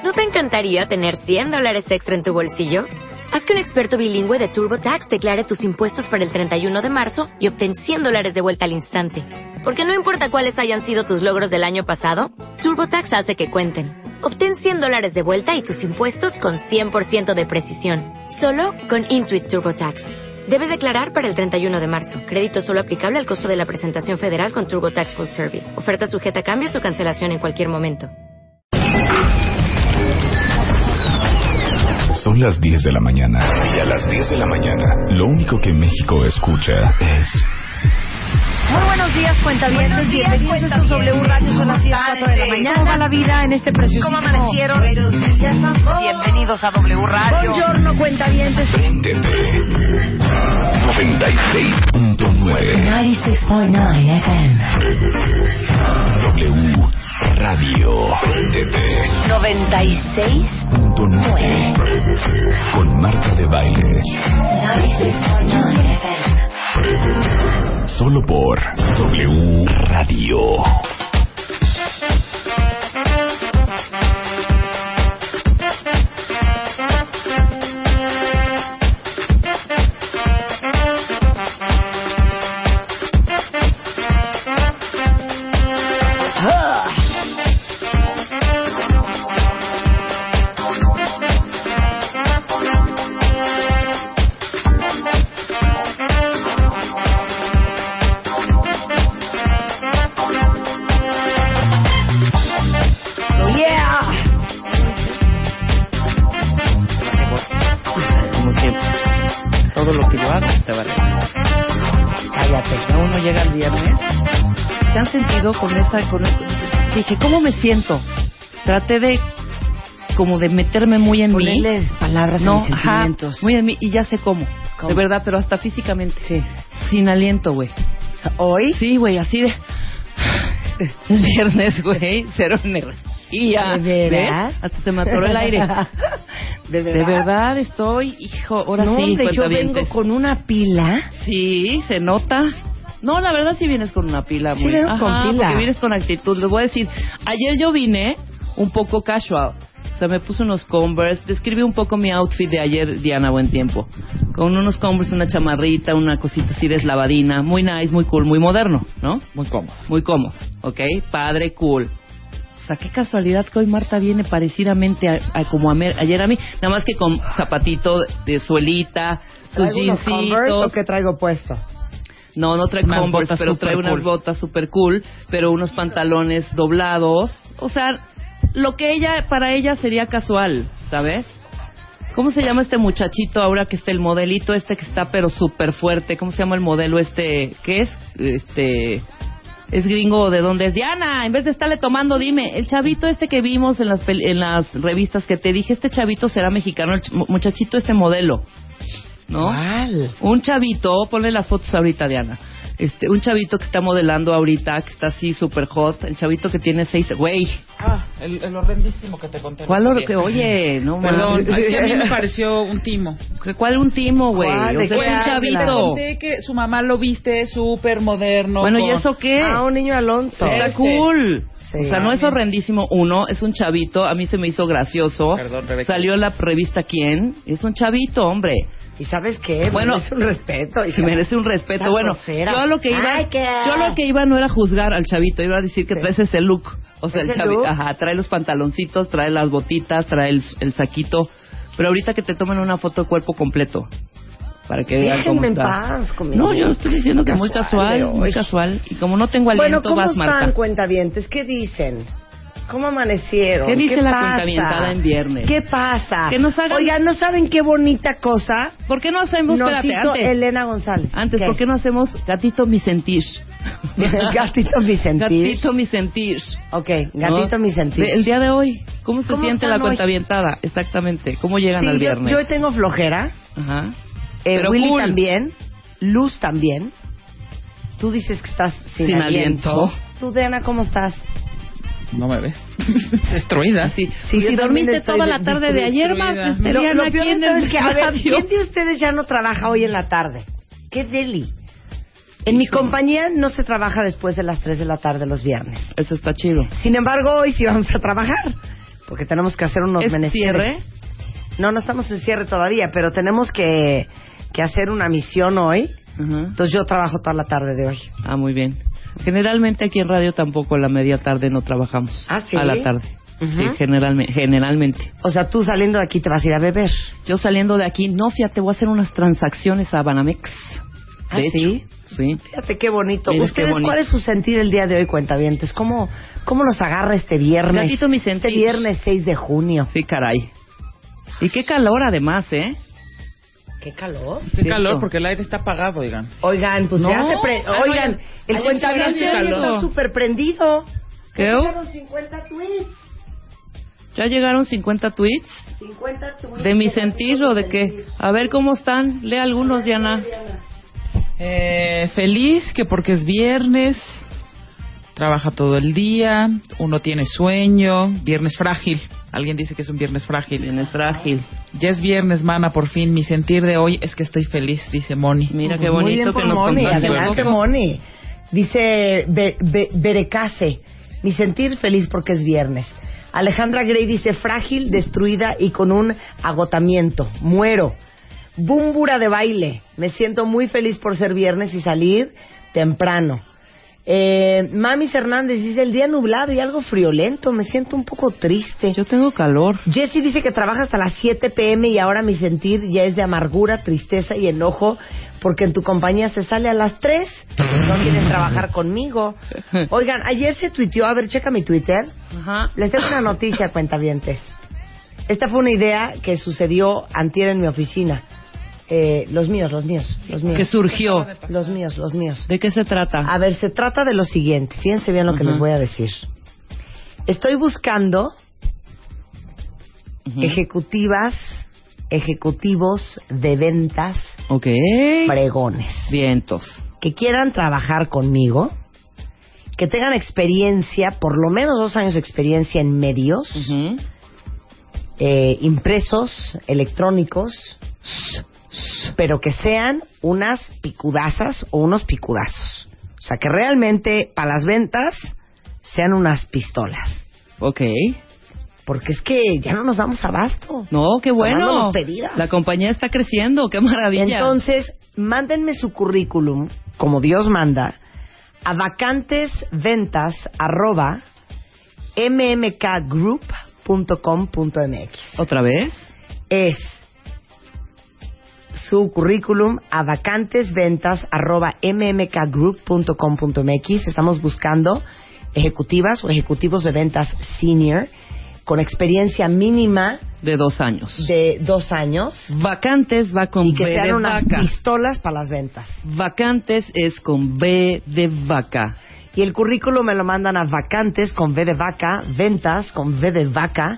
¿No te encantaría tener $100 extra en tu bolsillo? Haz que un experto bilingüe de TurboTax declare tus impuestos para el 31 de marzo y obtén $100 de vuelta al instante. Porque no importa cuáles hayan sido tus logros del año pasado, TurboTax hace que cuenten. Obtén $100 de vuelta y tus impuestos con 100% de precisión. Solo con Intuit TurboTax. Debes declarar para el 31 de marzo. Crédito solo aplicable al costo de la presentación federal con TurboTax Full Service. Oferta sujeta a cambios o cancelación en cualquier momento. Son las 10 de la mañana. Y a las 10 de la mañana, lo único que México escucha es... Muy buenos días, cuentavientes. Bienvenidos a estos W Radio. Son las 4 de la mañana. ¿Cómo va la vida en este preciosísimo? ¿Cómo amanecieron? Ya están. Bienvenidos a W Radio. Buongiorno, cuentavientes. Préndete. 96.9 96.9 FM. W Radio. Préndete. 96.9 Con Marta de Baile. 96.9 FM. Solo por W Radio. Dije, ¿cómo me siento? Traté de como de meterme muy en mí. Ponerles palabras a mis sentimientos. Muy en mí, y ya sé cómo. De verdad, pero hasta físicamente. Sí. Sin aliento, güey. ¿Hoy? Sí, güey, así de... Es viernes, güey, cero energía. ¿De veras? Hasta se me atoró el aire. ¿De verdad estoy, hijo, ahora no, sí. No, yo vengo con una pila. Sí, se nota. No, la verdad sí vienes con una pila. Sí, vengo con pila. Porque vienes con actitud. Les voy a decir, ayer yo vine un poco casual. O sea, me puse unos Converse. Describí un poco mi outfit de ayer, Diana, buen tiempo. Con unos Converse, una chamarrita, una cosita así de eslavadina. Muy nice, muy cool, muy moderno, ¿no? Muy cómodo. Muy cómodo, ¿ok? Padre, cool. O sea, qué casualidad que hoy Marta viene parecidamente a como ayer a mí. Nada más que con zapatito de suelita, sus jeansitos. Converse o qué traigo puesto? No trae Converse, pero trae unas botas super cool, pero unos pantalones doblados. O sea, lo que para ella sería casual, ¿sabes? ¿Cómo se llama este muchachito ahora que está el modelito que está pero súper fuerte? ¿Cómo se llama el modelo ¿Qué es? Es gringo, ¿de dónde es? Diana, en vez de estarle tomando, dime, el chavito que vimos en las revistas que te dije, este chavito será mexicano, el muchachito modelo. ¿No? ¿Cuál? Un chavito, ponle las fotos ahorita, Diana. Un chavito que está modelando ahorita, que está así super hot, el chavito que tiene 6, güey. El horrendísimo que te conté. ¿Cuál oye, no, perdón, a mí me pareció un timo. ¿Cuál un timo, güey? O sea, es un chavito. Te conté que su mamá lo viste súper moderno. Bueno, ¿y eso qué? Un niño Alonso. Está cool. Sí, o sea, no es horrendísimo. Es un chavito. A mí se me hizo gracioso. Perdón, Rebeca. Salió la revista ¿Quién? Es un chavito, hombre. ¿Y sabes qué? Bueno, merece un respeto. Sí, merece un respeto. Bueno, yo a lo que iba no era juzgar al chavito, iba a decir que traes ese look. O sea, el chavito, trae los pantaloncitos, trae las botitas, trae el saquito. Pero ahorita que te tomen una foto de cuerpo completo. Para que vean cómo está. En paz conmigo. No, yo estoy diciendo que muy casual. Y como no tengo aliento, ¿cómo vas, Marta. están, cuentavientes? ¿Qué dicen? ¿Cómo amanecieron? ¿Qué dice la cuentavientada en viernes? ¿Qué pasa? Que nos hagan... Oigan, ¿no saben qué bonita cosa? ¿Por qué no hacemos, espérate, antes? Elena González. Antes, ¿qué? ¿Por qué no hacemos Gatito mi sentir? Gatito mi sentir. Gatito mi sentir. Ok, Gatito mi sentir. El día de hoy, ¿cómo se siente la cuentavientada? Exactamente, ¿cómo llegan al viernes? Yo tengo flojera. Ajá. Pero Willy también. Luz también. Tú dices que estás sin aliento. Tú, Diana, ¿cómo estás? No me ves. Destruida. Sí. Si dormiste toda la tarde de ayer, más estarían aquí en el que, a ver, ¿quién de ustedes ya no trabaja hoy en la tarde? ¿Qué deli? En mi compañía no se trabaja después de las 3 de la tarde los viernes. Eso está chido. Sin embargo, hoy sí vamos a trabajar. porque tenemos que hacer unos menesteres. ¿Cierre? No estamos en cierre todavía, pero tenemos que hacer una misión hoy. Entonces yo trabajo toda la tarde de hoy. Ah, muy bien. Generalmente aquí en radio tampoco a la media tarde no trabajamos. ¿Ah, sí? A la tarde. Sí, generalmente. O sea, tú saliendo de aquí te vas a ir a beber. Yo saliendo de aquí, no, fíjate, voy a hacer unas transacciones a Banamex. ¿Ah, de sí? hecho, sí. Fíjate qué bonito. Mira, ¿Ustedes qué bonito. cuál es su sentir el día de hoy, cuentavientes? ¿Cómo nos agarra este viernes? Gatito, mi sentir. Este viernes 6 de junio. Sí, caray. Y qué calor además, ¿eh? ¿Qué calor? Qué calor, porque el aire está apagado, oigan. Oigan, pues No. ya se oigan, el cuentaviente hace hoy está calor. súper prendido. ¿Qué? Llegaron 50 tweets. ¿Ya llegaron 50 tweets? 50 tweets. ¿De mi sentir o de qué? A ver cómo están. Lee algunos, Diana. Feliz, que porque es viernes, trabaja todo el día, uno tiene sueño, viernes frágil. Alguien dice que es un viernes frágil. Viernes frágil. Ya es viernes, mana, por fin. Mi sentir de hoy es que estoy feliz, dice Moni. Mira qué Muy bien bonito por que nos Moni, compartió. adelante Moni. Dice Berecase, mi sentir feliz porque es viernes. Alejandra Gray dice frágil, destruida y con un agotamiento. Muero. Búmbura de baile. Me siento muy feliz por ser viernes y salir temprano. Mami Hernández dice el día nublado y algo friolento. Me siento un poco triste. Yo tengo calor. Jessie dice que trabaja hasta las 7 p.m. y ahora mi sentir ya es de amargura, tristeza y enojo porque en tu compañía se sale a las 3. No quieren trabajar conmigo. Oigan, ayer se tuiteó, a ver, checa mi Twitter. Ajá. Les tengo una noticia, cuentavientes. Esta fue una idea que sucedió antier en mi oficina. Los míos. Que surgió. Los míos. ¿De qué se trata? A ver, se trata de lo siguiente. Fíjense bien lo que les voy a decir. Estoy buscando ejecutivos de ventas Ok. fregones. Vientos. Que quieran trabajar conmigo, que tengan experiencia, por lo menos 2 años de experiencia en medios, impresos, electrónicos, pero que sean unas picudazas o unos picudazos. O sea, que realmente para las ventas sean unas pistolas. Ok. Porque es que ya no nos damos abasto. No, qué bueno. Tomando los pedidos. La compañía está creciendo, qué maravilla. Entonces, mándenme su currículum, como Dios manda, a vacantesventas@mmkgroup.com.mx. ¿Otra vez? Es su currículum a vacantesventas@mmkgroup.com.mx. Estamos buscando ejecutivas o ejecutivos de ventas senior con experiencia mínima De 2 años. de 2 años Vacantes va con y que B de sean unas vaca. pistolas para las ventas. Vacantes es con B de vaca. Y el currículum me lo mandan a vacantes con V de vaca, ventas con V de vaca,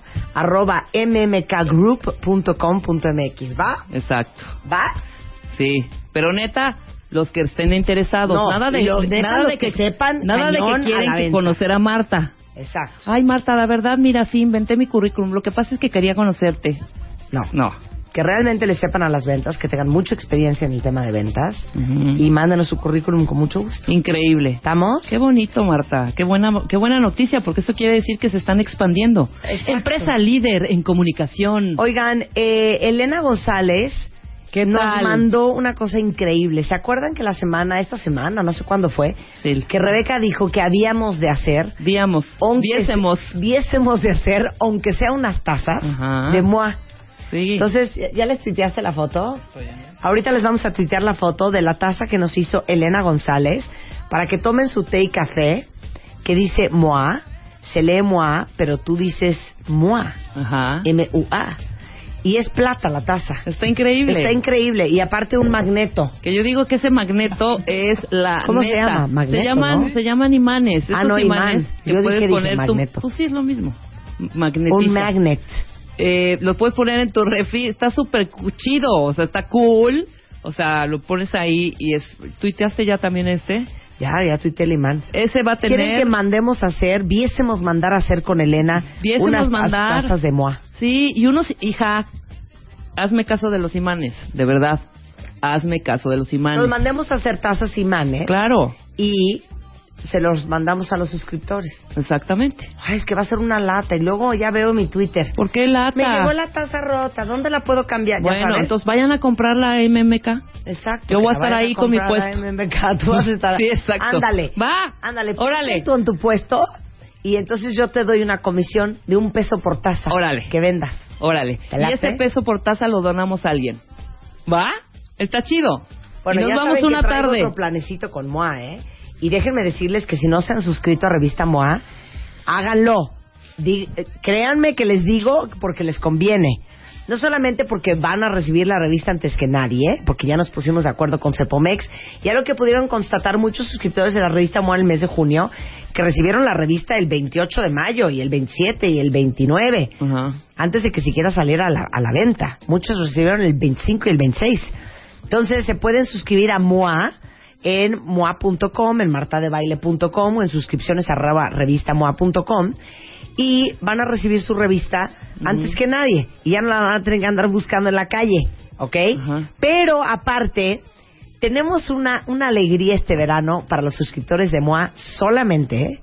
@mmkgroup.com.mx. ¿Va? Exacto. ¿Va? Sí. Pero neta, los que estén interesados, No, nada de los neta, nada los de que sepan nada de cañón que a quieren la que venta. conocer a Marta. Exacto. Ay, Marta, la verdad, mira, sí, inventé mi currículum. Lo que pasa es que quería conocerte. No. No. Que realmente le sepan a las ventas, que tengan mucha experiencia en el tema de ventas Ujú. y mándenos su currículum con mucho gusto. Increíble. ¿Estamos? Qué bonito, Marta. Qué buena noticia, porque eso quiere decir que se están expandiendo. Exacto. Empresa líder en comunicación. Oigan, Elena González ¿Qué nos tal? mandó una cosa increíble. ¿Se acuerdan que esta semana, no sé cuándo fue, Sí. que Rebeca dijo que habíamos de hacer, viésemos de hacer, aunque sea unas tazas Ajá. de Moa? Sí. Entonces, ¿ya les tuiteaste la foto? Ahorita les vamos a tuitear la foto de la taza que nos hizo Elena González para que tomen su té y café que dice Moa, se lee Moa, pero tú dices Moa, Ajá. M-U-A. Y es plata la taza. Está increíble. Está increíble. Y aparte un magneto. Que yo digo que ese magneto es la ¿Cómo se neta. llama? Magneto, ¿no? Se llaman imanes. Ah, Estos no, imanes imán. que Yo puedes dije poner magneto. Pues sí, es lo mismo. Magnetiza. Un magnet. Lo puedes poner en tu refri. Está súper chido. O sea, está cool. O sea, lo pones ahí y es... ¿Tuiteaste ya también este? Ya tuiteé el imán. Ese va a tener... ¿Quieren que viésemos mandar a hacer con Elena unas tazas de Moa? Sí, y unos... Hija, hazme caso de los imanes. De verdad. Hazme caso de los imanes. Nos mandemos a hacer tazas imanes. Claro. Y se los mandamos a los suscriptores. Exactamente. Ay, es que va a ser una lata. Y luego ya veo mi Twitter. ¿Por qué lata? Me llegó la taza rota. ¿Dónde la puedo cambiar? Bueno, entonces vayan a comprar la MMK. Exacto. Yo voy a estar ahí con mi puesto. MMK, tú vas a estar. Sí, exacto. Ándale. Va. Ándale. Órale. Tú en tu puesto y entonces yo te doy una comisión de $1 por taza. Órale. Que vendas. Órale. Y ese peso por taza lo donamos a alguien. ¿Va? Está chido. Bueno, y nos ya vamos saben una que traigo tarde. otro planecito con MOA, ¿eh? Y déjenme decirles que si no se han suscrito a Revista MOA, háganlo. Créanme que les digo porque les conviene. No solamente porque van a recibir la revista antes que nadie, porque ya nos pusimos de acuerdo con Cepomex. Ya lo que pudieron constatar muchos suscriptores de la revista MOA el mes de junio, que recibieron la revista el 28 de mayo, y el 27 y el 29, antes de que siquiera saliera a la venta. Muchos recibieron el 25 y el 26. Entonces se pueden suscribir a MOA en moa.com, en martadebaile.com o en suscripciones @revistamoa.com y van a recibir su revista antes que nadie y ya no la van a tener que andar buscando en la calle, ¿ok? Pero aparte tenemos una alegría este verano para los suscriptores de MOA solamente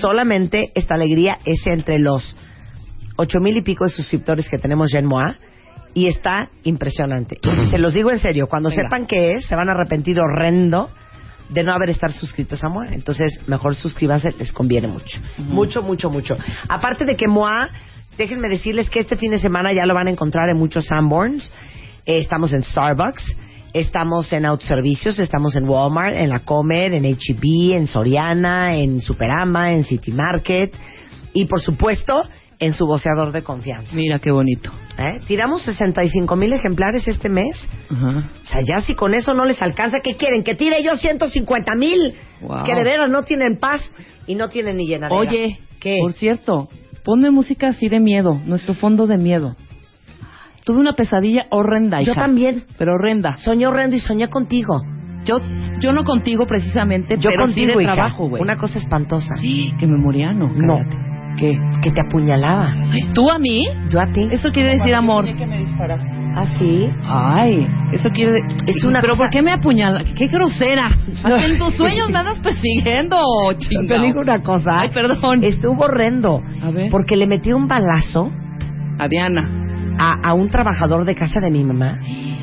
esta alegría es entre los 8,000 y pico de suscriptores que tenemos ya en MOA. Y está impresionante. Se los digo en serio, cuando sepan qué es, se van a arrepentir horrendo de no haber estar suscritos a MOA. Entonces, mejor suscríbanse, les conviene mucho. Mucho. Aparte de que MOA, déjenme decirles que este fin de semana ya lo van a encontrar en muchos Sanborns. Estamos en Starbucks, estamos en Autoservicios, estamos en Walmart, en La Comer, en H-E-B, en Soriana, en Superama, en City Market y, por supuesto, en su voceador de confianza. Mira qué bonito. Tiramos 65,000 ejemplares este mes. O sea, ya si con eso no les alcanza, ¿qué quieren? ¿Que tire yo 150,000? Wow. Que de veras no tienen paz y no tienen ni llenadera. Oye, ¿qué? Por cierto, ponme música así de miedo, nuestro fondo de miedo. Tuve una pesadilla horrenda, hija. Yo también. Pero horrenda. Soñé horrendo y soñé contigo. Yo no contigo precisamente, yo pero contigo, sí de hija. trabajo, güey. Una cosa espantosa. Que me moría, no. Cállate. No. ¿Qué? Que te apuñalaba. ¿Tú a mí? Yo a ti. Eso quiere decir amor. Que me disparaste. ¿Ah, sí? Ay, eso quiere Es una Pero cosa... ¿por qué me apuñala? ¡Qué grosera! Hasta en tus sueños me andas persiguiendo, chingado. Te digo una cosa. Ay, perdón. Estuvo horrendo. A ver. Porque le metí un balazo A Diana. a un trabajador de casa de mi mamá,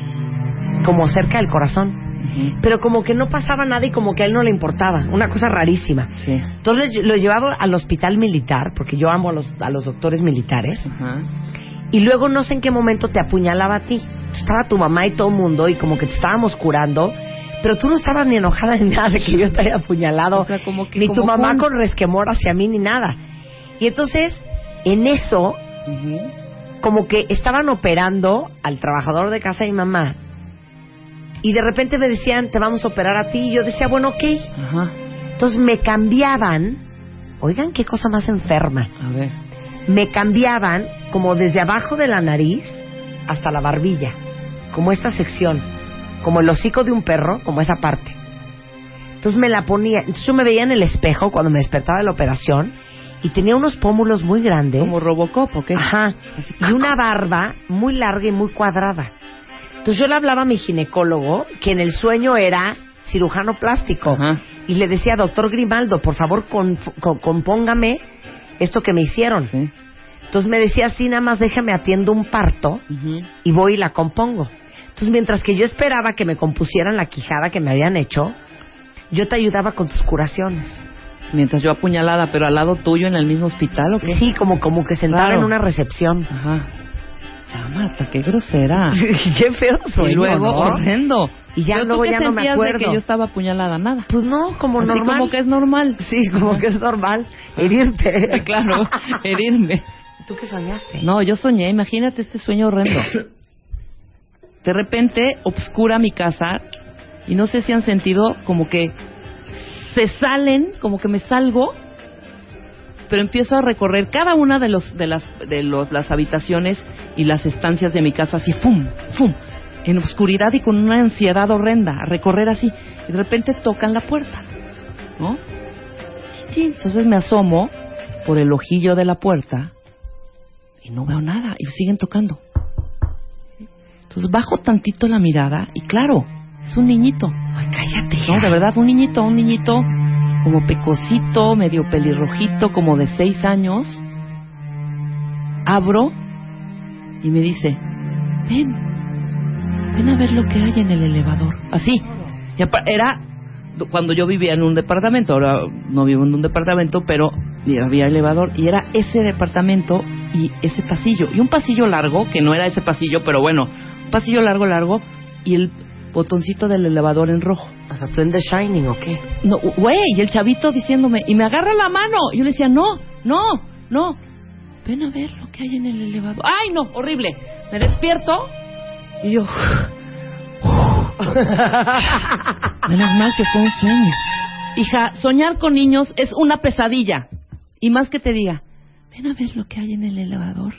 como cerca del corazón. Pero como que no pasaba nada y como que a él no le importaba. Una cosa rarísima. Sí. Entonces lo llevaba al hospital militar, porque yo amo a los doctores militares. Y luego no sé en qué momento te apuñalaba a ti. Estaba tu mamá y todo el mundo y como que te estábamos curando, pero tú no estabas ni enojada ni nada de que yo te haya apuñalado. O sea, como que, ni como tu mamá con resquemor hacia mí ni nada. Y entonces, en eso, como que estaban operando al trabajador de casa de mi mamá. Y de repente me decían, te vamos a operar a ti. Y yo decía, bueno, ok. Entonces me cambiaban. Oigan, qué cosa más enferma. A ver. Me cambiaban como desde abajo de la nariz hasta la barbilla. Como esta sección. Como el hocico de un perro, como esa parte. Entonces me la ponía. Entonces yo me veía en el espejo cuando me despertaba de la operación. Y tenía unos pómulos muy grandes. ¿Como Robocop o qué? Ajá. Y una barba muy larga y muy cuadrada. Entonces yo le hablaba a mi ginecólogo, que en el sueño era cirujano plástico. Y le decía, doctor Grimaldo, por favor, compóngame esto que me hicieron. Sí. Entonces me decía, sí, nada más déjame atiendo un parto y voy y la compongo. Entonces mientras que yo esperaba que me compusieran la quijada que me habían hecho, yo te ayudaba con tus curaciones. Mientras yo apuñalada, pero al lado tuyo en el mismo hospital, ¿o qué? Sí, como que sentada en una recepción. Marta, qué grosera. Qué feo soy. Y luego, ¿no? Horrendo. Y ya ¿Pero luego ya no me acuerdo. De que yo estaba apuñalada? Nada. Pues no, como así normal. Como que es normal. Sí, como que es normal. Herirte. Claro, herirme. ¿Tú qué soñaste? No, yo soñé, imagínate este sueño horrendo. De repente, obscura mi casa, y no sé si han sentido como que se salen, como que me salgo, pero empiezo a recorrer cada una de las habitaciones y las estancias de mi casa así, ¡fum! ¡fum! En oscuridad y con una ansiedad horrenda, a recorrer así. Y de repente tocan la puerta, ¿no? Entonces me asomo por el ojillo de la puerta y no veo nada, y siguen tocando. Entonces bajo tantito la mirada y claro, es un niñito. Ay, cállate. No, de verdad, un niñito como pecosito, medio pelirrojito, como de 6 años. Abro y me dice, ven a ver lo que hay en el elevador. Así. Y era cuando yo vivía en un departamento, ahora no vivo en un departamento, pero había elevador y era ese departamento y ese pasillo. Y un pasillo largo, que no era ese pasillo, pero bueno, un pasillo largo y el botoncito del elevador en rojo. O sea, ¿tú en The Shining o qué? No, güey, y el chavito diciéndome, y me agarra la mano. Yo le decía, no. Ven a ver lo que hay en el elevador. ¡Ay, no! Horrible. Me despierto y yo... Menos mal que fue un sueño. Hija, soñar con niños es una pesadilla. Y más que te diga, ven a ver lo que hay en el elevador.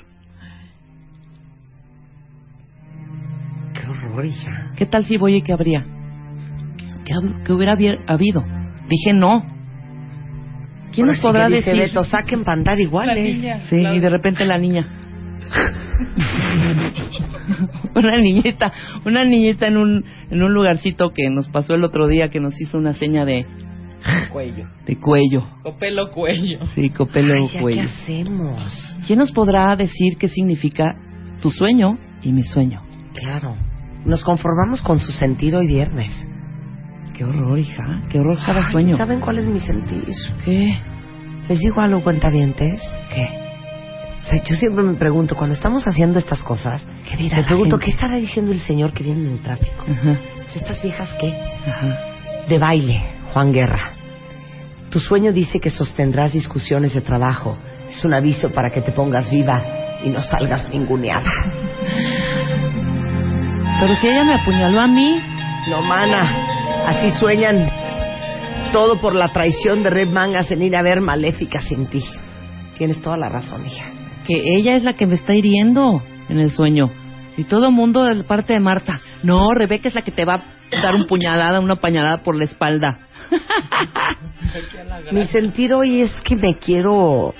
Qué horror, hija. ¿Qué tal si voy y qué habría? ¿Qué hubiera habido? Dije no. ¿Quién nos podrá decir? Beto, saquen para andar iguales. Niña, sí, claro. Y de repente la niña. Una niñita en un lugarcito que nos pasó el otro día, que nos hizo una seña de cuello. De cuello. Copelo cuello. Sí, copelo cuello. ¿Qué hacemos? ¿Quién nos podrá decir qué significa tu sueño y mi sueño? Claro. Nos conformamos con su sentir hoy viernes. Qué horror, hija. Qué horror cada sueño. ¿Saben cuál es mi sentir? ¿Qué? ¿Les digo algo, cuentavientes? ¿Qué? O sea, yo siempre me pregunto, cuando estamos haciendo estas cosas, me pregunto, ¿qué estará diciendo el señor que viene en el tráfico? Ajá. ¿Estas viejas qué? Ajá. De baile, Juan Guerra. Tu sueño dice que sostendrás discusiones de trabajo. Es un aviso para que te pongas viva y no salgas ninguneada. Pero si ella me apuñaló a mí... No, mana. Así sueñan. Todo por la traición de Red Mangas en ir a ver Maléfica sin ti. Tienes toda la razón, hija. Que ella es la que me está hiriendo en el sueño. Y todo el mundo de parte de Marta. No, Rebeca es la que te va a dar una pañalada por la espalda. Mi sentir hoy es que me quiero...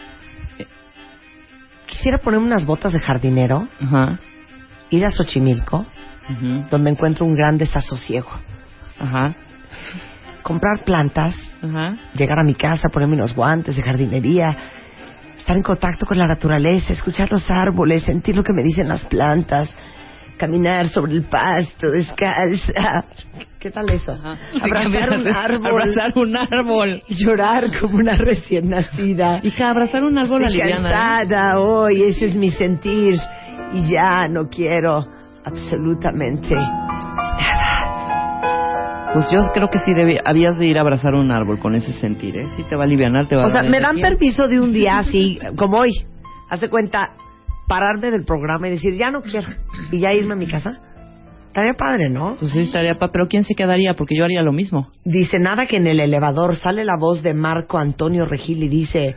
Quisiera ponerme unas botas de jardinero. Ajá. Ir a Xochimilco, uh-huh, donde encuentro un gran desasosiego. Ajá. Comprar plantas, ajá, llegar a mi casa, ponerme unos guantes de jardinería, estar en contacto con la naturaleza, escuchar los árboles, sentir lo que me dicen las plantas, caminar sobre el pasto, descalza. ¿Qué tal eso? Ajá. Abrazar un árbol. Y llorar como una recién nacida. Hija, abrazar un árbol aliviana. Cansada hoy, ese es mi sentir. Y ya no quiero absolutamente nada. Pues yo creo que sí habías de ir a abrazar un árbol con ese sentir, ¿eh? Sí te va a alivianar, te va a dar... O sea, me dan permiso de un día así, como hoy, hace cuenta, pararme del programa y decir, ya no quiero, y ya irme a mi casa. Estaría padre, ¿no? Pues sí, estaría padre, pero ¿quién se quedaría? Porque yo haría lo mismo. Dice, nada que en el elevador sale la voz de Marco Antonio Regil y dice,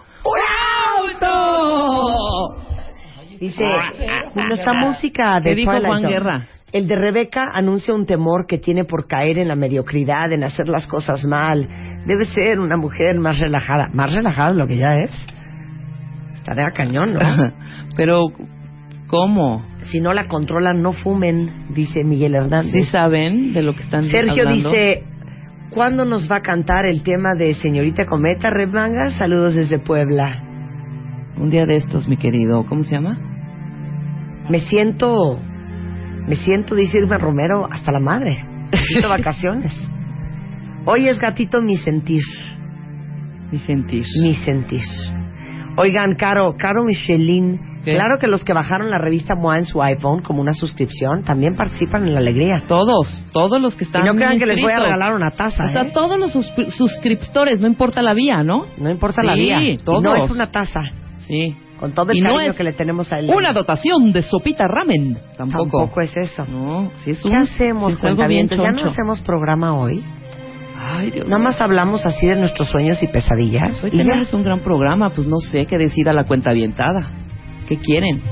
¡un auto! Dice, nuestra música de dijo Juan Guerra. El de Rebeca anuncia un temor que tiene por caer en la mediocridad, en hacer las cosas mal. Debe ser una mujer más relajada. Más relajada de lo que ya es. Estaría cañón, ¿no? Pero, ¿cómo? Si no la controlan, no fumen, dice Miguel Hernández. ¿Sí saben de lo que están Sergio hablando? Dice, ¿cuándo nos va a cantar el tema de Señorita Cometa, Red Mangas? Saludos desde Puebla. Un día de estos, mi querido. ¿Cómo se llama? Me siento, dice Irma Romero, hasta la madre. Necesito vacaciones. Hoy es gatito mi sentir. Mi sentir. Mi sentir. Oigan, Caro Michelin, ¿qué? Claro que los que bajaron la revista MOA en su iPhone como una suscripción también participan en la alegría. Todos los que están y no crean inscritos. Que les voy a regalar una taza. O sea, todos los suscriptores, no importa la vía, ¿no? No importa la vía. Todos. Y no es una taza. Sí. Con todo el cariño que le tenemos a él. Una dotación de sopita ramen. Tampoco es eso. No, sí es ¿Qué hacemos, cuentavientes? ¿Ya no hacemos programa hoy? Ay, Dios. Nada más hablamos así de nuestros sueños y pesadillas. Hoy tenemos un gran programa, pues no sé qué decida la cuentavientada. ¿Qué quieren?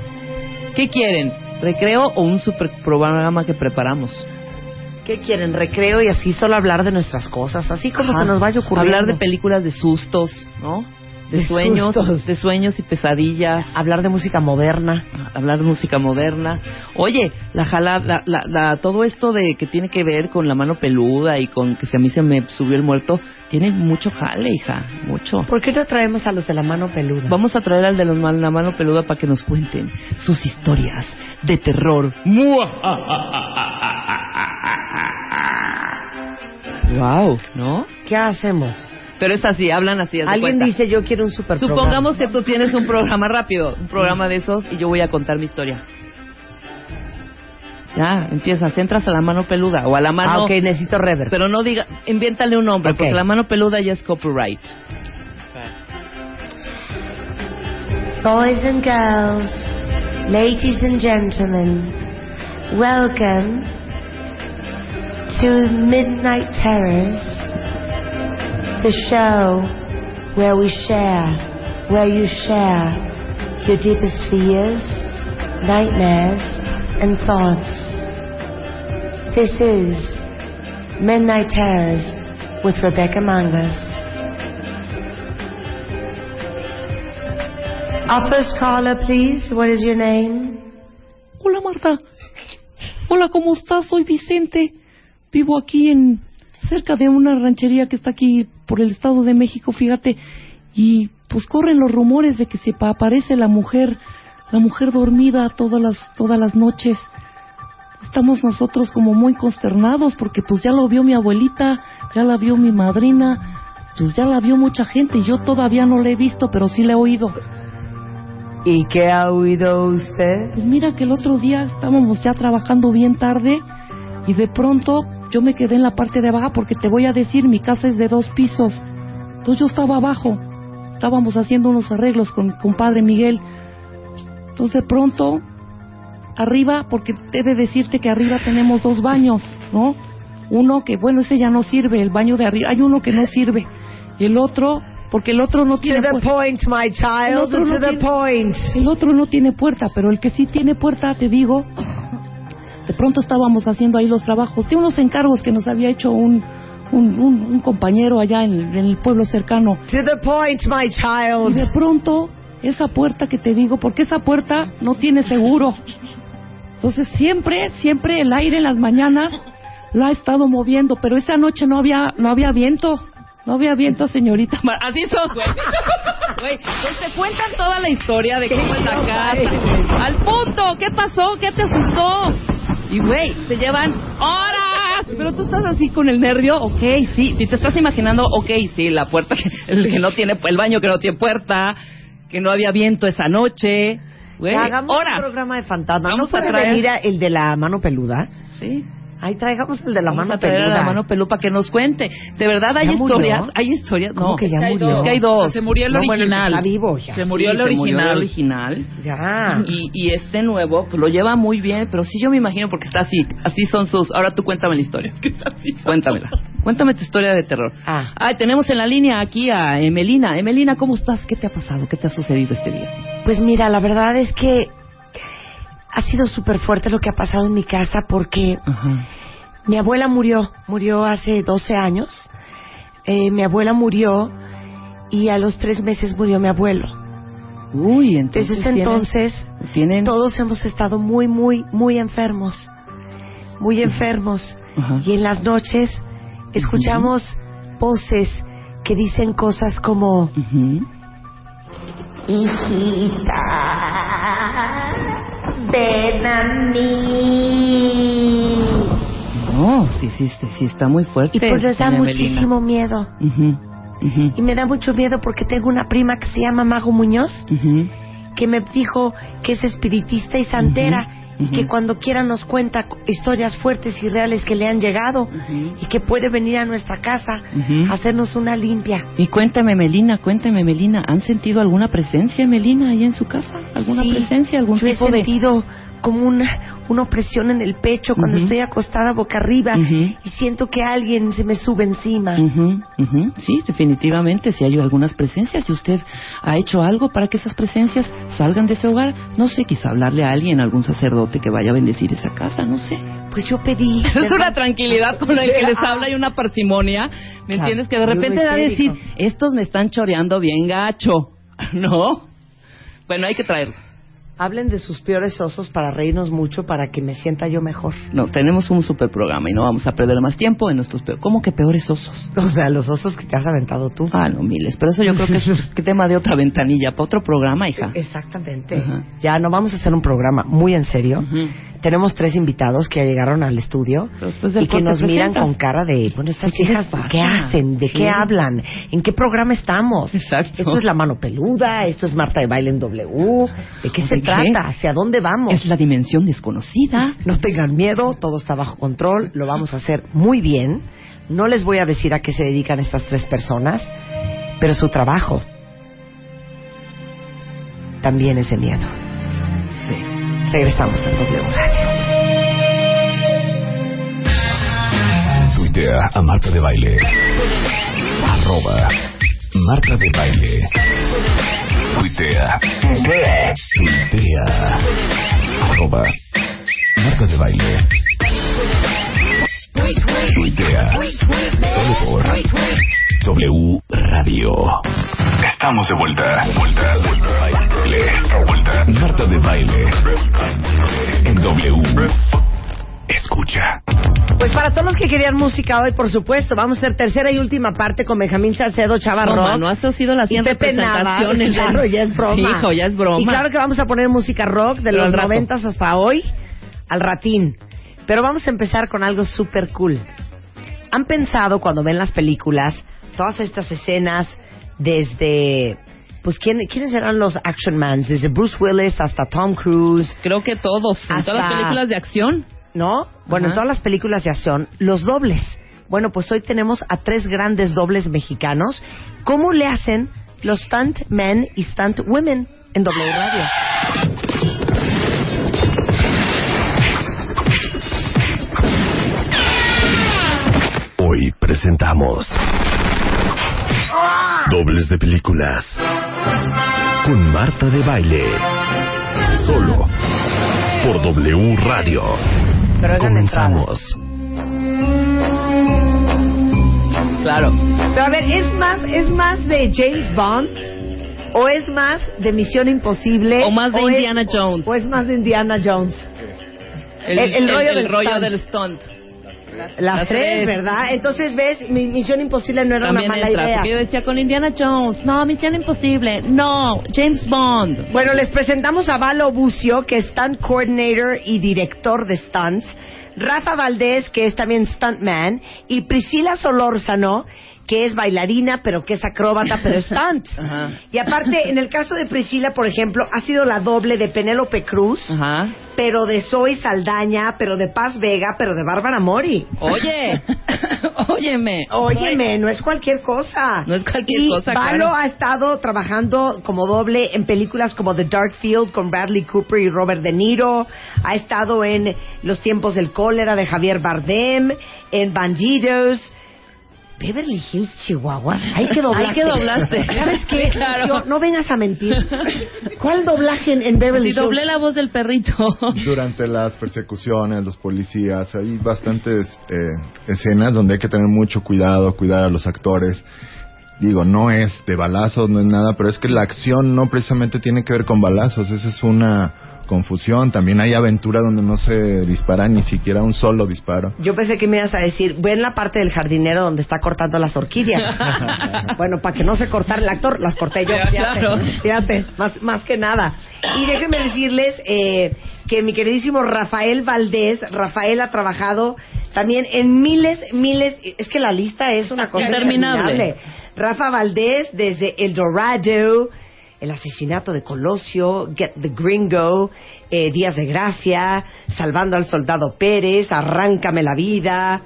¿Recreo o un super programa que preparamos? ¿Qué quieren? ¿Recreo y así solo hablar de nuestras cosas? Así como se nos vaya ocurriendo. Hablar de películas de sustos, ¿no? de sueños y pesadillas. Hablar de música moderna. Oye, todo esto de que tiene que ver con la mano peluda y con que a mí se me subió el muerto, tiene mucho jale, hija, mucho. ¿Por qué no traemos a los de la mano peluda? Vamos a traer al de la mano peluda para que nos cuenten sus historias de terror. Wow, ¿no? ¿Qué hacemos? Pero es así, hablan así. Alguien dice, yo quiero un super programa. Supongamos que tú tienes un programa rápido, un programa de esos, y yo voy a contar mi historia. Ya, empiezas, entras a la mano peluda o a la mano... ok, necesito reverb. Pero no diga, invéntale un nombre, porque la mano peluda ya es copyright. Boys and girls, ladies and gentlemen, welcome to Midnight Terrors, the show where you share your deepest fears, nightmares, and thoughts. This is Midnight Terrors with Rebecca Mangas. Our first caller, please. What is your name? Hola, Marta. Hola, ¿cómo estás? Soy Vicente. Vivo aquí cerca de una ranchería que está aquí por el Estado de México, fíjate. Y pues corren los rumores de que se aparece la mujer dormida todas las noches. Estamos nosotros como muy consternados porque pues ya lo vio mi abuelita, ya la vio mi madrina, pues ya la vio mucha gente y yo todavía no la he visto, pero sí la he oído. ¿Y qué ha oído usted? Pues mira que el otro día estábamos ya trabajando bien tarde y de pronto yo me quedé en la parte de abajo porque te voy a decir, mi casa es de 2 pisos. Entonces yo estaba abajo, estábamos haciendo unos arreglos con compadre Miguel. Entonces de pronto, arriba, porque he de decirte que arriba tenemos 2 baños, ¿no? Uno que, bueno, ese ya no sirve, el baño de arriba, hay uno que no sirve. Y el otro... porque el otro no tiene puerta. To the point, my child, to the point. El otro no tiene puerta, pero el que sí tiene puerta, te digo, de pronto estábamos haciendo ahí los trabajos de unos encargos que nos había hecho un compañero allá en el pueblo cercano. To the point, my child. Y de pronto, esa puerta que te digo, porque esa puerta no tiene seguro. Entonces siempre el aire en las mañanas la ha estado moviendo, pero esa noche no había viento. No había viento, señorita. Así son, güey. Entonces te cuentan toda la historia de cómo es la casa. Al punto, ¿qué pasó? ¿Qué te asustó? Y, güey, se llevan horas. Pero tú estás así con el nervio. Ok, sí. Si te estás imaginando, ok, sí, la puerta, el baño que no tiene puerta, que no había viento esa noche. Güey, hagamos horas. Un programa de fantasma. ¿No puede venir el de la mano peluda? Sí. Ahí traigamos el de la mano peluda. A la mano peluda para que nos cuente. De verdad hay historias. ¿Cómo que ya murió? Es que hay 2. Se murió el original. Está vivo ya. Se murió el original. Ya. Y este nuevo pues lo lleva muy bien, pero sí yo me imagino porque está así son sus. Ahora tú cuéntame la historia. Cuéntamela. Cuéntame tu historia de terror. Tenemos en la línea aquí a Emelina. Emelina, ¿cómo estás? ¿Qué te ha pasado? ¿Qué te ha sucedido este día? Pues mira, la verdad es que ha sido súper fuerte lo que ha pasado en mi casa porque mi abuela murió hace 12 años. Mi abuela murió y a los 3 meses murió mi abuelo. Uy, desde ese entonces todos hemos estado muy, muy, muy enfermos. Muy enfermos. Y en las noches escuchamos voces que dicen cosas como... Hijita, ven a mí. No, sí, está muy fuerte. Y pues nos da muchísimo miedo. Y me da mucho miedo porque tengo una prima que se llama Mago Muñoz, que me dijo que es espiritista y santera, y que cuando quiera nos cuenta historias fuertes y reales que le han llegado, y que puede venir a nuestra casa a hacernos una limpia. Y cuéntame, Melina, ¿han sentido alguna presencia, Melina, ahí en su casa? ¿Alguna presencia, algún tipo de...? Yo he sentido como una opresión en el pecho cuando estoy acostada boca arriba y siento que alguien se me sube encima. Sí, definitivamente, si hay algunas presencias, si usted ha hecho algo para que esas presencias salgan de ese hogar, no sé, quizá hablarle a alguien, a algún sacerdote que vaya a bendecir esa casa, no sé. Pues yo pedí. Es una tranquilidad con la que les habla y una parsimonia, ¿me entiendes? Que de repente da a decir, estos me están choreando bien gacho, ¿no? Bueno, hay que traerlo. Hablen de sus peores osos para reírnos mucho, para que me sienta yo mejor. No, tenemos un super programa y no vamos a perder más tiempo en nuestros peores. ¿Cómo que peores osos? O sea, los osos que te has aventado tú. Ah, no, miles. Pero eso yo creo que es tema de otra ventanilla, para otro programa, hija. Exactamente. Ya no vamos a hacer un programa muy en serio. Tenemos 3 invitados que ya llegaron al estudio y que nos miran con cara de, bueno, estas hijas, ¿qué hacen? ¿De qué hablan? ¿En qué programa estamos? Exacto. Esto es La Mano Peluda, esto es Marta de Baile en W. ¿De qué se trata? ¿Hacia dónde vamos? Es la dimensión desconocida. No tengan miedo, todo está bajo control, lo vamos a hacer muy bien. No les voy a decir a qué se dedican estas 3 personas, pero su trabajo también es de miedo. Sí. Regresamos a W Radio. Tuitea a Marta de Baile. @Marta de Baile. Tuitea. @Marta de Baile. Tuitea. Solo por W Radio. Estamos de vuelta. Vuelta. Marta de Baile. En W. Escucha. Pues para todos los que querían música hoy, por supuesto, vamos a hacer tercera y última parte con Benjamín Salcedo, Chava Rock. No, eso ha sido las 100 representaciones. Claro, ya es broma. Sí, hijo, ya es broma. Y claro que vamos a poner música rock de los 90s hasta hoy, al ratín. Pero vamos a empezar con algo súper cool. ¿Han pensado cuando ven las películas todas estas escenas desde... Pues ¿quiénes eran los action mans? Desde Bruce Willis hasta Tom Cruise. Creo que todos. En todas las películas de acción. ¿No? Bueno, en todas las películas de acción, los dobles. Bueno, pues hoy tenemos a 3 grandes dobles mexicanos. ¿Cómo le hacen los stunt men y stunt women en W Radio? Hoy presentamos Dobles de películas con Marta de Baile. Solo por W Radio. Comenzamos. Claro. Pero a ver, ¿es más de James Bond? ¿O es más de Misión Imposible? ¿O más de Indiana Jones? ¿O es más de Indiana Jones? El rollo del stunt. Las 3, ¿verdad? Entonces, ¿ves? Misión Imposible no era también una mala idea. Porque yo decía con Indiana Jones, no, Misión Imposible, no, James Bond. Bueno, les presentamos a Valo Bucio, que es Stunt Coordinator y Director de Stunts, Rafa Valdés, que es también Stuntman, y Priscila Solórzano, que es bailarina, pero que es acróbata, pero stunt. Y aparte, en el caso de Priscila, por ejemplo, ha sido la doble de Penélope Cruz, pero de Zoe Saldaña, pero de Paz Vega, pero de Bárbara Mori. Oye, óyeme, no es cualquier cosa. No es cualquier cosa, Valo claro. ha estado trabajando como doble en películas como The Dark Field con Bradley Cooper y Robert De Niro. Ha estado en Los tiempos del cólera de Javier Bardem, en Bandidos, Beverly Hills, Chihuahua. Hay que doblaste. ¿Sabes qué? Sí, claro. No vengas a mentir. ¿Cuál doblaje en Beverly Hills? Doblé la voz del perrito. Durante las persecuciones, los policías, hay bastantes escenas donde hay que tener mucho cuidado, cuidar a los actores. Digo, no es de balazos, no es nada, pero es que la acción no precisamente tiene que ver con balazos. Esa es una confusión. También hay aventura donde no se dispara ni siquiera un solo disparo. Yo pensé que me ibas a decir, ven la parte del jardinero donde está cortando las orquídeas. Bueno, para que no se cortara el actor, las corté yo. Fíjate, más que nada. Y déjenme decirles que mi queridísimo Rafael Valdés, Rafael ha trabajado también en miles, es que la lista es una cosa interminable. Rafa Valdés desde El Dorado, El asesinato de Colosio, Get the Gringo, Días de Gracia, Salvando al Soldado Pérez, Arráncame la Vida,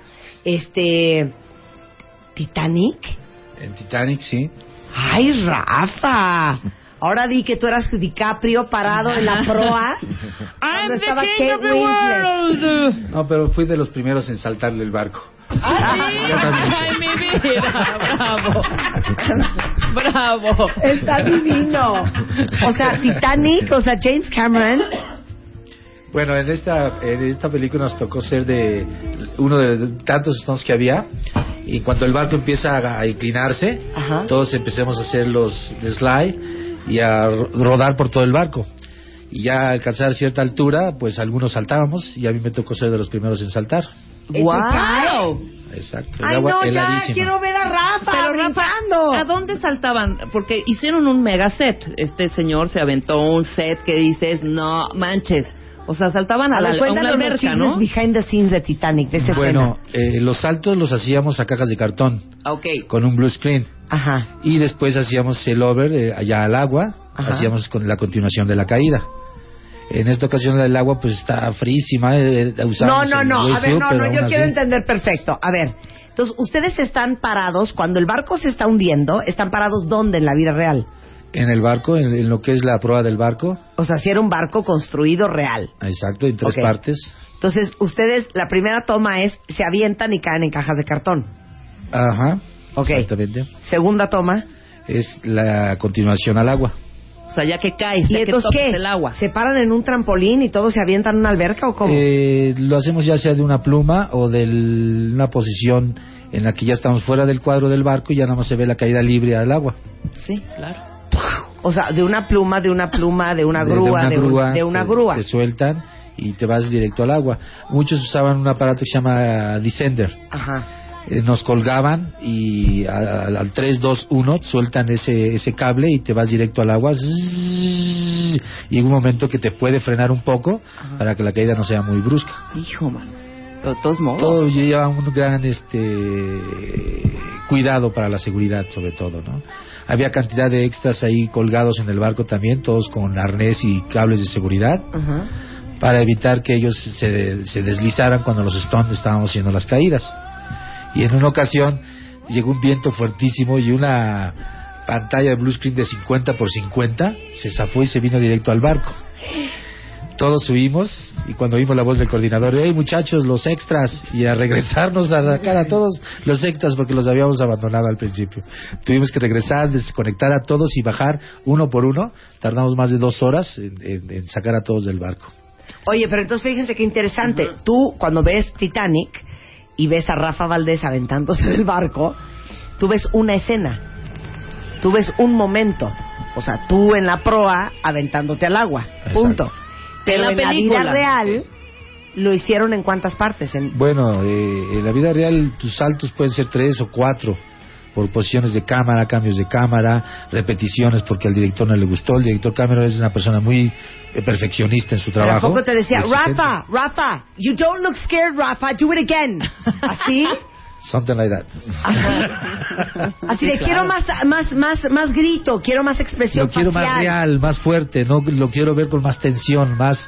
Titanic. En Titanic, sí. ¡Ay, Rafa! Ahora di que tú eras DiCaprio parado en la proa cuando estaba Kate Winslet. No, pero fui de los primeros en saltar del barco. ¡Ay, mi vida! ¡Bravo! ¡Bravo! Está divino. O sea, Titanic, o sea, James Cameron. Bueno, en esta película nos tocó ser de uno de tantos stones que había. Y cuando el barco empieza a inclinarse, ajá, todos empecemos a hacer los de slide y a rodar por todo el barco. Y ya al alcanzar cierta altura, pues algunos saltábamos y a mí me tocó ser de los primeros en saltar. ¡Wow! Exacto. Ay, no, ya quiero ver a Rafa. Pero Rafa, ¿a dónde saltaban? Porque hicieron un mega set. Este señor se aventó un set que dices, no manches. O sea, saltaban a una alberca, ¿no? Behind the scenes de Titanic, de ese bueno, los saltos los hacíamos a cajas de cartón. Okay. Con un blue screen. Ajá. Y después hacíamos el over allá al agua. Ajá. Hacíamos con la continuación de la caída. En esta ocasión el agua pues está frísima. No. A ver, yo quiero entender perfecto. A ver, entonces, ustedes están parados, cuando el barco se está hundiendo, ¿están parados dónde en la vida real? En el barco, en lo que es la proa del barco. O sea, si era un barco construido real. Exacto, en tres partes. Entonces, ustedes, la primera toma es, se avientan y caen en cajas de cartón. Ajá, exactamente. Segunda toma. Es la continuación al agua. O sea, ya que caes, ¿y entonces qué? El agua. ¿Se paran en un trampolín y todos se avientan en una alberca o cómo? Lo hacemos ya sea de una pluma o de una posición en la que ya estamos fuera del cuadro del barco y ya nada más se ve la caída libre al agua. Sí, claro. O sea, de una pluma, de una grúa. Te sueltan y te vas directo al agua. Muchos usaban un aparato que se llama descender. Ajá. Nos colgaban y al 3, 2, 1 sueltan ese cable y te vas directo al agua. Y en un momento que te puede frenar un poco, ajá, para que la caída no sea muy brusca. Hijo, mano. De todos modos. Todo lleva un gran cuidado para la seguridad, sobre todo, ¿no? Había cantidad de extras ahí colgados en el barco también, todos con arnés y cables de seguridad, uh-huh, para evitar que ellos se deslizaran cuando los stones estábamos haciendo las caídas. Y en una ocasión llegó un viento fuertísimo y una pantalla de blue screen de 50 por 50 se zafó y se vino directo al barco. Todos subimos y cuando oímos la voz del coordinador, ¡hey muchachos, los extras! Y a regresarnos a sacar a todos los extras porque los habíamos abandonado al principio. Tuvimos que regresar, desconectar a todos y bajar uno por uno. Tardamos más de 2 horas en sacar a todos del barco. Oye, pero entonces fíjense qué interesante. Uh-huh. Tú, cuando ves Titanic y ves a Rafa Valdés aventándose del barco, tú ves una escena. Tú ves un momento. O sea, tú en la proa aventándote al agua. Exacto. Punto. Pero en la vida real, ¿lo hicieron en cuántas partes? Bueno, en la vida real tus saltos pueden ser 3 o 4 por posiciones de cámara, cambios de cámara, repeticiones porque al director no le gustó. El director Cameron es una persona muy perfeccionista en su trabajo. ¿Pero poco te decía, Rafa, you don't look scared, Rafa, do it again? ¿Así? Something like that. Así de, quiero más grito, quiero más expresión facial. Lo quiero más real, más fuerte, no lo quiero ver con más tensión, más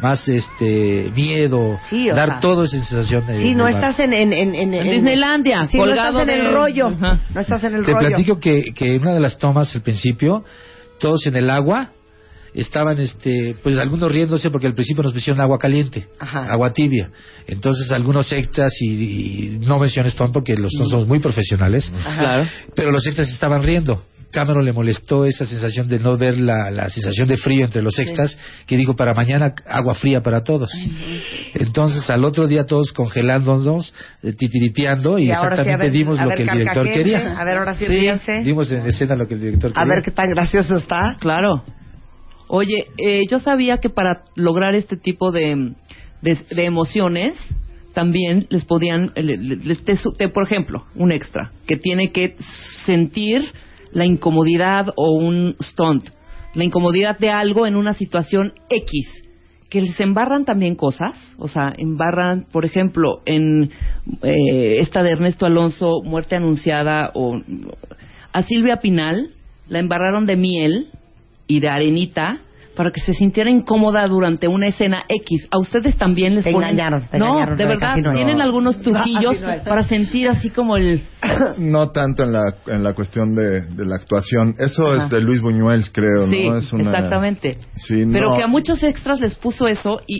miedo, sí, dar sea, toda esa sensación de. Sí, no estás en Disneylandia, sí, colgado, no estás en el rollo. Uh-huh. No estás en el rollo. Te platico que en una de las tomas al principio, todos en el agua estaban pues algunos riéndose porque al principio nos pusieron agua caliente, ajá, agua tibia. Entonces algunos extras y no menciones Tom porque los somos muy profesionales, ajá, claro, pero los extras estaban riendo. Cameron le molestó esa sensación de no ver la sensación de frío entre los extras, sí, que dijo para mañana agua fría para todos. Entonces al otro día todos congelándonos, titiriteando y exactamente sí, dimos lo que el director quería. A ver, ahora sí, dimos en escena lo que el director quería. A ver qué tan gracioso está. Claro. Oye, yo sabía que para lograr este tipo de emociones también les podían, por ejemplo, un extra que tiene que sentir la incomodidad o un stunt, la incomodidad de algo en una situación X, que les embarran también cosas, o sea, embarran, por ejemplo, en esta de Ernesto Alonso, Muerte Anunciada, o a Silvia Pinal la embarraron de miel y de arenita para que se sintiera incómoda durante una escena X. ¿A ustedes también les ponen? Engañaron, no, de verdad, no tienen algunos truquillos para sentir así como el... No tanto en la cuestión de la actuación. Eso es de Luis Buñuel, creo, sí, ¿no? Es una... exactamente. Sí, pero no. que a muchos extras les puso eso y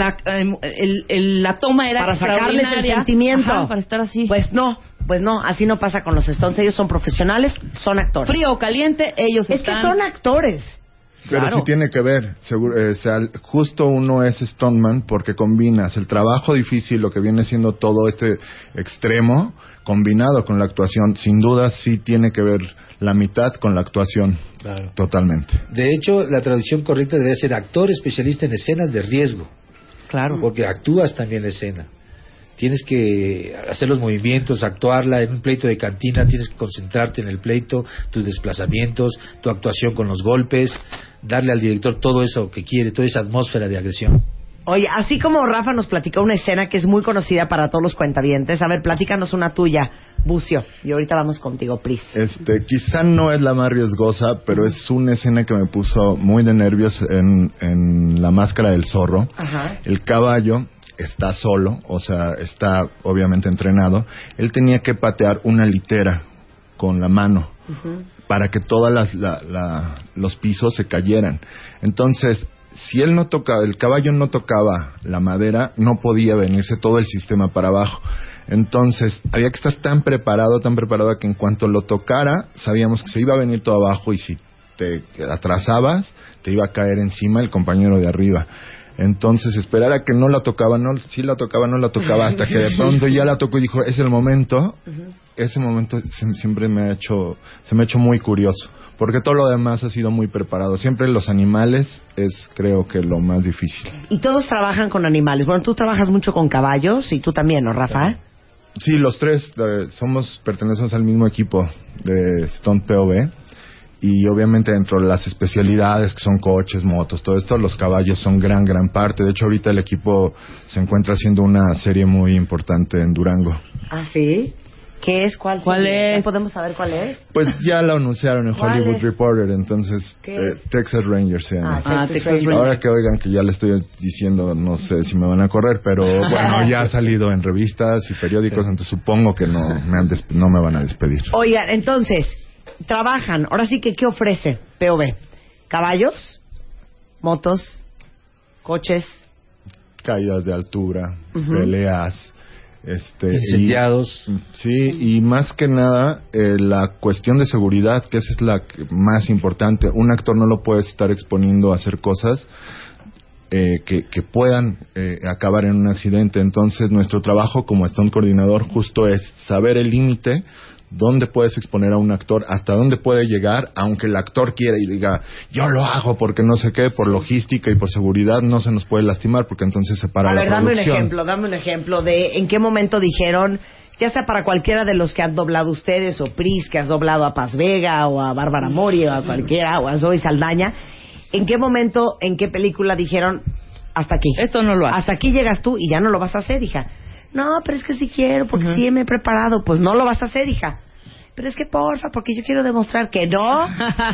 la toma era para sacarles el sentimiento. Ajá, para estar así. Pues no, así no pasa con los Stones. Ellos son profesionales, son actores. Frío o caliente, ellos están... Es que son actores. Pero claro. sí tiene que ver, seguro, justo uno es stuntman porque combinas el trabajo difícil, lo que viene siendo todo este extremo, combinado con la actuación. Sin duda sí tiene que ver la mitad con la actuación. Claro. Totalmente. De hecho, la traducción correcta debe ser actor especialista en escenas de riesgo. Claro. Porque actúas también la escena. Tienes que hacer los movimientos, actuarla en un pleito de cantina, tienes que concentrarte en el pleito, tus desplazamientos, tu actuación con los golpes, darle al director todo eso que quiere, toda esa atmósfera de agresión. Oye, así como Rafa nos platicó una escena que es muy conocida para todos los cuentavientes, a ver, platícanos una tuya, Bucio, y ahorita vamos contigo, please. Quizá no es la más riesgosa, pero es una escena que me puso muy de nervios en La Máscara del Zorro. Ajá. El caballo está solo, o sea, está obviamente entrenado. Él tenía que patear una litera con la mano para que todas los pisos se cayeran. Entonces, si él no tocaba, el caballo no tocaba la madera, no podía venirse todo el sistema para abajo. Entonces, había que estar tan preparado que en cuanto lo tocara, sabíamos que se iba a venir todo abajo y si te atrasabas, te iba a caer encima el compañero de arriba. Entonces, esperar a que no la tocaba, sí la tocaba, no la tocaba, hasta que de pronto ya la tocó y dijo, es el momento. Ese momento siempre se me ha hecho muy curioso, porque todo lo demás ha sido muy preparado. Siempre los animales es, creo que, lo más difícil. Y todos trabajan con animales. Bueno, tú trabajas mucho con caballos y tú también, ¿no, Rafa? Sí, los tres pertenecemos al mismo equipo de Stunt POV. Y obviamente dentro de las especialidades que son coches, motos, todo esto, los caballos son gran parte. De hecho, ahorita el equipo se encuentra haciendo una serie muy importante en Durango. ¿Ah, sí? ¿Qué es? ¿Cuál es? ¿Ya podemos saber cuál es? Pues ya la anunciaron en Hollywood Reporter, entonces Texas Rangers se llama. Texas Rangers. Ahora que oigan que ya le estoy diciendo, no sé si me van a correr, pero bueno, ya ha salido en revistas y periódicos, entonces supongo que no me van a despedir. Oigan, entonces, trabajan, ahora sí que, ¿qué ofrece POV? ¿Caballos? ¿Motos? ¿Coches? Caídas de altura, peleas, incendiados. Y más que nada la cuestión de seguridad, que esa es la más importante. Un actor no lo puedes estar exponiendo a hacer cosas que puedan acabar en un accidente. Entonces nuestro trabajo como stunt coordinador justo es saber el límite, dónde puedes exponer a un actor, hasta dónde puede llegar, aunque el actor quiera y diga, yo lo hago porque no sé qué, por logística y por seguridad no se nos puede lastimar, porque entonces se para la producción. Dame un ejemplo de en qué momento dijeron, ya sea para cualquiera de los que han doblado ustedes, o Pris, que has doblado a Paz Vega, o a Bárbara Mori, o a cualquiera, o a Zoe Saldaña, ¿en qué momento, en qué película dijeron, hasta aquí? Esto no lo hace. Hasta aquí llegas tú y ya no lo vas a hacer, hija. No, pero es que sí quiero, porque sí me he preparado. Pues no lo vas a hacer, hija. Pero es que porfa, porque yo quiero demostrar que no.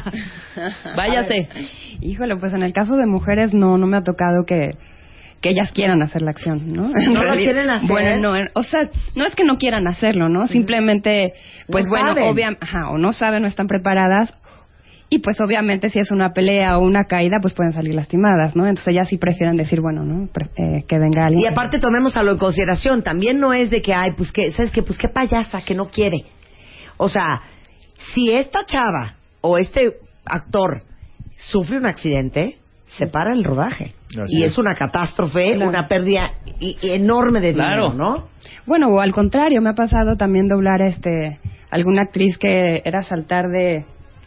Váyase. Híjole, pues en el caso de mujeres no me ha tocado que ellas quieran hacer la acción, ¿no? ¿No lo quieren hacer? Bueno, o sea, no es que no quieran hacerlo, ¿no? Simplemente, pues no bueno, saben. o no saben, no están preparadas. Y pues obviamente si es una pelea o una caída, pues pueden salir lastimadas, ¿no? Entonces ellas sí prefieren decir, bueno, ¿no? Que venga alguien. Y aparte tomémoslo en consideración, también no es de que, ay, pues que, ¿sabes qué? Pues qué payasa, que no quiere. O sea, si esta chava o este actor sufre un accidente, se para el rodaje. Así es una catástrofe, una pérdida enorme de dinero, ¿no? Bueno, o al contrario, me ha pasado también doblar alguna actriz que era saltar de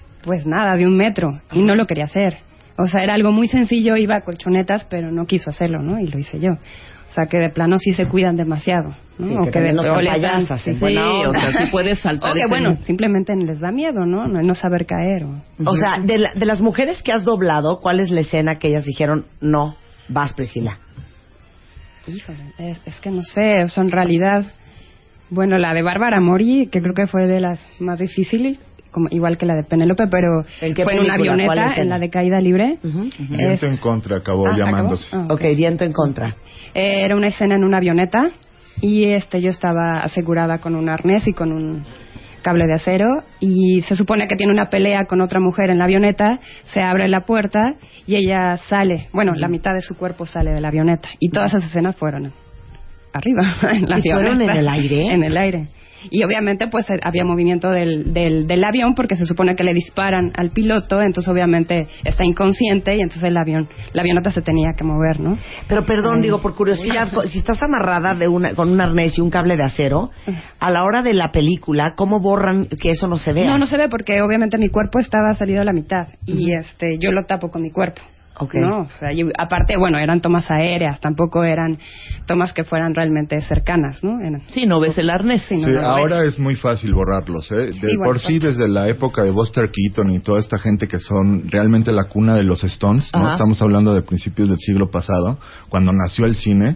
1 metro y no lo quería hacer. O sea, era algo muy sencillo, iba a colchonetas, pero no quiso hacerlo, ¿no? Y lo hice yo. O sea, que de plano sí se cuidan demasiado, ¿no? Sí, o que de no son payasas, sí, o sea, sí puedes saltar. O que bueno, simplemente les da miedo, ¿no? No saber caer. O sea, de las mujeres que has doblado, ¿cuál es la escena que ellas dijeron, no, vas, Priscila? Híjole, es que no sé, o sea, en realidad, bueno, la de Bárbara Mori, que creo que fue de las más difíciles, como igual que la de Penélope, pero fue en una avioneta, en la de caída libre. Viento en contra acabó llamándose. Ok, Viento en contra. Era una escena en una avioneta y yo estaba asegurada con un arnés y con un cable de acero, y se supone que tiene una pelea con otra mujer en la avioneta. Se abre la puerta y ella sale, bueno, la mitad de su cuerpo sale de la avioneta, y todas esas escenas fueron arriba, en la avioneta. ¿Fueron en el aire? En el aire. Y obviamente pues había movimiento del avión, porque se supone que le disparan al piloto, entonces obviamente está inconsciente y entonces la avioneta se tenía que mover, ¿no? Pero perdón, digo, por curiosidad, si estás amarrada con un arnés y un cable de acero, a la hora de la película, ¿cómo borran que eso no se vea? No se ve, porque obviamente mi cuerpo estaba salido a la mitad y yo lo tapo con mi cuerpo. Okay. No, o sea, aparte, bueno, eran tomas aéreas, tampoco eran tomas que fueran realmente cercanas, ¿no? Sí, no ves el arnés. Sí, ahora es muy fácil borrarlos, ¿eh? Sí, desde la época de Buster Keaton y toda esta gente que son realmente la cuna de los Stones, ¿no? Estamos hablando de principios del siglo pasado, cuando nació el cine.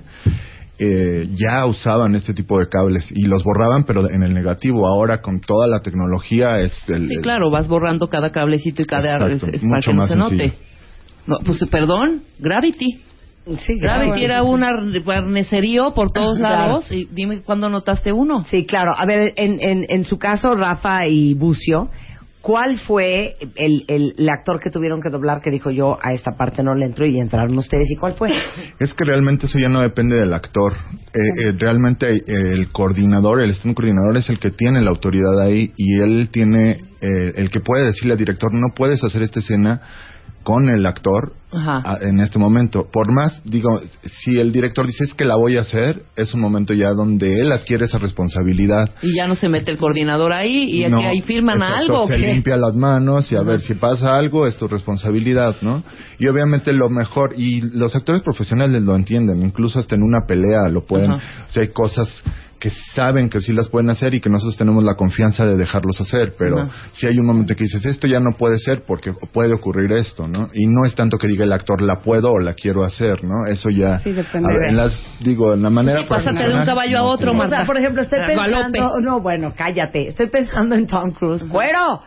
Ya usaban este tipo de cables y los borraban, pero en el negativo. Ahora con toda la tecnología Sí, claro, vas borrando cada cablecito y cada para que no se note. No, pues perdón, Gravity. Sí, Gravity era un arneserío por todos lados. Y dime cuándo notaste uno. Sí, claro. A ver, en su caso, Rafa y Bucio, ¿cuál fue el actor que tuvieron que doblar que dijo yo a esta parte no le entro y entraron ustedes? ¿Y cuál fue? Es que realmente eso ya no depende del actor. Realmente el coordinador, el stunt coordinador es el que tiene la autoridad ahí, y él tiene el que puede decirle al director, no puedes hacer esta escena con el actor en este momento. Por más, digo, si el director dice es que la voy a hacer, es un momento ya donde él adquiere esa responsabilidad. Y ya no se mete el coordinador ahí y aquí ahí firman algo. Se limpia las manos y a ver si pasa algo, es tu responsabilidad, ¿no? Y obviamente lo mejor, y los actores profesionales lo entienden, incluso hasta en una pelea lo pueden, o sea, hay cosas que saben que sí las pueden hacer y que nosotros tenemos la confianza de dejarlos hacer, pero si hay un momento que dices, esto ya no puede ser porque puede ocurrir esto, ¿no? Y no es tanto que diga el actor, la puedo o la quiero hacer, ¿no? Eso ya, sí, depende en la manera... Sí, pásate de un caballo a otro, O sea, por ejemplo, estoy pensando... No, bueno, cállate. Estoy pensando en Tom Cruise. ¡Güero!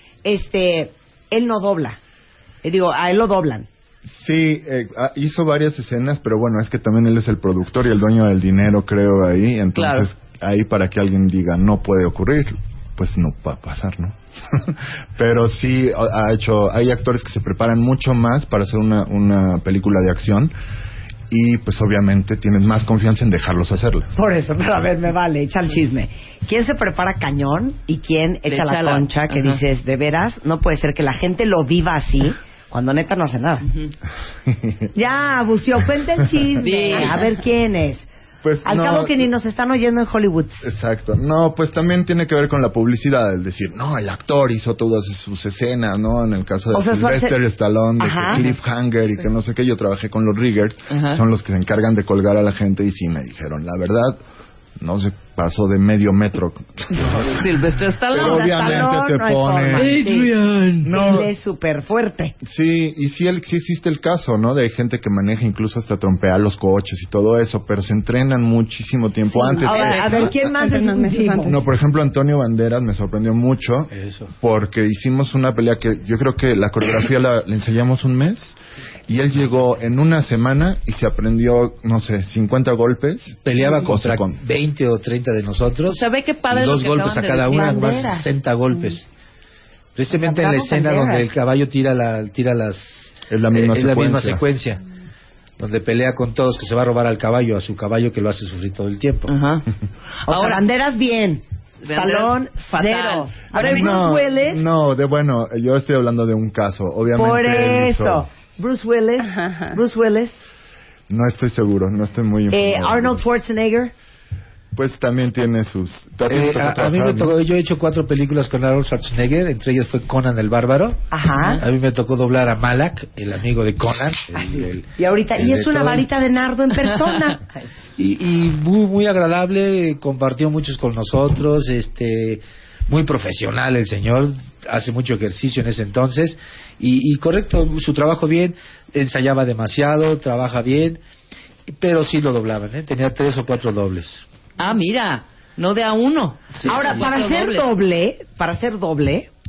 Él no dobla. A él lo doblan. Sí, hizo varias escenas, pero bueno, es que también él es el productor y el dueño del dinero, creo, ahí. Entonces, ahí para que alguien diga no puede ocurrir, pues no va a pasar, ¿no? Pero sí hay actores que se preparan mucho más para hacer una película de acción, y pues obviamente tienen más confianza en dejarlos hacerla. Por eso, pero a ver, me vale, echa el chisme. ¿Quién se prepara cañón y quién echa la concha que dices, de veras, no puede ser que la gente lo viva así cuando neta no hace nada? Ya, Bucio, cuenta el chisme. Sí. A ver quién es. Pues al cabo que ni nos están oyendo en Hollywood. Exacto. No, pues también tiene que ver con la publicidad, el decir, no, el actor hizo todas sus escenas, ¿no? En el caso de Sylvester Stallone, de Cliffhanger y que no sé qué, yo trabajé con los riggers, son los que se encargan de colgar a la gente, y sí me dijeron, la verdad, no se pasó de medio metro. Sylvester Stallone. Pero obviamente te pone... Adrian. No. Él es súper fuerte. Sí, y sí existe el caso, ¿no? De gente que maneja incluso hasta trompear los coches y todo eso, pero se entrenan muchísimo tiempo antes. Ahora, a ver, ¿quién más es un tipo? No, por ejemplo, Antonio Banderas me sorprendió mucho porque hicimos una pelea que yo creo que la coreografía le ensayamos un mes. Y él llegó en una semana y se aprendió, no sé, 50 golpes. Peleaba contra 20 o 30 de nosotros. O sea, ve qué padre. Y 2 golpes a cada una, más 60 golpes. Precisamente en la escena donde el caballo tira las... Es la misma secuencia. Donde pelea con todos, que se va a robar al caballo, a su caballo, que lo hace sufrir todo el tiempo. Ahora, Banderas bien. Stallone, cero. Ahora, Bruce Willis. No, yo estoy hablando de un caso, obviamente. Por eso. Bruce Willis. No estoy seguro, no estoy muy informado. Arnold Schwarzenegger. Pues también tiene sus... a mí me tocó, yo he hecho 4 películas con Arnold Schwarzenegger, entre ellas fue Conan el Bárbaro. A mí me tocó doblar a Malak, el amigo de Conan. Y ahorita, y es una varita de nardo en persona. y muy, muy agradable, compartió muchos con nosotros, muy profesional el señor, hace mucho ejercicio en ese entonces, y correcto, su trabajo bien, ensayaba demasiado, trabaja bien, pero sí lo doblaban, tenía 3 o 4 dobles. Ah, mira, no de a uno. Sí, ahora, para ser doble,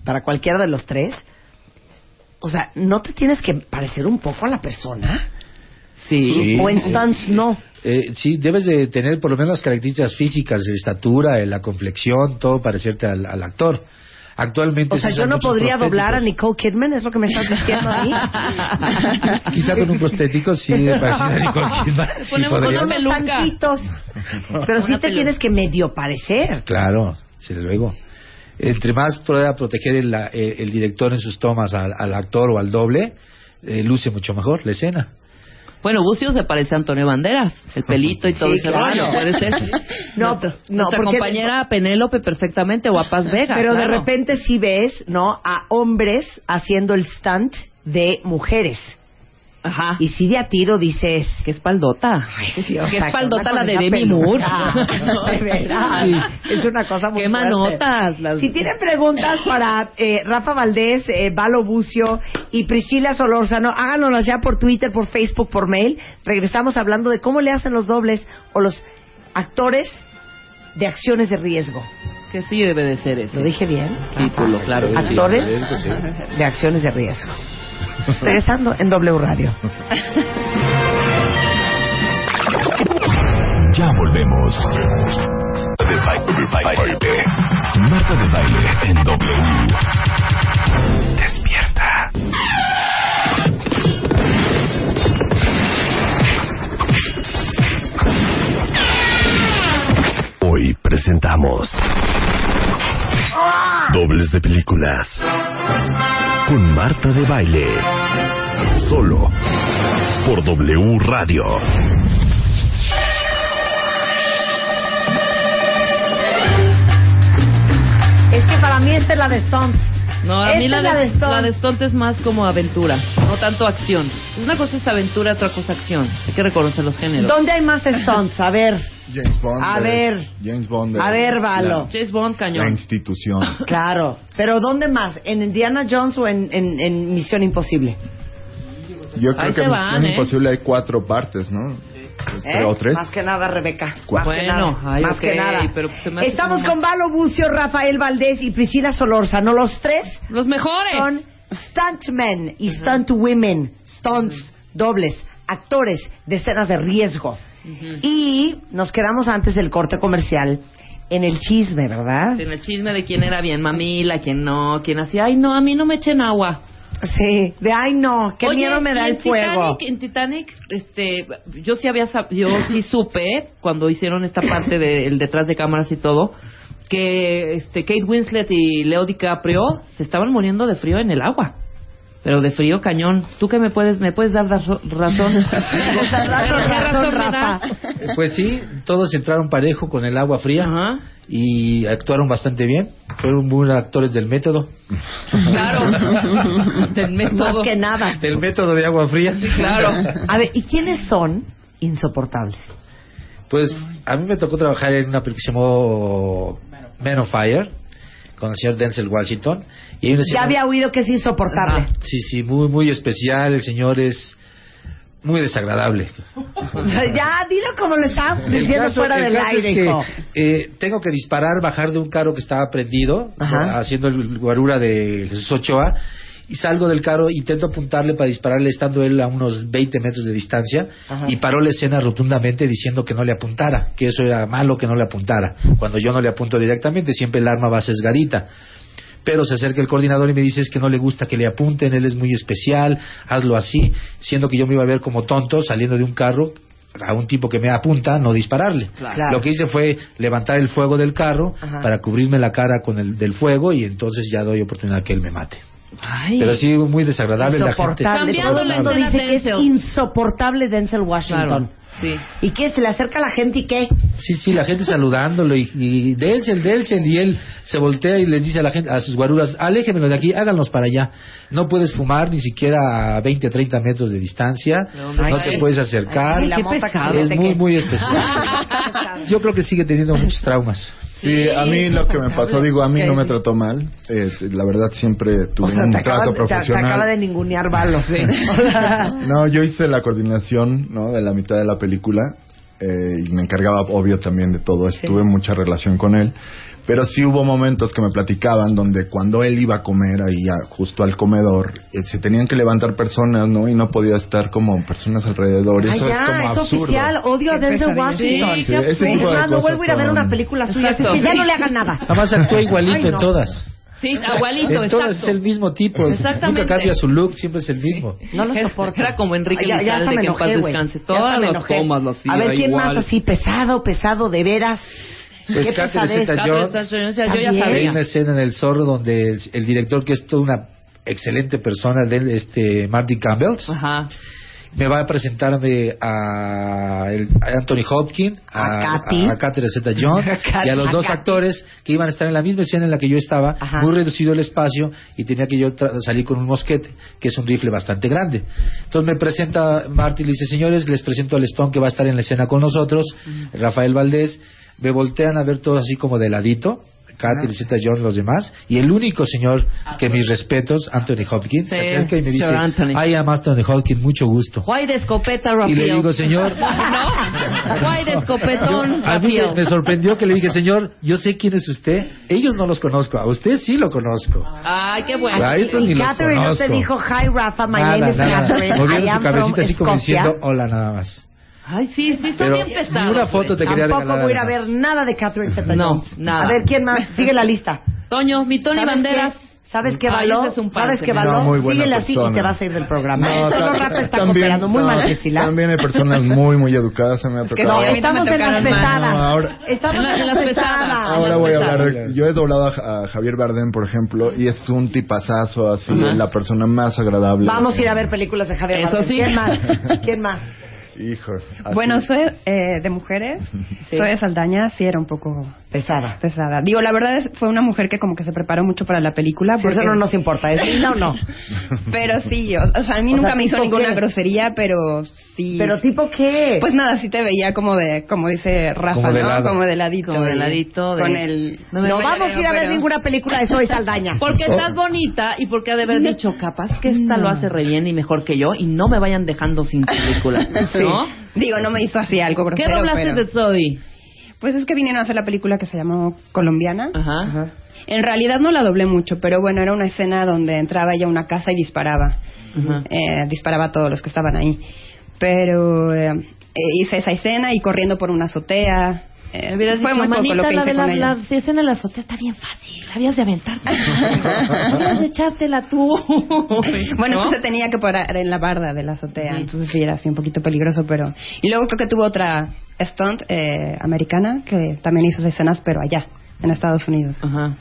para cualquiera de los tres, o sea, ¿no te tienes que parecer un poco a la persona? Sí. O en stunts no. Sí, debes de tener por lo menos las características físicas, la estatura, la complexión, todo parecerte al actor. Actualmente, o sea, yo no podría doblar a Nicole Kidman, es lo que me estás diciendo a mí. Quizá con un prostético sí parecida a Nicole Kidman. Ponemos unos tanquitos, pero sí te tienes que medio parecer. Claro, desde luego. Entre más pueda proteger el director en sus tomas al actor o al doble, luce mucho mejor la escena. Bueno, Bucio se parece a Antonio Banderas, el pelito y todo ese rollo, puede ser. Nuestra compañera Penélope perfectamente, o a Paz Vega. Pero de repente sí ves, ¿no? A hombres haciendo el stunt de mujeres. Ajá. Y si de a tiro dices... ¡Qué espaldota! Ay, sí, ¡Qué espaldota la de Demi Moore! De verdad. Sí. Es una cosa muy ¡Qué manotas! Si tienen preguntas para Rafa Valdés, Valo Bucio y Priscila Solórzano, háganoslas ya por Twitter, por Facebook, por mail. Regresamos hablando de cómo le hacen los dobles o los actores de acciones de riesgo. Que sí debe de ser eso. ¿Lo dije bien? Título, claro. Actores de acciones de riesgo. Regresando en W Radio. Ya volvemos. Marta de Baile en W. Despierta. Hoy presentamos Dobles de películas con Marta de Baile, solo por W Radio. Es que para mí esta es la de Stunts. No, a mí la de Stunt es más como aventura, no tanto acción. Una cosa es aventura, otra cosa acción. Hay que reconocer los géneros. ¿Dónde hay más Stunts? A ver. James Bond. James Bond. Valo. James Bond, cañón. La institución. Claro. Pero ¿dónde más? ¿En Indiana Jones o en Misión Imposible? Yo creo que en Misión Imposible hay 4 partes, ¿no? ¿O 3? Más que nada, Rebeca. Bueno, más que nada. Pero estamos con Valo Bucio, Rafael Valdés y Priscila Solórzano. Los tres. Los mejores. Son stuntmen y stuntwomen. Stunts, dobles, actores de escenas de riesgo. Y nos quedamos antes del corte comercial en el chisme, ¿verdad? En el chisme de quién era bien mamila, quién no, quién hacía, ay no, a mí no me echen agua. Sí, de ay no, qué miedo me da el fuego. En Titanic, yo sí supe cuando hicieron esta parte del detrás de cámaras y todo, que Kate Winslet y Leo DiCaprio se estaban muriendo de frío en el agua. Pero de frío cañón. ¿Tú qué me puedes dar razón? razón, Rafa. Pues sí, todos entraron parejo con el agua fría. Ajá. Y actuaron bastante bien. Fueron muy actores del método. Claro. Del método. Más que nada. Del método de agua fría. Sí, claro. A ver, ¿y quiénes son insoportables? Pues a mí me tocó trabajar en una película que se llamó Man on Fire, con el señor Denzel Washington. Y hay ya había oído que es insoportable. Sí, muy, muy especial. El señor es muy desagradable. Ya, dilo como lo estaba diciendo fuera del aire, hijo. Tengo que disparar, bajar de un carro que estaba prendido, haciendo el guarura de Jesús Ochoa, y salgo del carro, intento apuntarle para dispararle estando él a unos 20 metros de distancia. Y paró la escena rotundamente diciendo que no le apuntara, que eso era malo, que no le apuntara. Cuando yo no le apunto directamente, siempre el arma va sesgadita. Pero se acerca el coordinador y me dice, es que no le gusta que le apunten, él es muy especial, hazlo así, siendo que yo me iba a ver como tonto saliendo de un carro a un tipo que me apunta, no dispararle. Claro. Lo que hice fue levantar el fuego del carro para cubrirme la cara con el del fuego, y entonces ya doy oportunidad que él me mate. Ay. Pero sí, muy desagradable la gente. Todo el mundo dice que es insoportable Denzel Washington. Claro. Sí. ¿Y qué? ¿Se le acerca a la gente y qué? Sí, la gente saludándolo y Denzel, y él se voltea y les dice a la gente, a sus guaruras, aléjenmelo de aquí, háganlos para allá. No puedes fumar ni siquiera a 20, 30 metros de distancia, no te puedes acercar. Ay, qué pesado. Es muy, muy especial. Yo creo que sigue teniendo muchos traumas. Sí, a mí lo que me pasó, a mí no me trató mal. La verdad siempre tuve un trato profesional. Te acaba de ningunear Valo. Sí. No, yo hice la coordinación, ¿no?, de la mitad de la película, y me encargaba, obvio, también de todo esto. Sí. Tuve mucha relación con él. Pero sí hubo momentos que me platicaban donde cuando él iba a comer ahí justo al comedor, se tenían que levantar personas, ¿no? Y no podía estar como personas alrededor. Eso es como absurdo. Oficial, odio a Denzel Washington. Sí, ese tipo de no vuelvo a ir a ver una película suya, así que ya no le hagan nada. Nada más actúa igualito en todas. Sí, igualito, en todas es el mismo tipo. Nunca cambia su look, siempre es el mismo. No lo soporto. Era como Enrique Lizalde, que en paz descanse. Todas las tomas lo hacía. A ver, ¿quién igual. más así pesado, de veras? Pues ¿Qué Catherine Zeta-Jones. Yo ya sabía. Hay una escena en El Zorro donde el director, que es toda una excelente persona, Martin Campbell, me va a presentarme a Anthony Hopkins, a Catherine Zeta-Jones y a los dos actores que iban a estar en la misma escena en la que yo estaba. Muy reducido el espacio y tenía que yo salir con un mosquete, que es un rifle bastante grande. Entonces me presenta Martin y le dice: señores, les presento al Stone, que va a estar en la escena con nosotros, Rafael Valdés. Me voltean a ver todos así como de ladito, Catherine Zeta-Jones, los demás, y el único señor que mis respetos, Anthony Hopkins, se acerca y me dice: I am Anthony Hopkins, mucho gusto. Guay de escopeta, Rafael. Y le digo: señor, ¿no? Guay de escopetón, a mí me sorprendió que le dije: señor, yo sé quién es usted, ellos no los conozco, a usted sí lo conozco. Ay, qué bueno. A estos ni los Catherine conozco. no te dijo: hi Rafa, my name is Catherine, moviendo I am su cabecita así como Escocia. diciendo hola nada más. Ay, sí, son bien pesados. Ni una foto te quería regalar. Tampoco voy a ir a ver nada de Catherine Zeta-Jones. No, nada. A ver, ¿quién más? Sigue la lista. Toño, mi Tony Banderas. ¿Sabes qué való? ¿Sabes qué való? muy buena Síguele así persona. y te vas a ir del programa. No, Solo Rafa está también, cooperando muy mal, Priscila. También hay personas muy educadas, se me ha tocado. No, estamos en las pesadas. No, ahora, Estamos en las pesadas. Ahora voy a hablar. Yo he doblado a Javier Bardem, por ejemplo, y es un tipazazo, así, la persona más agradable. Vamos a ir a ver películas de Javier Bardem. Sí. ¿Quién más? Hijo. Bueno, soy de mujeres. Sí. Soy de Saldaña, sí era un poco pesada. Digo, la verdad fue una mujer que como que se preparó mucho para la película. Porque... Eso no nos importa, ¿es linda o no? Pero sí, o sea, a mí nunca me hizo ninguna grosería, pero sí. ¿Pero tipo qué? Pues nada, sí te veía como dice Rafa, como ¿no? Como de ladito. Como de ladito. Con el... No vamos a ir a ver ninguna película de Soy Saldaña. Porque estás bonita y porque ha de haber dicho, capaz que esta lo hace re bien y mejor que yo y no me vayan dejando sin película, ¿no? Digo, no me hizo así algo grosero. ¿Qué doblaste de Zoe? Pues es que vinieron a hacer la película que se llamó Colombiana. Ajá. En realidad no la doblé mucho, pero bueno, era una escena donde entraba ella a una casa y disparaba. Disparaba a todos los que estaban ahí. Pero hice esa escena y corriendo por una azotea. Fue muy poco lo que hice con ella. La escena en la azotea está bien fácil. Habías de aventarte. Habías de echártela tú. Bueno, ¿no? Entonces tenía que parar en la barda de la azotea. Entonces sí, era así un poquito peligroso, pero... Y luego creo que tuvo otra stunt americana que también hizo esas escenas, pero allá, en Estados Unidos. Ajá.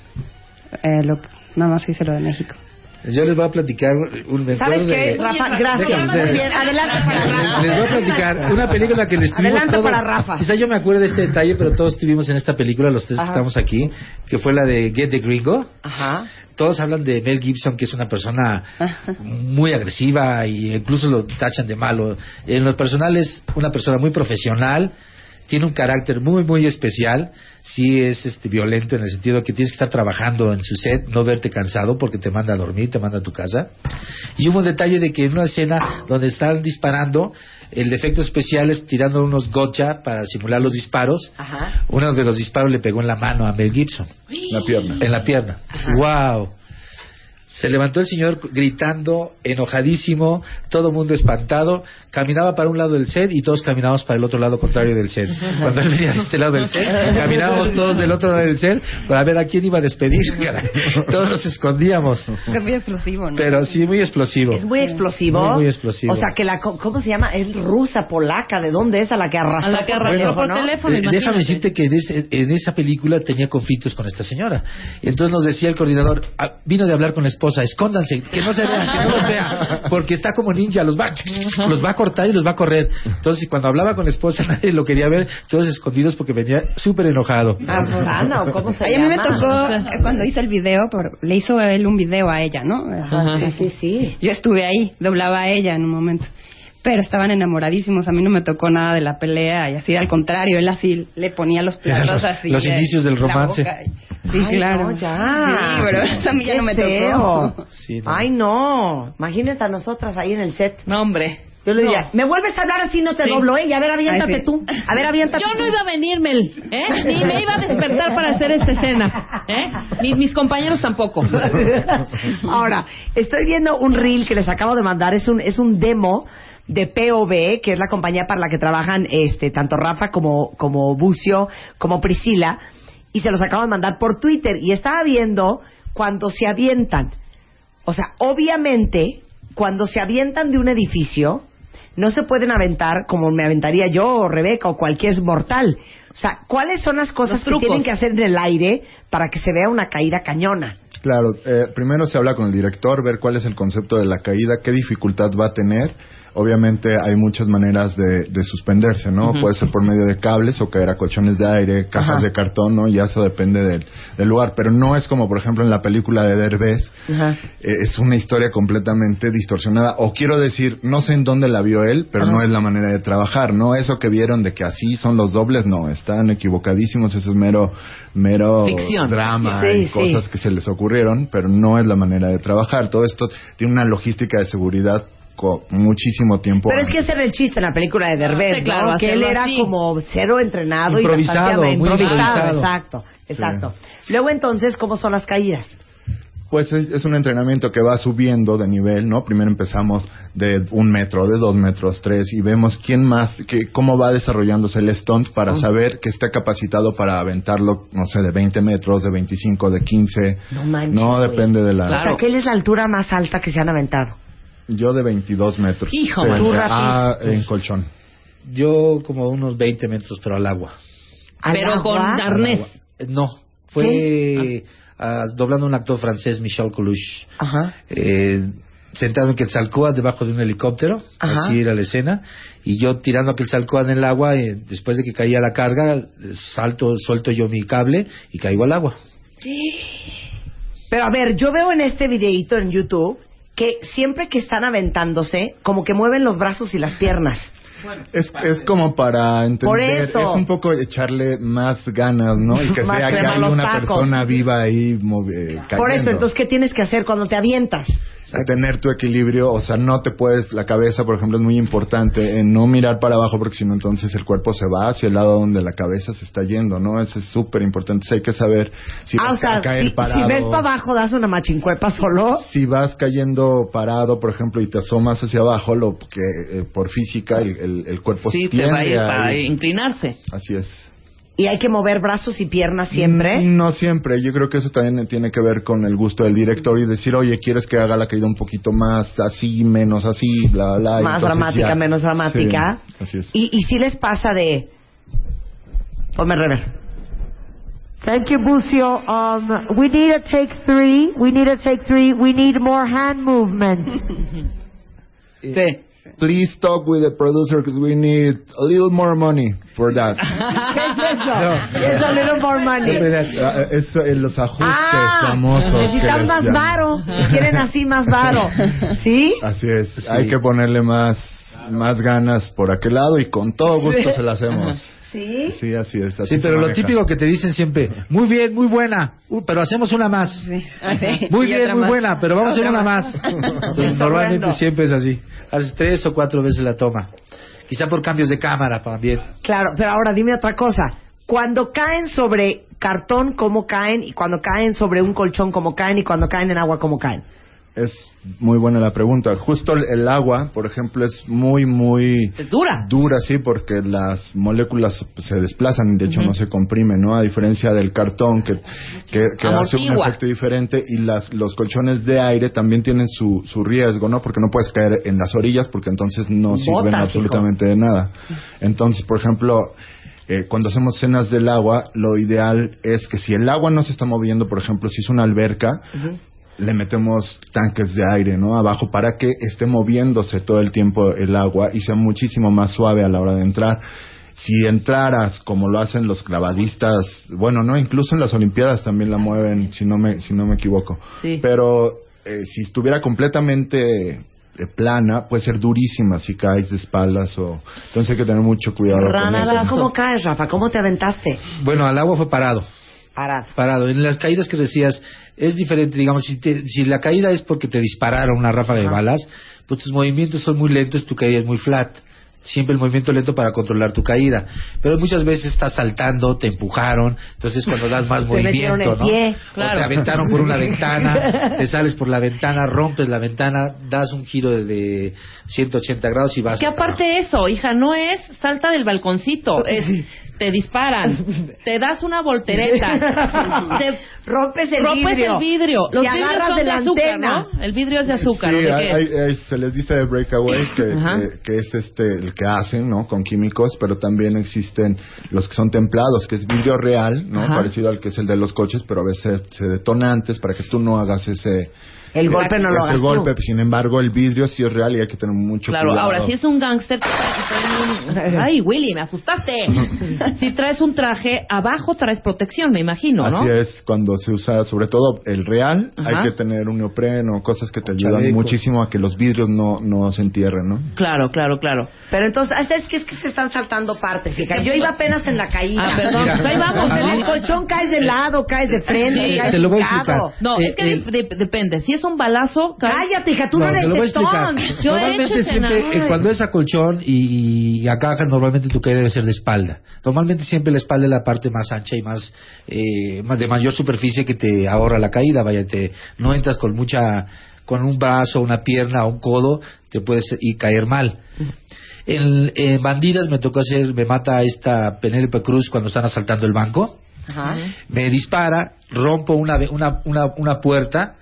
Nada más hice lo de México. Yo les voy a platicar un mentor. ¿Sabes qué, Rafa? Gracias. Muy bien, adelante para Rafa. Les voy a platicar una película que les tuvimos adelante todos. Para Rafa. Quizá yo me acuerdo de este detalle, pero todos estuvimos en esta película, los tres que estamos aquí, que fue la de Get the Gringo. Ajá. Todos hablan de Mel Gibson, que es una persona muy agresiva y incluso lo tachan de malo. En lo personal es una persona muy profesional. Tiene un carácter muy especial. Sí es violento en el sentido que tienes que estar trabajando en su set, no verte cansado porque te manda a dormir, te manda a tu casa. Y hubo un detalle de que en una escena donde están disparando, el efecto especial es tirando unos gotcha para simular los disparos. Ajá. Uno de los disparos le pegó en la mano a Mel Gibson. La pierna. En la pierna. ¡Wow! Se levantó el señor gritando, enojadísimo, todo el mundo espantado, caminaba para un lado del set y todos caminábamos para el otro lado contrario del set. Cuando él venía de este lado del set, caminábamos todos del otro lado del set para ver a quién iba a despedir. Todos nos escondíamos. Es muy explosivo, ¿no? Pero sí, muy explosivo. Es muy explosivo. Muy explosivo. O sea, que ¿cómo se llama? Es rusa, polaca, ¿de dónde es? A la que arrastró. A la que arrastró por teléfono, déjame decirte que en esa película tenía conflictos con esta señora. Entonces nos decía el coordinador, vino de hablar con la esposa, escóndanse, que no se vean, que no los vean, porque está como ninja, los va a cortar y los va a correr. Entonces cuando hablaba con la esposa nadie lo quería ver, todos escondidos porque venía súper enojado. Ana, ¿o cómo se llama? A mí me tocó, cuando hice el video, le hizo él un video a ella, ¿no? Ajá, sí. Yo estuve ahí, doblaba a ella en un momento. Pero estaban enamoradísimos, a mí no me tocó nada de la pelea y así, al contrario, él así le ponía los platos así. Los indicios del romance. Sí, ay, claro. No, ya. Sí, pero eso a mí ya no me tocó. Sí, no. Ay, no. Imagínate a nosotras ahí en el set. No, hombre. Yo le diría, me vuelves a hablar así, no te doblo, ¿eh? Y a ver, aviéntate tú. A ver, aviéntate Yo no iba a venir, Mel, ni me iba a despertar para hacer esta escena, ni mis compañeros tampoco. Ahora, estoy viendo un reel que les acabo de mandar, es un demo de POV, que es la compañía para la que trabajan tanto Rafa como Bucio, como Priscila, y se los acabo de mandar por Twitter, y estaba viendo cuando se avientan. O sea, obviamente, cuando se avientan de un edificio, no se pueden aventar como me aventaría yo o Rebeca o cualquier mortal. O sea, ¿cuáles son las cosas que tienen que hacer en el aire para que se vea una caída cañona? Claro, primero se habla con el director, ver cuál es el concepto de la caída, qué dificultad va a tener. Obviamente hay muchas maneras de suspenderse, ¿no? Puede ser por medio de cables o caer a colchones de aire, cajas de cartón, ¿no? Y eso depende del lugar. Pero no es como, por ejemplo, en la película de Derbez. Es una historia completamente distorsionada. O quiero decir, no sé en dónde la vio él, pero no es la manera de trabajar, ¿no? Eso que vieron de que así son los dobles, no. Están equivocadísimos. Eso es mero ficción. Drama y cosas que se les ocurrieron, pero no es la manera de trabajar. Todo esto tiene una logística de seguridad muchísimo tiempo. Pero es que ese era el chiste en la película de Derbez, ¿no? Claro, que él era como cero entrenado improvisado, y muy improvisado. Exacto. Luego entonces, ¿cómo son las caídas? Pues es un entrenamiento que va subiendo de nivel, ¿no? Primero empezamos de 1 metro, de 2 metros, 3, y vemos cómo va desarrollándose el stunt para saber que está capacitado para aventarlo, no sé, de 20 metros, de 25, de 15. No manches, no, depende de la... Claro. O sea, ¿qué es la altura más alta que se han aventado? Yo de 22 metros. Hijo, tú rápido. En colchón. Yo como unos 20 metros, pero al agua. Pero con arnés. No, fue doblando un actor francés, Michel Coluche. Sentado en Quetzalcóatl debajo de un helicóptero, así era la escena, y yo tirando a Quetzalcóatl en el agua, después de que caía la carga, suelto yo mi cable y caigo al agua. Pero a ver, yo veo en este videíto en YouTube que siempre que están aventándose, como que mueven los brazos y las piernas. Bueno, es como para entender, por eso, es un poco echarle más ganas, ¿no? Y que sea que hay una persona viva ahí cayendo. Por eso, entonces, ¿qué tienes que hacer cuando te avientas? Tener tu equilibrio, o sea, no te puedes, la cabeza, por ejemplo, es muy importante en no mirar para abajo, porque si no, entonces el cuerpo se va hacia el lado donde la cabeza se está yendo, ¿no? Eso es súper importante. Entonces hay que saber si vas a caer parado. Si ves para abajo, das una machincuepa solo. Si vas cayendo parado, por ejemplo, y te asomas hacia abajo, lo que por física el cuerpo tiende te va a inclinarse. Así es. ¿Y hay que mover brazos y piernas siempre? No siempre. Yo creo que eso también tiene que ver con el gusto del director y decir, oye, ¿quieres que haga la caída un poquito más así, menos así, bla, bla? Más dramática, menos dramática. Sí, así es. Y si les pasa de... Ponme rever. Thank you, Bucio. We need a take 3. We need more hand movement. Sí. Please talk with the producer because we need a little more money for that. ¿Qué es eso? Es a little more money. Es los ajustes famosos. Necesitan más varo. Quieren así más varo. ¿Sí? Así es. Sí. Hay que ponerle más ganas por aquel lado y con todo gusto se la hacemos. ¿Sí? Sí, así es. Así sí, pero lo típico que te dicen siempre, muy bien, muy buena, pero hacemos una más. Sí. Muy bien, muy buena, pero vamos a hacer una más. Pues normalmente siempre es así. Haces 3 o 4 veces la toma. Quizá por cambios de cámara también. Claro, pero ahora dime otra cosa. Cuando caen sobre cartón, ¿cómo caen? Y cuando caen sobre un colchón, ¿cómo caen? Y cuando caen en agua, ¿cómo caen? Es muy buena la pregunta. Justo el agua, por ejemplo, es muy es dura. Dura, sí, porque las moléculas se desplazan, de hecho no se comprimen, ¿no? A diferencia del cartón que hace un efecto diferente, y los colchones de aire también tienen su riesgo, ¿no? Porque no puedes caer en las orillas porque entonces no sirven absolutamente de nada. Entonces, por ejemplo, cuando hacemos escenas del agua, lo ideal es que si el agua no se está moviendo, por ejemplo, si es una alberca, le metemos tanques de aire, ¿no? Abajo para que esté moviéndose todo el tiempo el agua y sea muchísimo más suave a la hora de entrar. Si entraras como lo hacen los clavadistas, bueno, no, incluso en las Olimpiadas también la mueven, si no me equivoco. Sí. Pero si estuviera completamente plana, puede ser durísima si caes de espaldas entonces hay que tener mucho cuidado con eso. ¿Cómo caes, Rafa? ¿Cómo te aventaste? Bueno, al agua fue parado. En las caídas que decías es diferente, digamos, si la caída es porque te dispararon una ráfaga de balas, pues tus movimientos son muy lentos, tu caída es muy flat. Siempre el movimiento lento para controlar tu caída, pero muchas veces estás saltando, te empujaron, entonces cuando das más movimiento, ¿no? Claro. O te aventaron por una ventana, te sales por la ventana, rompes la ventana, das un giro de 180 grados y vas. Que aparte eso, hija, no es salta del balconcito, es te disparan, te das una voltereta, te rompes el vidrio, los vidrios son de azúcar, ¿no? El vidrio es de azúcar, sí, ¿no? ¿De se les dice de breakaway que es el que hacen, ¿no? Con químicos, pero también existen los que son templados, que es vidrio real, ¿no? Parecido al que es el de los coches, pero a veces se detona antes para que tú no hagas el golpe no lo hagas tú. Golpe, sin embargo, el vidrio sí es real y hay que tener mucho cuidado. Claro, ahora, si es un gángster que trae ¡Ay, Willy, me asustaste! Si traes un traje, abajo traes protección, me imagino, ¿no? Así es, cuando se usa, sobre todo el real, hay que tener un neopreno, cosas que te ayudan muchísimo a que los vidrios no se entierren, ¿no? Claro. Pero entonces, es que se están saltando partes, hija. Yo iba apenas en la caída. Perdón, pues ahí vamos. En el colchón caes de lado, caes de frente, caes te lo voy a explicar. No, es que depende. Si es un balazo... Cállate, hija, tú no eres testón. Normalmente siempre, cuando es a colchón y a caja, normalmente tu caída debe ser de espalda. Normalmente siempre la espalda es la parte más ancha y más de mayor superficie que te ahorra la caída. Vaya, no entras con un brazo, una pierna o un codo, te puedes caer mal. En Bandidas me mata esta Penélope Cruz cuando están asaltando el banco. Me dispara, rompo una puerta.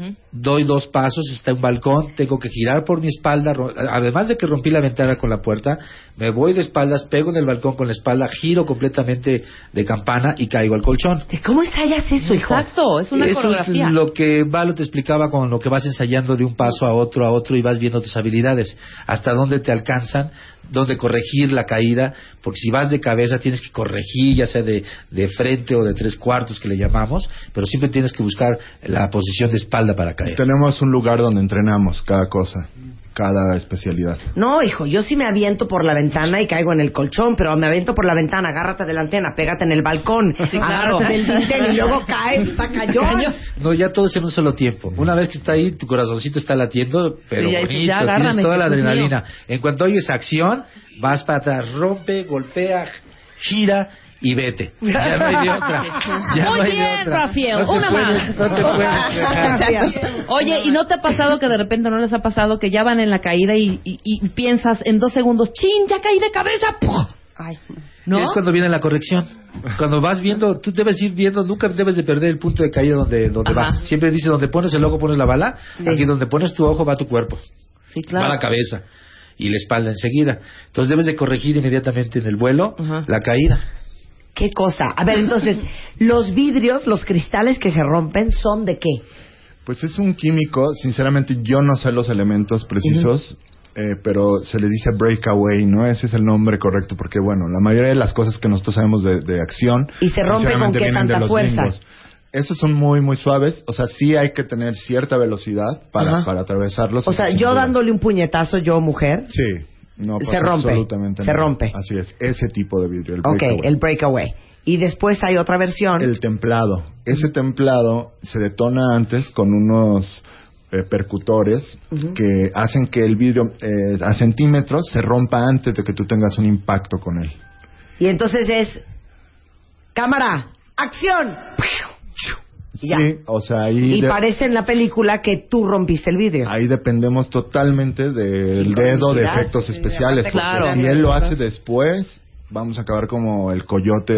Doy 2 pasos, está un balcón, tengo que girar por mi espalda, además de que rompí la ventana con la puerta, me voy de espaldas, pego en el balcón con la espalda, giro completamente de campana y caigo al colchón. ¿Cómo ensayas eso, hijo? Exacto, es una coreografía. Es lo que Valo te explicaba con lo que vas ensayando de un paso a otro y vas viendo tus habilidades, hasta dónde te alcanzan, dónde corregir la caída, porque si vas de cabeza tienes que corregir, ya sea de frente o de 3/4 que le llamamos, pero siempre tienes que buscar la posición de espalda para caer. Tenemos un lugar donde entrenamos cada cosa, cada especialidad. No, hijo, yo sí me aviento por la ventana y caigo en el colchón, pero me aviento por la ventana, agárrate de la antena, pégate en el balcón, agárrate del dintel y luego caes, está cayón. No, ya todo es en un solo tiempo. Una vez que está ahí, tu corazoncito está latiendo, pero bonito, tienes toda la adrenalina. En cuanto oyes acción, vas para atrás, rompe, golpea, gira y vete. Ya no hay de otra. Muy bien, Rafael. Una más. No te puedes dejar. Oye, ¿y no te ha pasado que de repente no les ha pasado que ya van en la caída y piensas en 2 segundos, ¡chin! Ya caí de cabeza. ¡Pum! Ay, ¿no? Es cuando viene la corrección. Cuando vas viendo, tú debes ir viendo, nunca debes de perder el punto de caída donde vas. Siempre dice, donde pones el ojo pones la bala. Aquí donde pones tu ojo va tu cuerpo. Sí, claro. Va la cabeza y la espalda enseguida. Entonces debes de corregir inmediatamente en el vuelo la caída. ¿Qué cosa? A ver, entonces, los vidrios, los cristales que se rompen, ¿son de qué? Pues es un químico, sinceramente yo no sé los elementos precisos, pero se le dice breakaway, ¿no? Ese es el nombre correcto, porque bueno, la mayoría de las cosas que nosotros sabemos de acción... ¿Y se rompe con qué tanta fuerza? Esos son muy, muy suaves, o sea, sí hay que tener cierta velocidad para atravesarlos. O sea, yo dándole un puñetazo, yo mujer... Sí. No pasa se rompe, absolutamente se rompe. Así es, ese tipo de vidrio, el breakaway. Ok, el breakaway. Y después hay otra versión. El templado. Ese templado se detona antes con unos percutores que hacen que el vidrio a centímetros se rompa antes de que tú tengas un impacto con él. Y entonces es... ¡Cámara! ¡Acción! Sí, o sea, ahí... Y parece en la película que tú rompiste el vidrio. Ahí dependemos totalmente del dedo de efectos especiales. Porque si él lo hace después, vamos a acabar como el coyote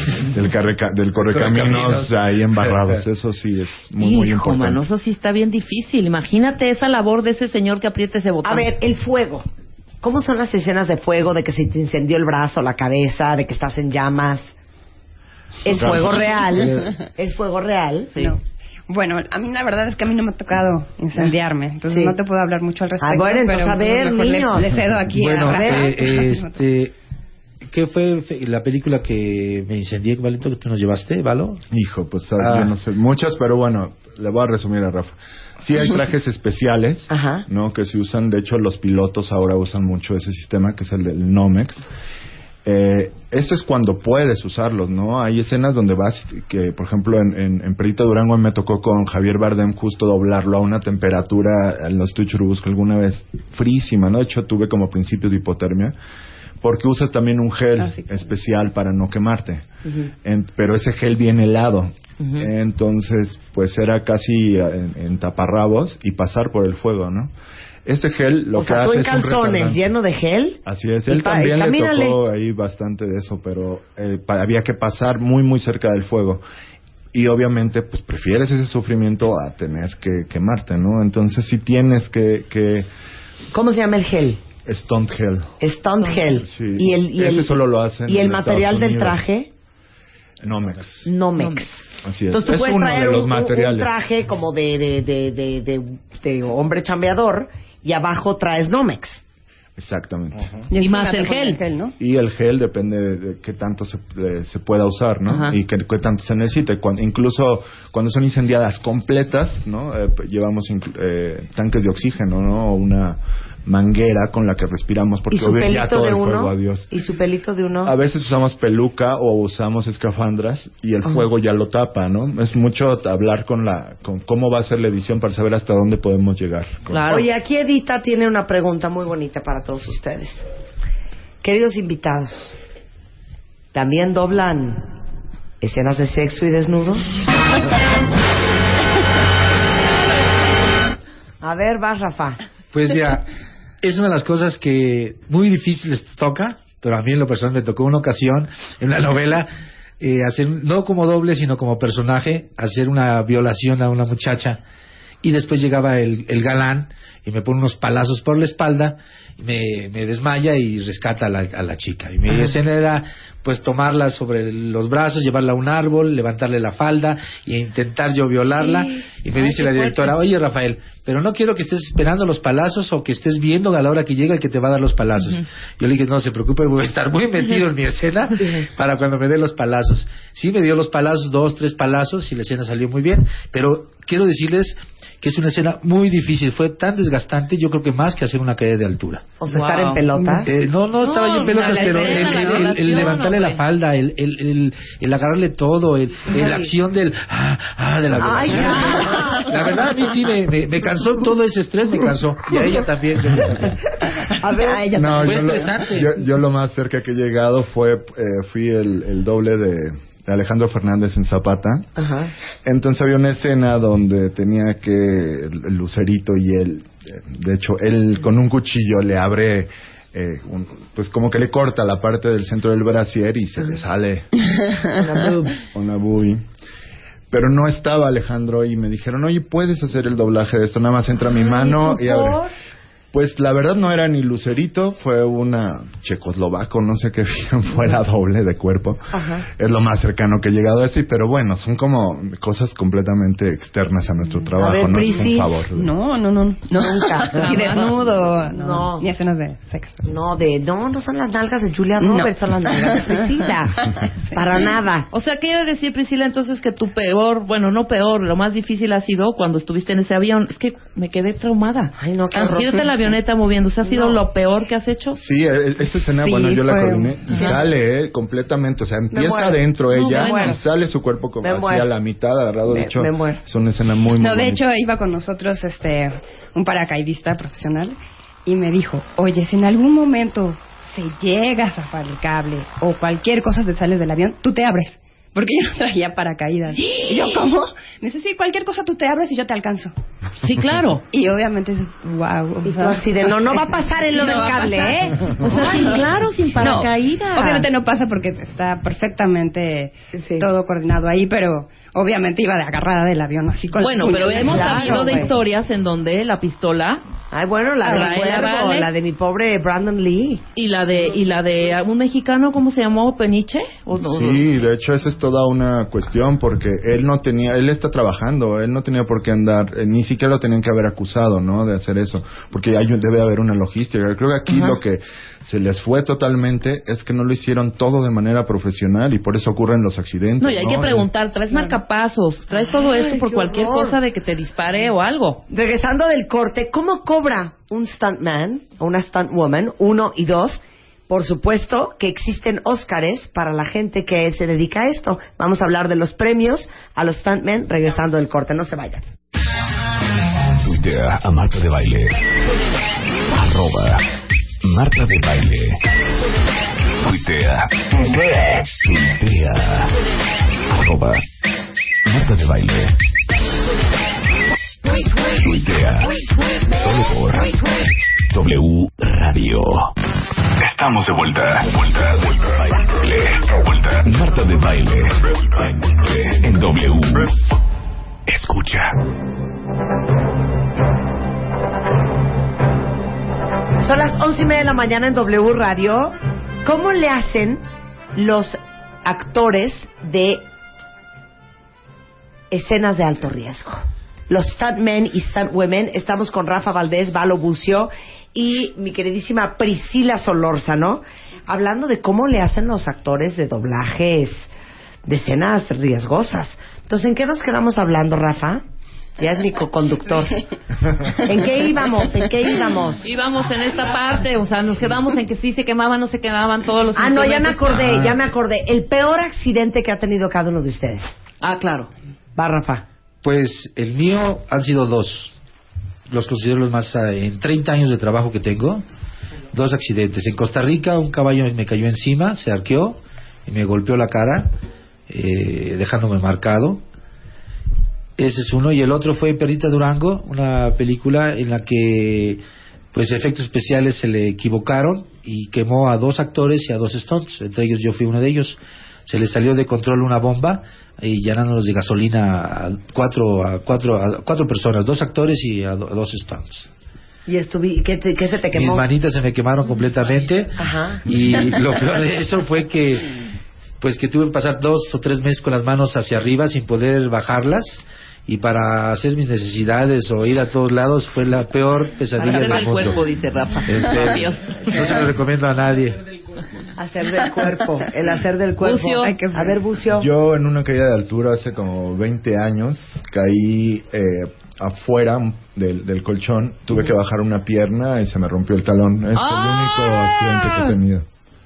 del correcaminos ahí embarrados. Eso sí es muy importante. Mano, eso sí está bien difícil. Imagínate esa labor de ese señor que apriete ese botón. A ver, el fuego. ¿Cómo son las escenas de fuego? De que se te incendió el brazo, la cabeza, de que estás en llamas... ¿Es fuego real? ¿Es fuego real? Sí. No. Bueno, a mí la verdad es que a mí no me ha tocado incendiarme, entonces no te puedo hablar mucho al respecto. Bueno, entonces a ver, niños. Le cedo aquí. Bueno, ¿qué fue la película que me incendié, Valento, que tú nos llevaste, Valo? Hijo, pues yo no sé muchas, pero bueno, le voy a resumir a Rafa. Sí hay trajes especiales, ¿no? Que se usan, de hecho los pilotos ahora usan mucho ese sistema, que es el del Nomex. Esto es cuando puedes usarlos, ¿no? Hay escenas donde vas, que por ejemplo en Perita Durango me tocó con Javier Bardem justo doblarlo a una temperatura en los Churubusco alguna vez frísima, ¿no? De hecho tuve como principios de hipotermia, porque usas también un gel especial para no quemarte, pero ese gel viene helado. Entonces pues era casi en taparrabos y pasar por el fuego, ¿no? Este gel lo que hace es un calzones lleno de gel. Así es, él también le tocó ahí bastante de eso, pero había que pasar muy muy cerca del fuego. Y obviamente pues prefieres ese sufrimiento a tener que quemarte, ¿no? Entonces si tienes que ¿Cómo se llama el gel? Stunt gel. Stunt gel. Sí. Ese solo lo hacen. ¿Y el material del traje? Nomex. Así es. Entonces tú puedes traer un traje como de hombre chambeador y abajo traes Nomex. Exactamente. Y más el gel, ¿no? Y el gel depende de qué tanto se pueda usar, ¿no? Y qué tanto se necesite. Incluso cuando son incendiadas completas, ¿no? Llevamos tanques de oxígeno, ¿no? O una manguera con la que respiramos porque ya todo el fuego, adiós. ¿Y su pelito de uno? A veces usamos peluca o usamos escafandras y el fuego ya lo tapa, ¿no? Es mucho hablar con cómo va a ser la edición para saber hasta dónde podemos llegar. Claro. Oye, aquí Edita tiene una pregunta muy bonita para todos ustedes. Queridos invitados, ¿también doblan escenas de sexo y desnudos? A ver, vas, Rafa. Pues mira, es una de las cosas que muy difíciles toca, pero a mí en lo personal me tocó una ocasión en una novela hacer, no como doble sino como personaje, hacer una violación a una muchacha, y después llegaba el galán y me pone unos palazos por la espalda y me desmaya y rescata a la chica. Y mi escena era pues tomarla sobre los brazos, llevarla a un árbol, levantarle la falda e intentar yo violarla. Y me dice la directora, oye Rafael, pero no quiero que estés esperando los palazos o que estés viendo a la hora que llega el que te va a dar los palazos. Yo le dije, no se preocupe, voy a estar muy metido en mi escena para cuando me dé los palazos. Sí, me dio los palazos, 2, 3 palazos y la escena salió muy bien, pero quiero decirles que es una escena muy difícil, fue tan desgastante, yo creo que más que hacer una caída de altura. O sea, estar en pelotas. No estaba yo en pelotas, pero el levantarle la falda, el agarrarle todo, la acción de la la verdad a mí sí me cansó todo ese estrés, me cansó, y a ella también. A ver, a ella fue estresante. Yo lo más cerca que he llegado fui el doble de Alejandro Fernández en Zapata. Entonces había una escena donde tenía que el Lucerito y él, de hecho él con un cuchillo le abre pues como que le corta la parte del centro del brasier y se le sale una boobie. Pero no estaba Alejandro y me dijeron, oye, ¿puedes hacer el doblaje de esto? Nada más entra mi mano y abre. Pues la verdad no era ni Lucerito, fue una checoslovaco, no sé qué fue la doble de cuerpo. Es lo más cercano que he llegado a eso, pero bueno, son como cosas completamente externas a nuestro trabajo, ver, no es un favor. No. Nunca. Ni desnudo, no. Ni escenas de sexo. No son las nalgas de Julia Roberts, son las nalgas de Priscila. Para nada. O sea, quiere decir, Priscila, entonces que tu peor, bueno, no peor, lo más difícil ha sido cuando estuviste en ese avión. Es que me quedé traumada. Ay, no, qué horror. La avioneta moviéndose, ¿ha sido lo peor que has hecho? Sí, esta escena, bueno, yo la coordiné y sale completamente, o sea, empieza adentro ella y sale su cuerpo como así a la mitad agarrado, de hecho, es una escena muy de hecho, iba con nosotros un paracaidista profesional y me dijo, oye, si en algún momento se llega a zafar el cable o cualquier cosa te sales del avión, tú te abres. Porque yo no traía paracaídas. Y yo, ¿cómo? Me dice, sí, cualquier cosa tú te abres y yo te alcanzo. Sí, claro. Y obviamente dices, wow. Y tú así de, no va a pasar en lo del cable, ¿eh? O sea, sí, claro, sin paracaídas. No, obviamente no pasa porque está perfectamente todo coordinado ahí, pero obviamente iba de agarrada del avión así con bueno, pero hemos sabido de historias en donde la pistola... Ay, bueno, la de mi pobre Brandon Lee. Y la de un mexicano, ¿cómo se llamó? ¿Peniche? Sí, de hecho esa es toda una cuestión porque él está trabajando, él no tenía por qué andar, ni siquiera lo tenían que haber acusado, ¿no? De hacer eso, porque debe haber una logística. Creo que aquí lo que se les fue totalmente es que no lo hicieron todo de manera profesional y por eso ocurren los accidentes. No, y hay que preguntar, ¿traes marcapasos? ¿Traes todo esto por cualquier cosa de que te dispare o algo? Regresando del corte, ¿cómo cobra un stuntman o una stuntwoman, 1 y 2, por supuesto, que existen Óscares para la gente que se dedica a esto. Vamos a hablar de los premios a los stuntmen regresando del corte. No se vayan. Tuitea a Marta de Baile. @Marta de Baile. Tuitea. @Marta de Baile. Tuitea. Solo por W Radio. Estamos de vuelta. Vuelta. Marta de Baile. En W. Escucha. Son las 11:30 de la mañana en W Radio. ¿Cómo le hacen los actores de escenas de alto riesgo? Los stuntmen y stuntwomen. Estamos con Rafa Valdés, Valo Bucio y mi queridísima Priscila Solórzano, hablando de cómo le hacen los actores de doblajes de escenas riesgosas. Entonces, ¿en qué nos quedamos hablando, Rafa? Ya es mi coconductor. ¿En qué íbamos? Íbamos en esta parte, o sea, nos quedamos en que sí se quemaban, no se quemaban todos los no, ya me acordé. El peor accidente que ha tenido cada uno de ustedes. Claro. Va, Rafa. Pues el mío han sido 2. Los considero los más... en 30 años de trabajo que tengo, 2 accidentes. En Costa Rica un caballo me cayó encima, se arqueó y me golpeó la cara, dejándome marcado. Ese es uno. Y el otro fue Perrita Durango, una película en la que pues efectos especiales se le equivocaron y quemó a 2 actores y a 2 stunts. Entre ellos yo fui uno de ellos. Se le salió de control una bomba y llenándonos de gasolina a cuatro personas, 2 actores y a 2 stunts. ¿Y qué se te quemó? Mis manitas se me quemaron completamente. Ajá. Y lo peor de eso fue que tuve que pasar 2 o 3 meses con las manos hacia arriba sin poder bajarlas, y para hacer mis necesidades o ir a todos lados fue la peor pesadilla del mundo. Hacer del cuerpo, dice Rafa. No se lo recomiendo a nadie. Hacer del cuerpo, el hacer del cuerpo. Bucio. A ver, Bucio. Yo en una caída de altura hace como 20 años caí afuera del colchón, tuve que bajar una pierna y se me rompió el talón. Es el único accidente que he tenido.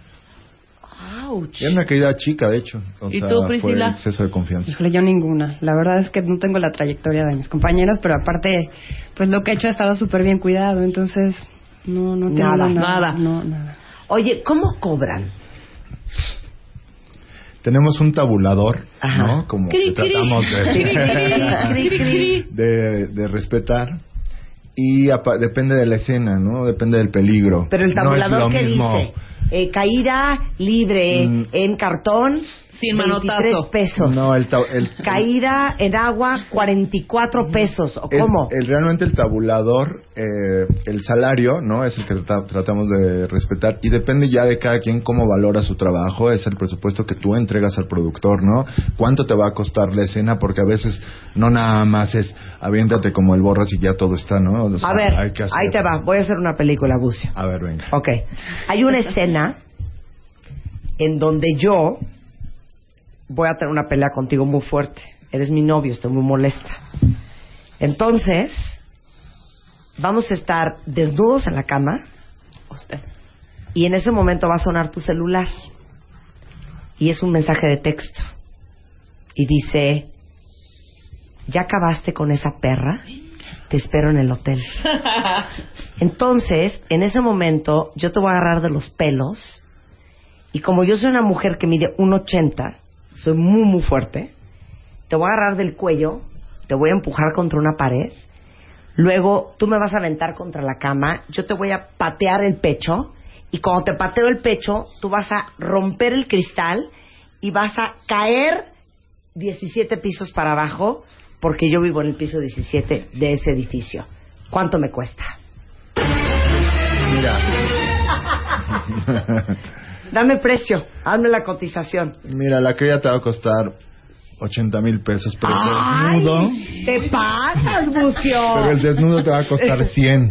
Era una caída chica, de hecho. ¿Y tú, Priscila? Fue exceso de confianza. Híjole, yo ninguna. La verdad es que no tengo la trayectoria de mis compañeros, pero aparte, pues lo que he hecho ha estado súper bien cuidado, entonces no tengo nada. No, nada. Oye, ¿cómo cobran? Tenemos un tabulador, ajá, ¿no? Como que tratamos de respetar. Y depende de la escena, ¿no? Depende del peligro. Pero el tabulador, ¿qué dice? Caída libre en cartón, sin 23 manotazo. pesos. No, caída en agua, 44 pesos. ¿O cómo? Realmente el tabulador, el salario, ¿no? Es el que tratamos de respetar. Y depende ya de cada quien cómo valora su trabajo. Es el presupuesto que tú entregas al productor, ¿no? ¿Cuánto te va a costar la escena? Porque a veces no nada más es aviéntate como el Borras y ya todo está, ¿no? O sea, a ver, ahí te va. Voy a hacer una película, Bucio. A ver, venga. Ok. Hay una escena en donde yo voy a tener una pelea contigo muy fuerte. Eres mi novio, estoy muy molesta. Entonces, vamos a estar desnudos en la cama. Usted. Y en ese momento va a sonar tu celular. Y es un mensaje de texto. Y dice: ¿ya acabaste con esa perra? Te espero en el hotel. Entonces, en ese momento, yo te voy a agarrar de los pelos. Y como yo soy una mujer que mide 1.80, soy muy, muy fuerte, te voy a agarrar del cuello, te voy a empujar contra una pared, luego tú me vas a aventar contra la cama, yo te voy a patear el pecho, y cuando te pateo el pecho, tú vas a romper el cristal y vas a caer 17 pisos para abajo, porque yo vivo en el piso 17 de ese edificio. ¿Cuánto me cuesta? Mira. Dame precio, hazme la cotización. Mira, la que ya te va a costar 80,000 pesos, pero el desnudo... ¡Te pasas, Bucio! Pero el desnudo te va a costar 100.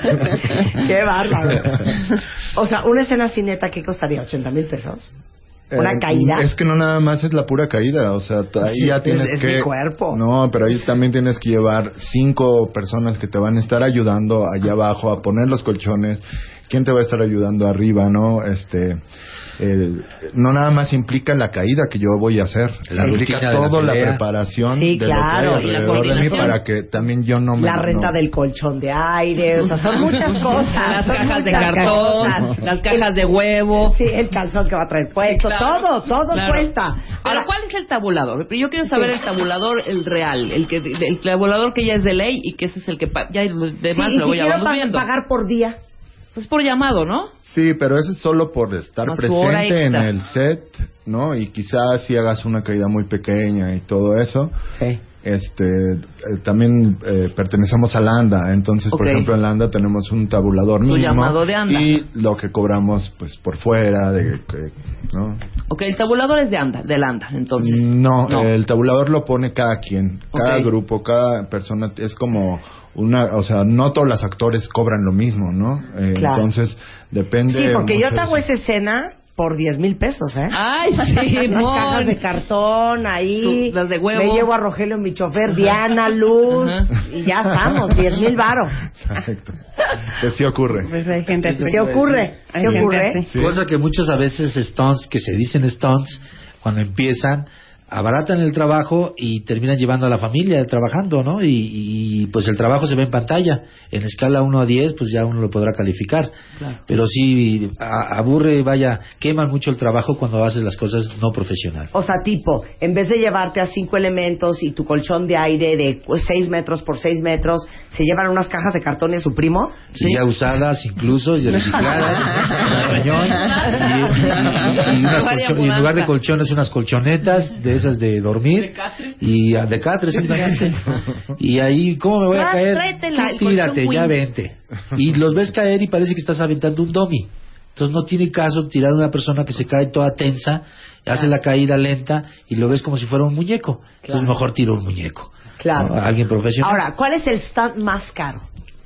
¡Qué bárbaro! O sea, una escena sin neta, ¿qué costaría? ¿80,000 pesos? ¿Una caída? Es que no nada más es la pura caída, o sea, ahí ya tienes es que... mi cuerpo. No, pero ahí también tienes que llevar 5 personas que te van a estar ayudando allá abajo a poner los colchones. ¿Quién te va a estar ayudando arriba, no? No nada más implica la caída que yo voy a hacer, implica toda la preparación de lo que hay alrededor de mí para que también yo no me... La renta del colchón de aire, o sea, son muchas cosas. Las cajas de cartón, las cajas de huevo. Sí, el calzón que va a traer puesto, todo cuesta. Pero ¿cuál es el tabulador? Yo quiero saber el tabulador, el real, el tabulador que ya es de ley y que ese es el que ya los demás luego ya vamos viendo. Pagar por día. Pues por llamado, ¿no? Sí, pero eso es solo por estar más presente en el set, ¿no? Y quizás si hagas una caída muy pequeña y todo eso. Sí. También pertenecemos a la ANDA, entonces por ejemplo en la ANDA tenemos un tabulador mínimo llamado de ANDA. Y lo que cobramos pues por fuera ¿no? Ok, el tabulador es de la ANDA, entonces. No, el tabulador lo pone cada quien, cada grupo, cada persona, es como o sea, no todos los actores cobran lo mismo, ¿no? Claro. Entonces depende. Sí, porque yo te hago esa escena por 10,000 pesos, ¿eh? Ay, sí, no. Cajas de cartón ahí. Las de huevo. Me llevo a Rogelio, mi chofer, Diana, Luz, y ya estamos, 10,000 varos. Exacto. Que sí ocurre. Pues hay gente así. Sí ocurre. Sí. Cosa que muchos a veces stunts, que se dicen stunts, cuando empiezan, abaratan el trabajo y terminan llevando a la familia trabajando, ¿no? Y pues el trabajo se ve en pantalla. En escala 1 a 10, pues ya uno lo podrá calificar. Claro. Pero sí aburre, queman mucho el trabajo cuando haces las cosas no profesional. O sea, tipo, en vez de llevarte a 5 elementos y tu colchón de aire de 6 metros por 6 metros, ¿se llevan unas cajas de cartón de su primo? Sí, ya usadas incluso, y recicladas, cañón, y en lugar de colchones, unas colchonetas de esas de dormir de catre, exactamente. Y ahí, ¿cómo me voy a caer? Tírate, ya vente. Y los ves caer y parece que estás aventando un dummy. Entonces no tiene caso tirar a una persona que se cae toda tensa, hace la caída lenta y lo ves como si fuera un muñeco. Entonces mejor tiro un muñeco. Claro. ¿No? Alguien profesional. Ahora, ¿cuál es el stunt más caro?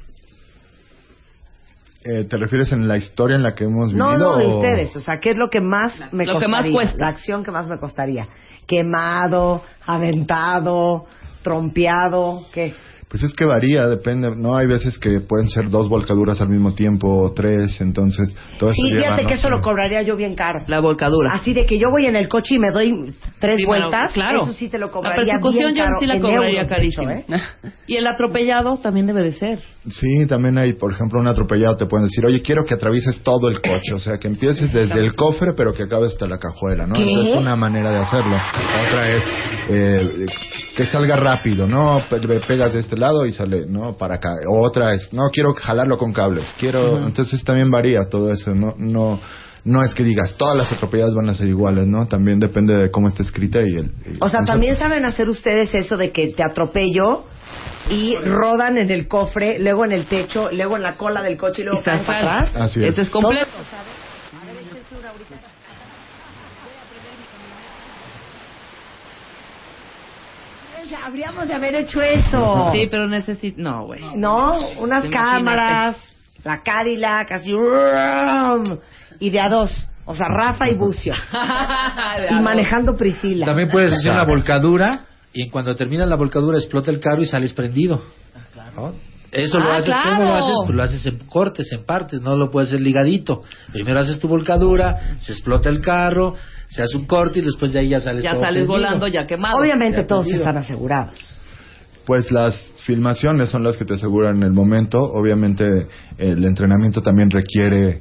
¿Te refieres en la historia en la que hemos vivido? No, de ustedes. O sea, ¿qué es lo que más me costaría? Lo que más cuesta. La acción que más me costaría. Quemado, aventado, trompeado, ¿qué? Pues es que varía, depende, ¿no? Hay veces que pueden ser 2 volcaduras al mismo tiempo, o 3, entonces todo eso lleva, fíjate ¿no? que eso lo cobraría yo bien caro. La volcadura. Así de que yo voy en el coche y me doy 3 vueltas, claro. Eso sí te lo cobraría bien caro. La persecución yo sí la cobraría carísimo. Hecho, ¿eh? Y el atropellado también debe de ser. Sí, también hay, por ejemplo, un atropellado te pueden decir, oye, quiero que atravieses todo el coche, o sea, que empieces desde el cofre, pero que acabes hasta la cajuela, ¿no? ¿Qué? Entonces es una manera de hacerlo. Otra es que salga rápido, ¿no? Pegas de este lado y sale, ¿no? Para acá. Otra es, no, quiero jalarlo con cables. Entonces también varía todo eso, no es que digas todas las atropelladas van a ser iguales, ¿no? También depende de cómo está escrita o sea, también saben hacer ustedes eso de que te atropello y rodan en el cofre, luego en el techo, luego en la cola del coche y luego caen para atrás. Así es. Este es completo. Habríamos de haber hecho eso. Sí, pero necesito... No, güey. No, unas cámaras, la Cadillac, así... Y de a 2. O sea, Rafa y Bucio. Y manejando Priscila. También puedes hacer una volcadura y en cuando termina la volcadura explota el carro y sales prendido. ¿No? Eso lo haces, ¿cómo lo haces? Pues lo haces en cortes, en partes, no lo puedes hacer ligadito. Primero haces tu volcadura, se explota el carro, se hace un corte y después de ahí ya sales todo sales prendido. volando, ya quemado. Obviamente ya todos prendido. están asegurados. Pues las filmaciones son las que te aseguran en el momento. Obviamente el entrenamiento también requiere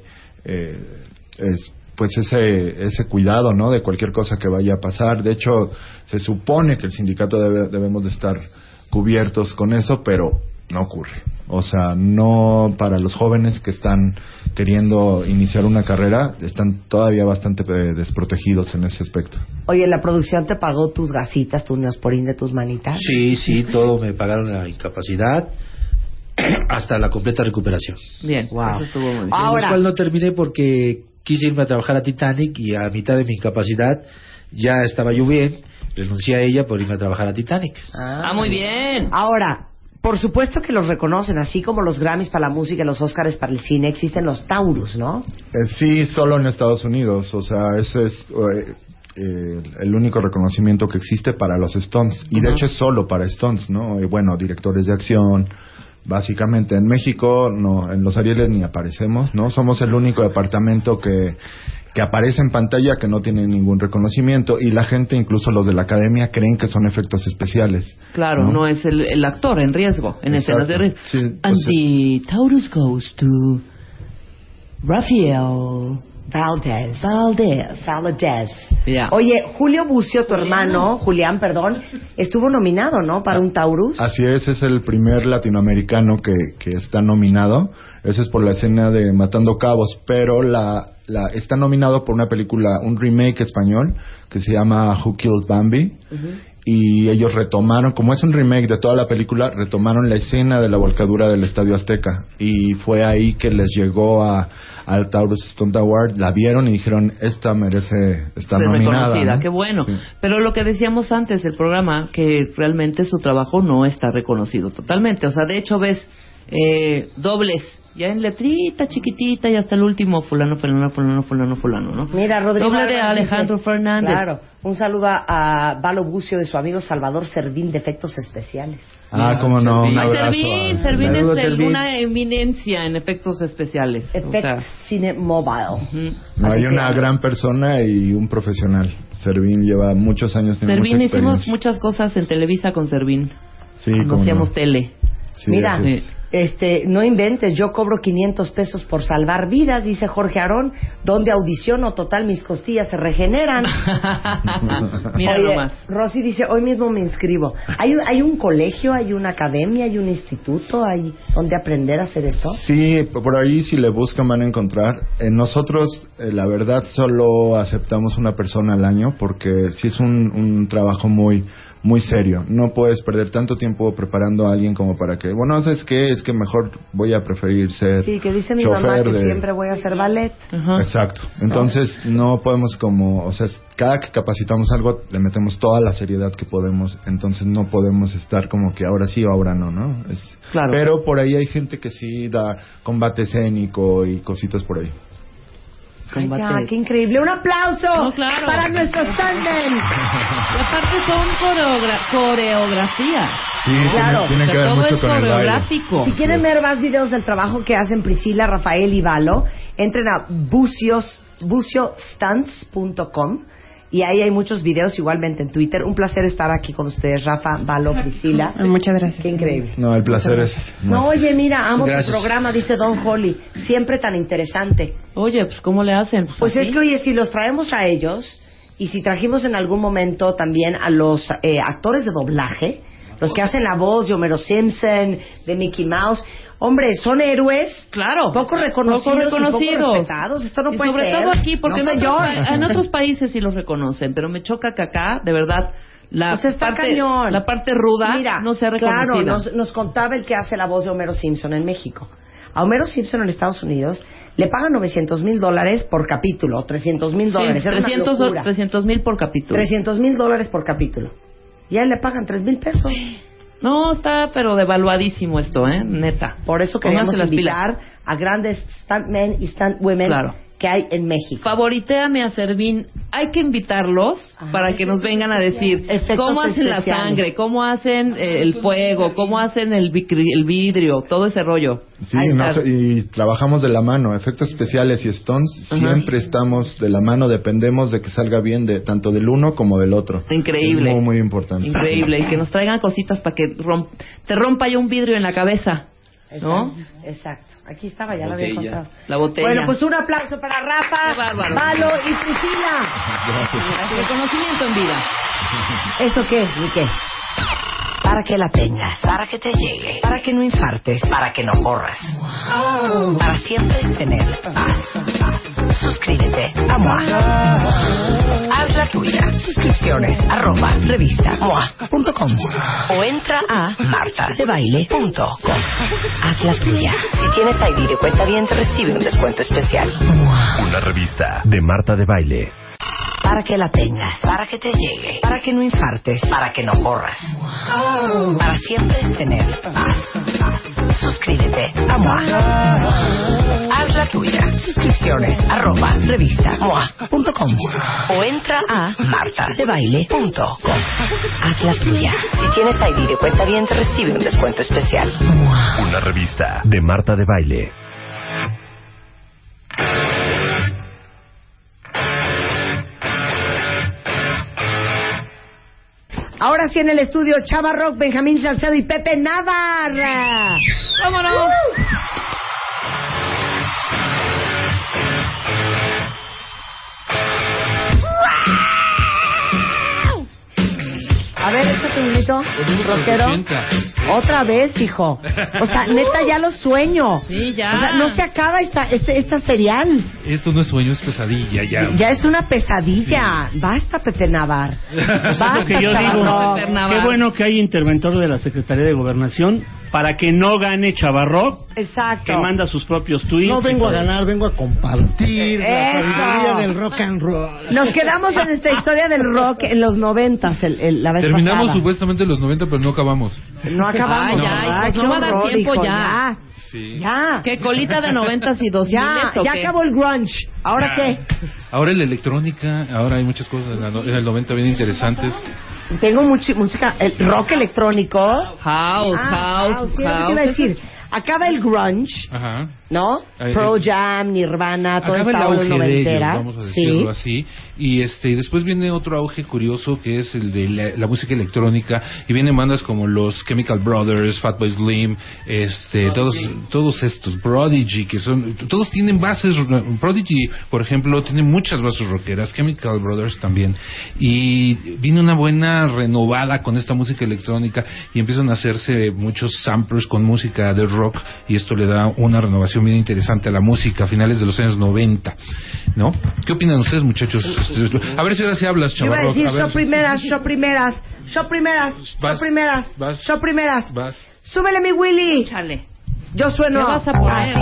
pues ese cuidado, ¿no? De cualquier cosa que vaya a pasar. De hecho, se supone que el sindicato debemos de estar cubiertos con eso, pero no ocurre. O sea, no, para los jóvenes que están queriendo iniciar una carrera, están todavía bastante desprotegidos en ese aspecto. Oye, ¿la producción te pagó tus gasitas, tu neosporín de tus manitas? Sí, todo me pagaron la incapacidad hasta la completa recuperación. Bien, wow. Eso estuvo muy bien. Ahora, Después no terminé porque quise irme a trabajar a Titanic y a mitad de mi incapacidad ya estaba yo bien, renuncié a ella por irme a trabajar a Titanic. Muy bien. Ahora, por supuesto que los reconocen, así como los Grammys para la música y los Oscars para el cine, existen los Taurus, ¿no? Sí, solo en Estados Unidos. O sea, ese es el único reconocimiento que existe para los Stones. Y de hecho es solo para Stones, ¿no? Y bueno, directores de acción. Básicamente, en México, no, en los Arieles ni aparecemos, ¿no? Somos el único departamento que aparece en pantalla que no tiene ningún reconocimiento, y la gente, incluso los de la academia, creen que son efectos especiales. Claro, no es el actor en riesgo, en escenas de riesgo. Sí, And the Taurus goes to Rafael Valdez. Yeah. Oye, Julio Bucio, tu hermano, Julián, perdón, estuvo nominado, ¿no? Para un Taurus. Así es el primer latinoamericano que está nominado. Ese es por la escena de Matando Cabos, pero está nominado por una película, un remake español que se llama Who Killed Bambi. Y ellos retomaron, como es un remake de toda la película, retomaron la escena de la volcadura del Estadio Azteca, y fue ahí que les llegó al Taurus Stunt Award, la vieron y dijeron, esta merece estar nominada, reconocida, ¿no? qué bueno. Sí. Pero lo que decíamos antes del programa, que realmente su trabajo no está reconocido totalmente. O sea, de hecho ves dobles, ya en letrita chiquitita, y hasta el último fulano, ¿no? Mira, Rodrigo, doble de Alejandro Fernández. Claro, un saludo a Valo Bucio de su amigo Salvador Servín de Efectos Especiales. Cómo no, un abrazo. Servín es una eminencia en efectos especiales. Effects Cine Mobile. No, hay una gran persona y un profesional. Servín lleva muchos años, tiene Servín, mucha experiencia. hicimos muchas cosas en Televisa con Servín. Sí, cuando hacíamos tele. Sí, mira, no inventes, yo cobro 500 pesos por salvar vidas, dice Jorge Aarón, donde audiciono, total, mis costillas se regeneran. Mira. Oye, nomás. Rosy dice, hoy mismo me inscribo. ¿Hay un colegio, hay una academia, hay un instituto, hay donde aprender a hacer esto? Sí, por ahí si le buscan van a encontrar. Nosotros, la verdad, solo aceptamos una persona al año, porque sí es un trabajo muy serio. No puedes perder tanto tiempo preparando a alguien como para que, bueno, ¿sabes qué? Es que mejor voy a preferir ser sí, que dice mi mamá que siempre voy a hacer ballet. Exacto. Entonces no podemos cada que capacitamos algo le metemos toda la seriedad que podemos. Entonces no podemos estar como que ahora sí o ahora no, ¿no? Claro. Pero por ahí hay gente que sí da combate escénico y cositas por ahí. Ay, ya, qué increíble. Un aplauso para nuestros tándem. Y aparte son coreografías. Sí, claro. Tienen que ver todo mucho es con el baile. coreográfico. Si quieren ver más videos del trabajo que hacen Priscila, Rafael y Valo, entren a buciostunts.com y ahí hay muchos videos igualmente en Twitter. Un placer estar aquí con ustedes, Rafa, Valo, Priscila. Muchas gracias. Qué increíble. No, el placer es... No, oye, mira, amo Gracias. tu programa, dice Don Holly. Siempre tan interesante. Oye, pues ¿cómo le hacen? Pues así. es que, oye, si los traemos a ellos y si trajimos en algún momento también a los actores de doblaje, los que hacen la voz de Homero Simpson, de Mickey Mouse, hombre, son héroes, claro, poco reconocidos y poco respetados. Esto no y puede sobre ser. todo aquí, porque no en otros países sí los reconocen, pero me choca que acá, de verdad, la parte ruda. Mira, no sea reconocida. Claro, nos contaba el que hace la voz de Homero Simpson en México. A Homero Simpson en Estados Unidos le pagan $900,000 por capítulo, $300,000. Sí, $300,000 por capítulo. $300,000 por capítulo. Y a él le pagan $3,000. No, está pero devaluadísimo esto, neta. Por eso queremos invitar a grandes stuntmen y stuntwomen que hay en México. Favoritéame a Servín. Hay que invitarlos para que nos vengan a decir cómo hacen la sangre, cómo hacen el fuego, cómo hacen el vidrio, todo ese rollo. Sí, y trabajamos de la mano. Efectos especiales y stunts siempre estamos de la mano. Dependemos de que salga bien tanto del uno como del otro. Increíble. Es muy, muy importante. Increíble. Y que nos traigan cositas para que te rompa ya un vidrio en la cabeza. ¿No? Exacto. Aquí estaba, ya la había encontrado. La botella. Bueno, pues un aplauso para Rafa, Valo y Priscila. Gracias. Reconocimiento en vida. ¿Eso qué? ¿Y qué? Para que la tengas, para que te llegue, para que no infartes, para que no corras. Para siempre tener paz. Suscríbete a MOA. Haz la tuya. Suscripciones @revistamoa.com o entra a martadebaile.com. Haz la tuya. Si tienes ID de cuenta bien, te recibe un descuento especial. Una revista de Marta de Baile. para que la tengas, para que te llegue, para que no infartes, para que no corras, para siempre tener paz. Suscríbete a MOA. Haz la tuya. Suscripciones @revista.moa.com o entra a martadebaile.com. Haz la tuya. Si tienes ID de cuentaviente, recibe un descuento especial. MOA. Una revista de Marta de Baile. Ahora sí en el estudio, Chava Rock, Benjamín Salcedo y Pepe Navarra. ¡Vámonos! A ver, échate un grito, rockero. Otra vez, hijo. O sea, neta, ya lo sueño. Sí, ya. O sea, no se acaba esta serial. Esto no es sueño, es pesadilla, ya. Ya es una pesadilla. Sí. Basta, Pepe Navar. Basta, lo que yo digo. Qué bueno que hay interventor de la Secretaría de Gobernación para que no gane Chavarro. Exacto. Que manda sus propios tweets. No vengo a ganar, vengo a compartir la sabiduría del rock and roll. Nos quedamos en esta historia del rock en los 90s, la vez Terminamos pasada. supuestamente en los 90, pero no acabamos. No acabamos. Ya, no va a dar tiempo, hijo, ya. Sí. Ya. ¿Qué colita de 90s y 2000? Ya acabó el grunge. ¿Ahora qué? Ahora la electrónica, ahora hay muchas cosas en el 90 bien interesantes. Tengo música, el rock electrónico. House. Sí, ¿qué iba a decir? Acaba el grunge, ajá, ¿no? Pearl Jam, Nirvana, toda esta ola noventera. Vamos a decirlo así. Y después viene otro auge curioso que es el de la música electrónica, y vienen bandas como los Chemical Brothers, Fatboy Slim, todos estos, Prodigy, que todos tienen bases. Prodigy, por ejemplo, tiene muchas bases rockeras, Chemical Brothers también, y viene una buena renovada con esta música electrónica y empiezan a hacerse muchos samplers con música de rock, y esto le da una renovación bien interesante a la música a finales de los años 90, ¿no? ¿Qué opinan ustedes, muchachos? A ver si ahora sí hablas, Chavarro. Yo iba a decir show primeras. Vas. Súbele, mi Willy. Chale. Yo sueno. ¿Qué vas a poner?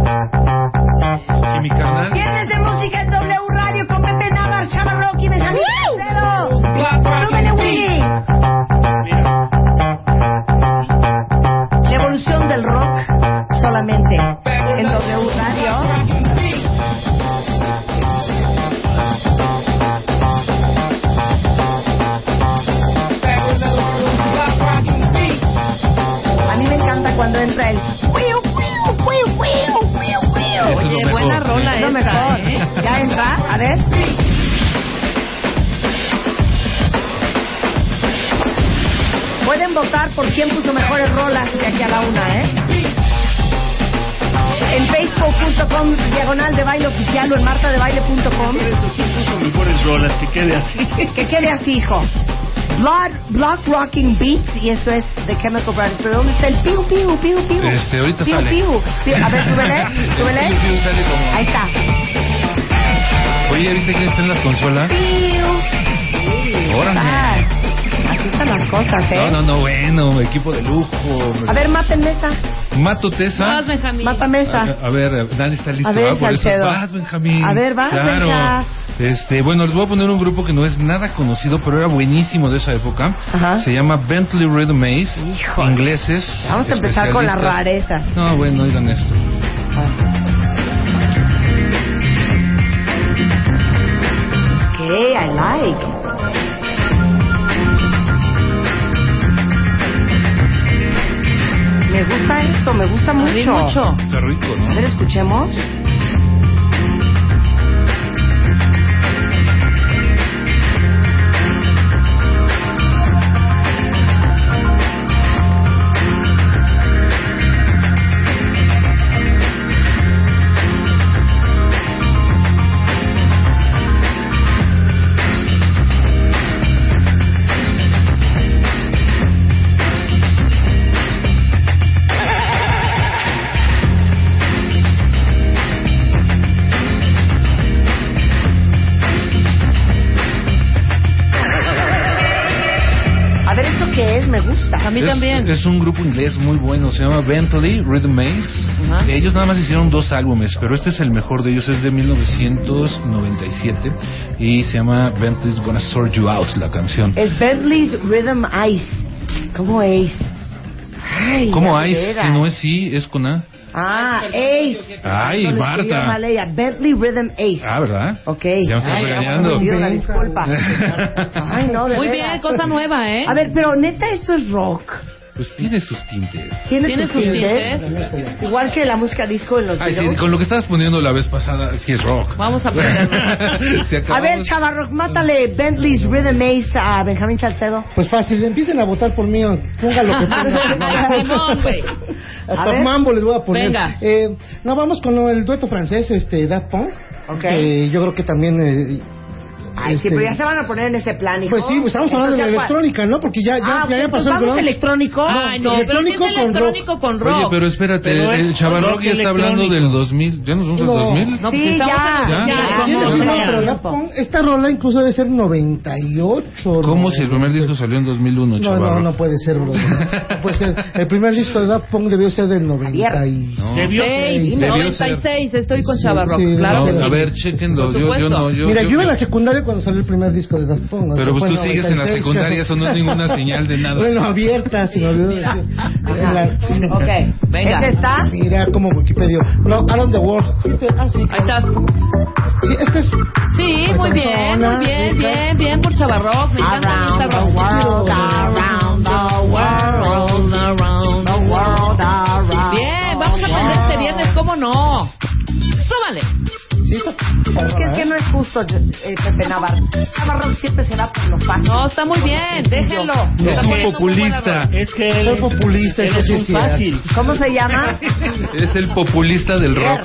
¿Y mi canal? Viernes de música en W Radio con Pepe Navar, Chava Rock y Benjamín Salcedo. Súbele, Willy. La evolución del rock solamente en W Radio. A mí me encanta cuando entra el Oye, buena rola es lo mejor. Ya entra, a ver. Pueden votar por quién puso mejores rolas de aquí a la una, ¿eh? En facebook.com/de baile oficial o en martadebaile.com. ¿Quién puso mejores rolas? Que quede así. Que quede así, hijo. Block Rocking Beats, y eso es de Chemical Brothers. ¿Pero dónde está el piu, piu, piu, piu? Ahorita piu, sale. Piu. A ver, súbele. El piu sale como... Ahí está. Oye, ¿ya viste quién está en las consolas? Piu. Órale. Así están las cosas, ¿eh? No, bueno, equipo de lujo. A ver, maten mesa. Mato Tesa. Vas, Benjamín. Mata mesa. A ver, Dani está listo. A ver, por eso Salcedo. vas, Benjamín. A ver, vas, claro. Benja. Bueno, les voy a poner un grupo que no es nada conocido, pero era buenísimo de esa época. Ajá. Se llama Bentley Rhythm Maze. Híjole. Ingleses. Vamos a empezar con las rarezas. No, bueno, oigan esto. Okay, I like. Me gusta esto, me gusta mucho. Está rico, ¿no? A ver, escuchemos. mí también. Es un grupo inglés muy bueno, se llama Bentley Rhythm Maze. Ellos nada más hicieron 2 álbumes, pero este es el mejor de ellos, es de 1997 y se llama Bentley's Gonna Sort You Out, la canción. Es Bentley's Rhythm Ace. ¿Cómo Ace? Ay, ¿Cómo Ace? Si no es sí, es con A. Ace. Ay, Marta. Bentley Rhythm Ace. ¿Verdad? Ok. Ya me estás regañando. Una disculpa. Ay, no, de Muy veras. bien, cosa nueva, ¿eh? A ver, pero neta, esto es rock. Pues tiene sus tintes. ¿Tiene sus tintes? Igual que la música disco en los videos. Sí, con lo que estabas poniendo la vez pasada, sí es rock. Vamos a aprenderlo. A ver, Chava Rock, mátale Bentley's Rhythm Ace a Benjamín Salcedo. Pues fácil, empiecen a votar por mí. Ponga lo que hasta Mambo les voy a poner. Venga. No, vamos con el dueto francés, Daft Punk. Okay. Que yo creo que también... Ay, sí, pero ya se van a poner en ese plan, hijo. Pues sí, pues estamos hablando de la electrónica, ¿no? Porque ya pasó el ¿vamos electrónico? Ay, no, pero sí es electrónico con rock. Oye, pero espérate, el Chava Rock ya está hablando del 2000. ¿Ya nos vamos al 2000? No, pues estamos pero Daft Punk, esta rola incluso debe ser 98. ¿Cómo si el primer disco salió en 2001, Chava Rock? No puede ser, bro. No puede ser. El primer disco de Daft Punk debió ser del 96. 96, estoy con Chava Rock, claro. A ver, chequenlo. Mira, yo iba en la secundaria cuando salió el primer disco de Daft Punk. Pero pues tú sigues en la secundaria, eso no es ninguna señal de nada. Bueno, abierta, si me olvidó decir. Ok, venga. ¿Este está? Mira, como Wikipedia. No, Around the World. Sí, ahí está. Sí, este es... Sí, muy bien por Chava Rock. Me encanta esta rock. Around the world. Bien, vamos a aprender este viernes, ¿cómo no? ¡Súbale! Es que no es justo, Pepe Navarro. Navarro siempre se va por lo fácil. No, está muy bien, déjenlo. Es populista. Es que él es populista, él es un fácil. ¿Cómo se llama? Es el populista del rock.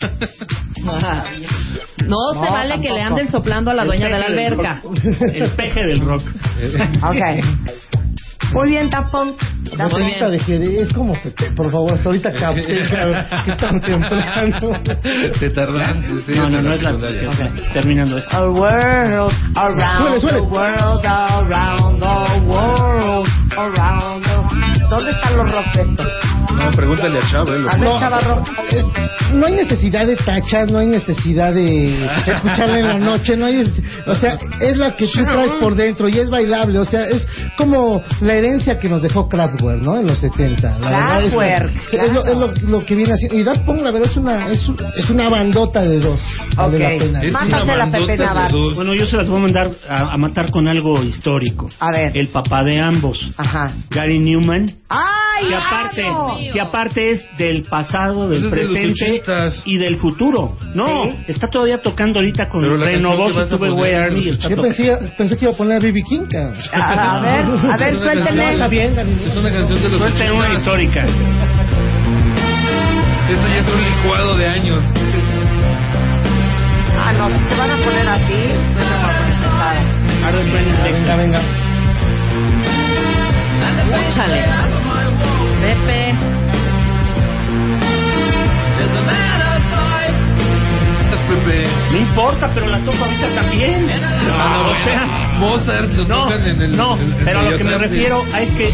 No se vale que le anden soplando a la dueña de la alberca. El peje del rock. Ok. Muy bien, Daft Punk. De que es como, por favor, hasta ahorita capté que es tan temprano. Te tardaste, sí. No es la... Okay, terminando esto. A world around the world, around the world, around the... ¿Dónde están los rock estos? No, pregúntale a Chava. No hay necesidad de tachas, no hay necesidad de escucharla en la noche, no hay, o sea, es la que tú traes por dentro y es bailable, o sea, es como la herencia que nos dejó Kraftwerk, ¿no? En los 70. Kraftwerk. Es lo que viene haciendo. Y Daft Punk, la verdad, es una bandota de dos. Ok. Mátasela, Pepe Navarro. Bueno, yo se las voy a mandar a matar con algo histórico. A ver. El papá de ambos. Ajá. Gary Newman. ¡Ay, que aparte es del pasado, del presente y del futuro. No, está todavía tocando ahorita con Renovó su Tuve Way Army. Yo pensé que iba a poner a B.B. King. A ver, suéltenle. Está bien, es una canción de los 80. Suelten una histórica. Esto ya es un licuado de años. No, si se van a poner así, no se van a poner nada. Venga. Échale. Pepe. No importa, pero la toco ahorita también. O sea, Mozart lo tocan en el... No, pero a lo que me refiero es que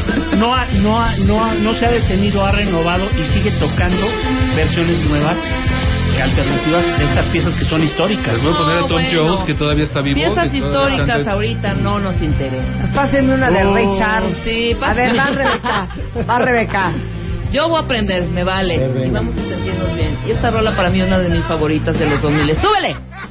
no se ha detenido, ha renovado y sigue tocando versiones nuevas, alternativas de estas piezas que son históricas. Les voy a poner a Tom Jones, que todavía está vivo. Piezas históricas ahorita no nos interesan. Pues pásenme una de Ray Charles. Sí, a ver, va Rebeca. Yo voy a aprender, me vale. Y vamos a sentirnos bien. Y esta rola para mí es una de mis favoritas de los 2000. ¡Súbele!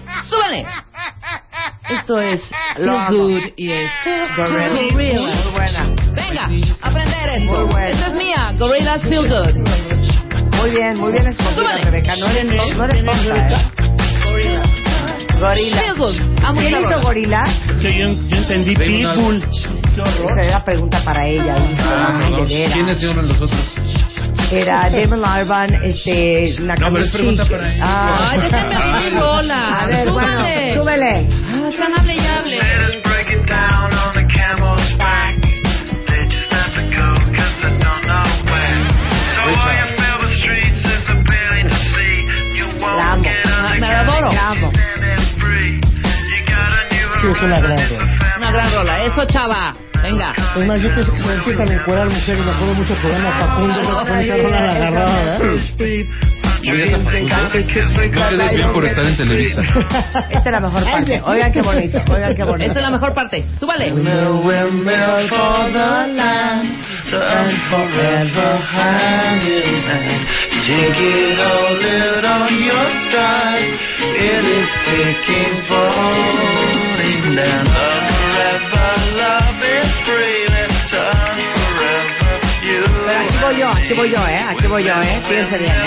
Esto es Feel Good y es Gorillaz. Venga, aprender esto. Esta es mía, Gorillaz Feel Good. Muy bien escogida, Rebeca. No eres tonta, Gorillaz. Feel Good. ¿Quién hizo Gorillaz? Yo entendí Pitbull. Esa era pregunta para ella. ¿Quiénes eran los otros? Era Damon Albarn, No, pero es pregunta para ella. Ay, déjame oír mi rola. A ver, bueno, súbele. Están hable y hable. La amo. Me la adoro. La amo. Sí, es una gran rola. Una gran rola. Eso, Chava. Venga. Es más, yo pienso que se empiezan a encuerar mujeres. Me acuerdo mucho del programa Facundo, con esa rola la agarraba, ¿verdad? No te des bien por estar en Televisa. Esta es la mejor parte. Oigan qué bonito. Esta es la mejor parte. Súbale. Aquí voy yo, fíjense bien,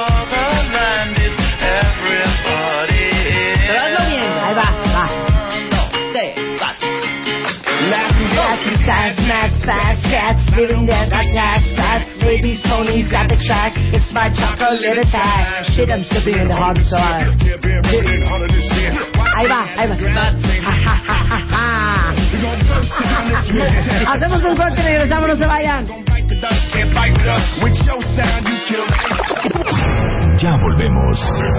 Pero hazlo bien. Ahí va. Fast cats, living there, got gas, fast ladies, ponies, got the track. It's my chocolate attack. Shit, I'm slipping in the hard side. Ahí va. Hacemos un corte y regresamos, no se vayan. Ya volvemos.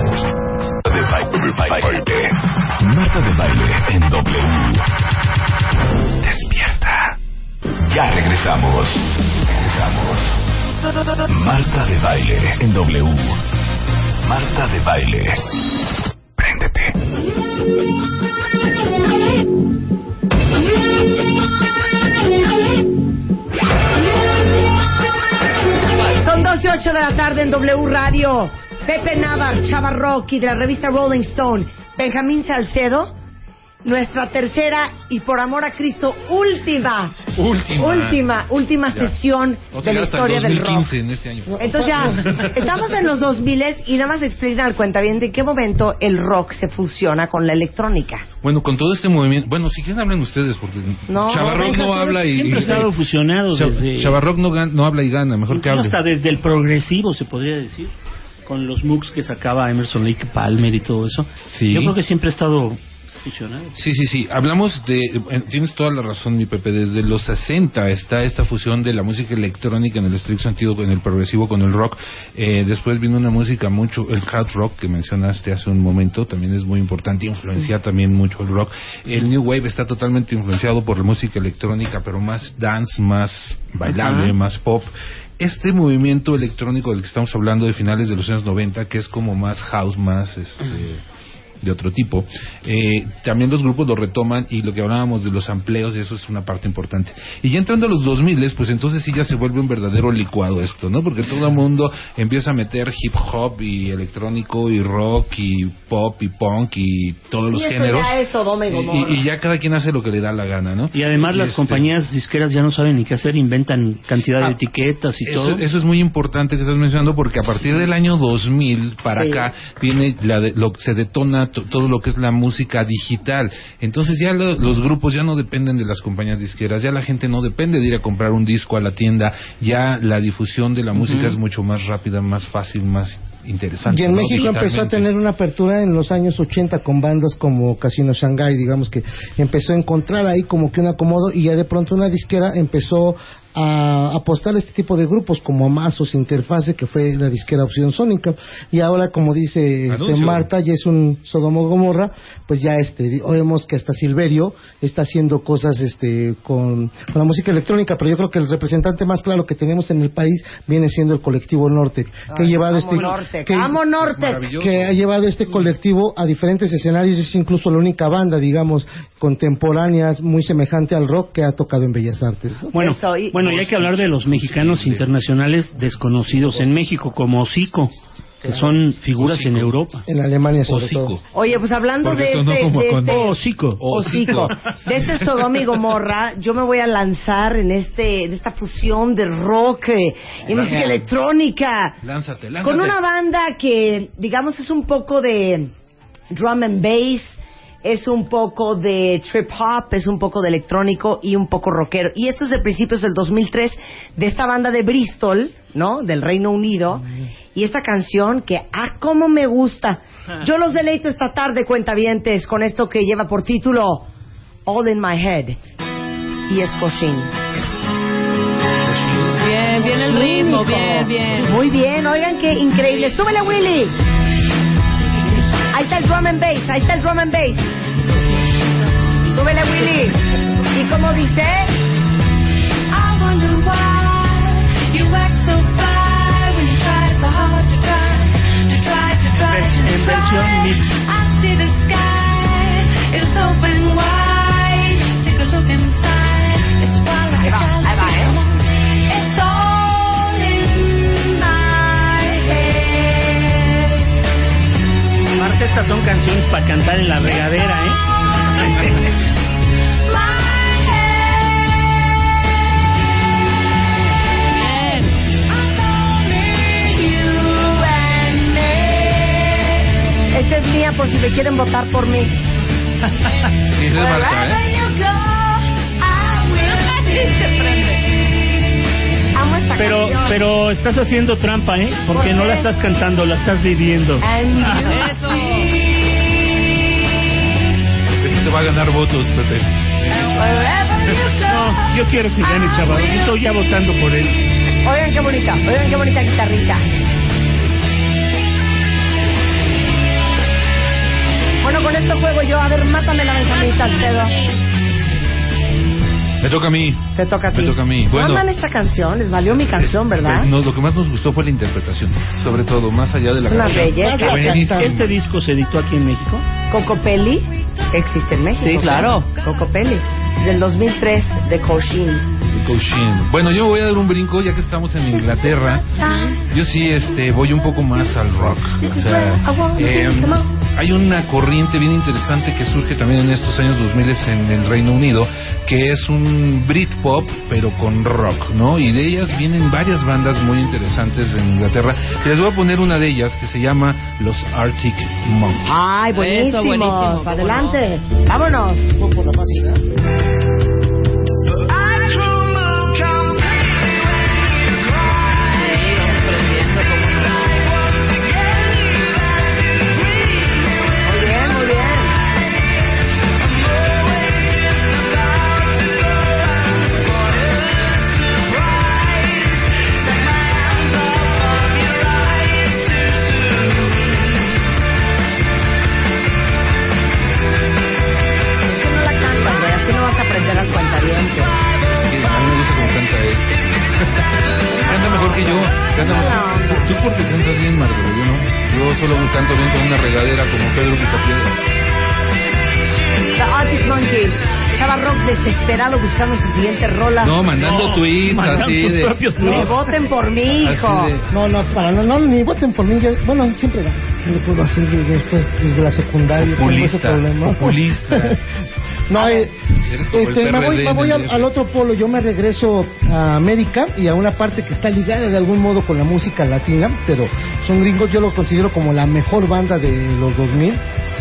Marta de Baile en W. Despierta. Ya regresamos. Marta de Baile en W. Marta de Baile. Préndete. Son 2:08 de la tarde en W Radio. Pepe Navar, Chava Rocky de la revista Rolling Stone, Benjamín Salcedo, nuestra tercera y por amor a Cristo última sesión de la historia del rock. En este año. Entonces ya estamos en los 2000 y nada más explicar al cuentaviente en qué momento el rock se fusiona con la electrónica. Bueno, con todo este movimiento, bueno, si quieren hablen ustedes porque Chavarrock no habla y siempre ha estado fusionado desde Chavarrock no habla y gana, mejor que hable. Hasta desde el progresivo se podría decir, con los MOOCs que sacaba Emerson Lake Palmer y todo eso. Sí. Yo creo que siempre ha estado fusionado. Sí. Hablamos de... Tienes toda la razón, mi Pepe. Desde los 60 está esta fusión de la música electrónica en el estricto sentido, en el progresivo, con el rock. Después vino una música mucho... El hard rock que mencionaste hace un momento también es muy importante. Influencia también mucho el rock. El New Wave está totalmente influenciado por la música electrónica, pero más dance, más bailable, más pop. Este movimiento electrónico del que estamos hablando de finales de los años 90, que es como más house, más de otro tipo, también los grupos lo retoman, y lo que hablábamos de los sampleos, eso es una parte importante. Y ya entrando a los 2000, pues entonces sí ya se vuelve un verdadero licuado esto, ¿no? Porque todo el mundo empieza a meter hip hop y electrónico y rock y pop y punk y todos los géneros. Ya es Sodoma y Gomorra. Y ya cada quien hace lo que le da la gana, ¿no? Y además las compañías disqueras ya no saben ni qué hacer, inventan cantidad de etiquetas y todo. Eso es muy importante que estás mencionando, porque a partir del año 2000 para acá viene se detona todo lo que es la música digital. Entonces ya los grupos ya no dependen de las compañías disqueras, ya la gente no depende de ir a comprar un disco a la tienda, ya la difusión de la música es mucho más rápida, más fácil, más interesante. Y en México empezó a tener una apertura en los años 80 con bandas como Casino Shanghai, digamos que empezó a encontrar ahí como que un acomodo, y ya de pronto una disquera empezó a apostar a este tipo de grupos como Amazos, Interfase, que fue la disquera Opción Sónica, y ahora, como dice Marta, ya es un Sodoma y Gomorra. Pues ya vemos que hasta Silverio está haciendo cosas con la música electrónica, pero yo creo que el representante más claro que tenemos en el país viene siendo el colectivo Nortec, que ha llevado que ha llevado este colectivo a diferentes escenarios. Es incluso la única banda, digamos, contemporánea muy semejante al rock que ha tocado en Bellas Artes, ¿no? Bueno, y hay que hablar de los mexicanos internacionales desconocidos en México, como Hocico, que son figuras en Europa. En Alemania sobre todo. Oye, pues hablando de Hocico. De este Sodoma y Gomorra, yo me voy a lanzar en esta fusión de rock y música electrónica. Lánzate. Con una banda que, digamos, es un poco de drum and bass, es un poco de trip hop, es un poco de electrónico y un poco rockero. Y esto es de principios del 2003, de esta banda de Bristol, ¿no? Del Reino Unido. Y esta canción que, cómo me gusta. Yo los deleito esta tarde, cuentavientes, con esto que lleva por título All in My Head. Y es Coshin. Bien el ritmo, bien. Muy bien, oigan qué increíble. ¡Súbele, Willy! Ahí está el drum and bass, Súbele, Willy. ¿Y cómo dice? En versión mix. Ahí va, Aparte estas son canciones para cantar en la regadera, Esta es mía por si me quieren votar por mí. Sí, es Marta, Amo esta canción. Pero estás haciendo trampa, porque no la estás cantando, la estás viviendo. Eso te va a ganar votos, Pepe. No, yo quiero que gane Chavarro. Yo estoy ya votando por él. Oigan qué bonita guitarrita. Bueno, con esto juego yo. A ver, mátame la Benjamín Salcedo. Me toca a mí. Te toca a ti. Me toca a mí. Bueno, aman esta canción, les valió mi canción, ¿verdad? Lo que más nos gustó fue la interpretación, sobre todo, más allá de la canción. Es una belleza. ¿Este disco se editó aquí en México? Cocopelli existe en México. Sí, claro. Cocopelli, del 2003, de Cochin. Bueno, yo voy a dar un brinco ya que estamos en Inglaterra. Yo sí voy un poco más al rock. O sea, hay una corriente bien interesante que surge también en estos años 2000 en el Reino Unido, que es un Britpop pero con rock, ¿no? Y de ellas vienen varias bandas muy interesantes en Inglaterra. Y les voy a poner una de ellas que se llama los Arctic Monkeys. Ay, buenísimos. Adelante. Vámonos. Tú porque cantas bien, Margot, yo no. Yo solo canto bien con una regadera como Pedro Picapiedra. The Arctic Monkeys. Chava Rock desesperado buscando su siguiente rola. No, mandando tweets así de... No, voten por mí, hijo. No, ni voten por mí. Bueno, siempre no puedo hacer después, desde la secundaria. Populista. No, me voy al otro polo. Yo me regreso a América y a una parte que está ligada de algún modo con la música latina, pero son gringos. Yo lo considero como la mejor banda de los 2000,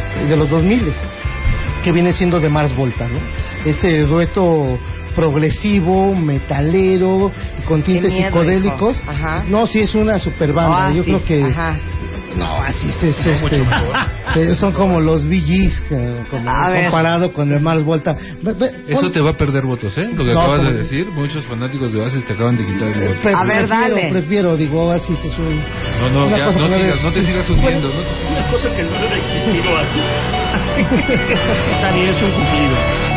que viene siendo de Mars Volta, ¿no? Este dueto progresivo, metalero, con tintes psicodélicos. Ajá. No, sí es una super banda. Yo creo que... Ajá. No, así es son como los Bee Gees comparado con el Mars Volta. Eso te va a perder votos, lo que acabas de decir. Muchos fanáticos de Oasis te acaban de quitar el voto. A ver, dale. Prefiero, Oasis es un... No te sigas hundiendo. Una cosa que no debe existir Oasis. Está bien, es un cumplido.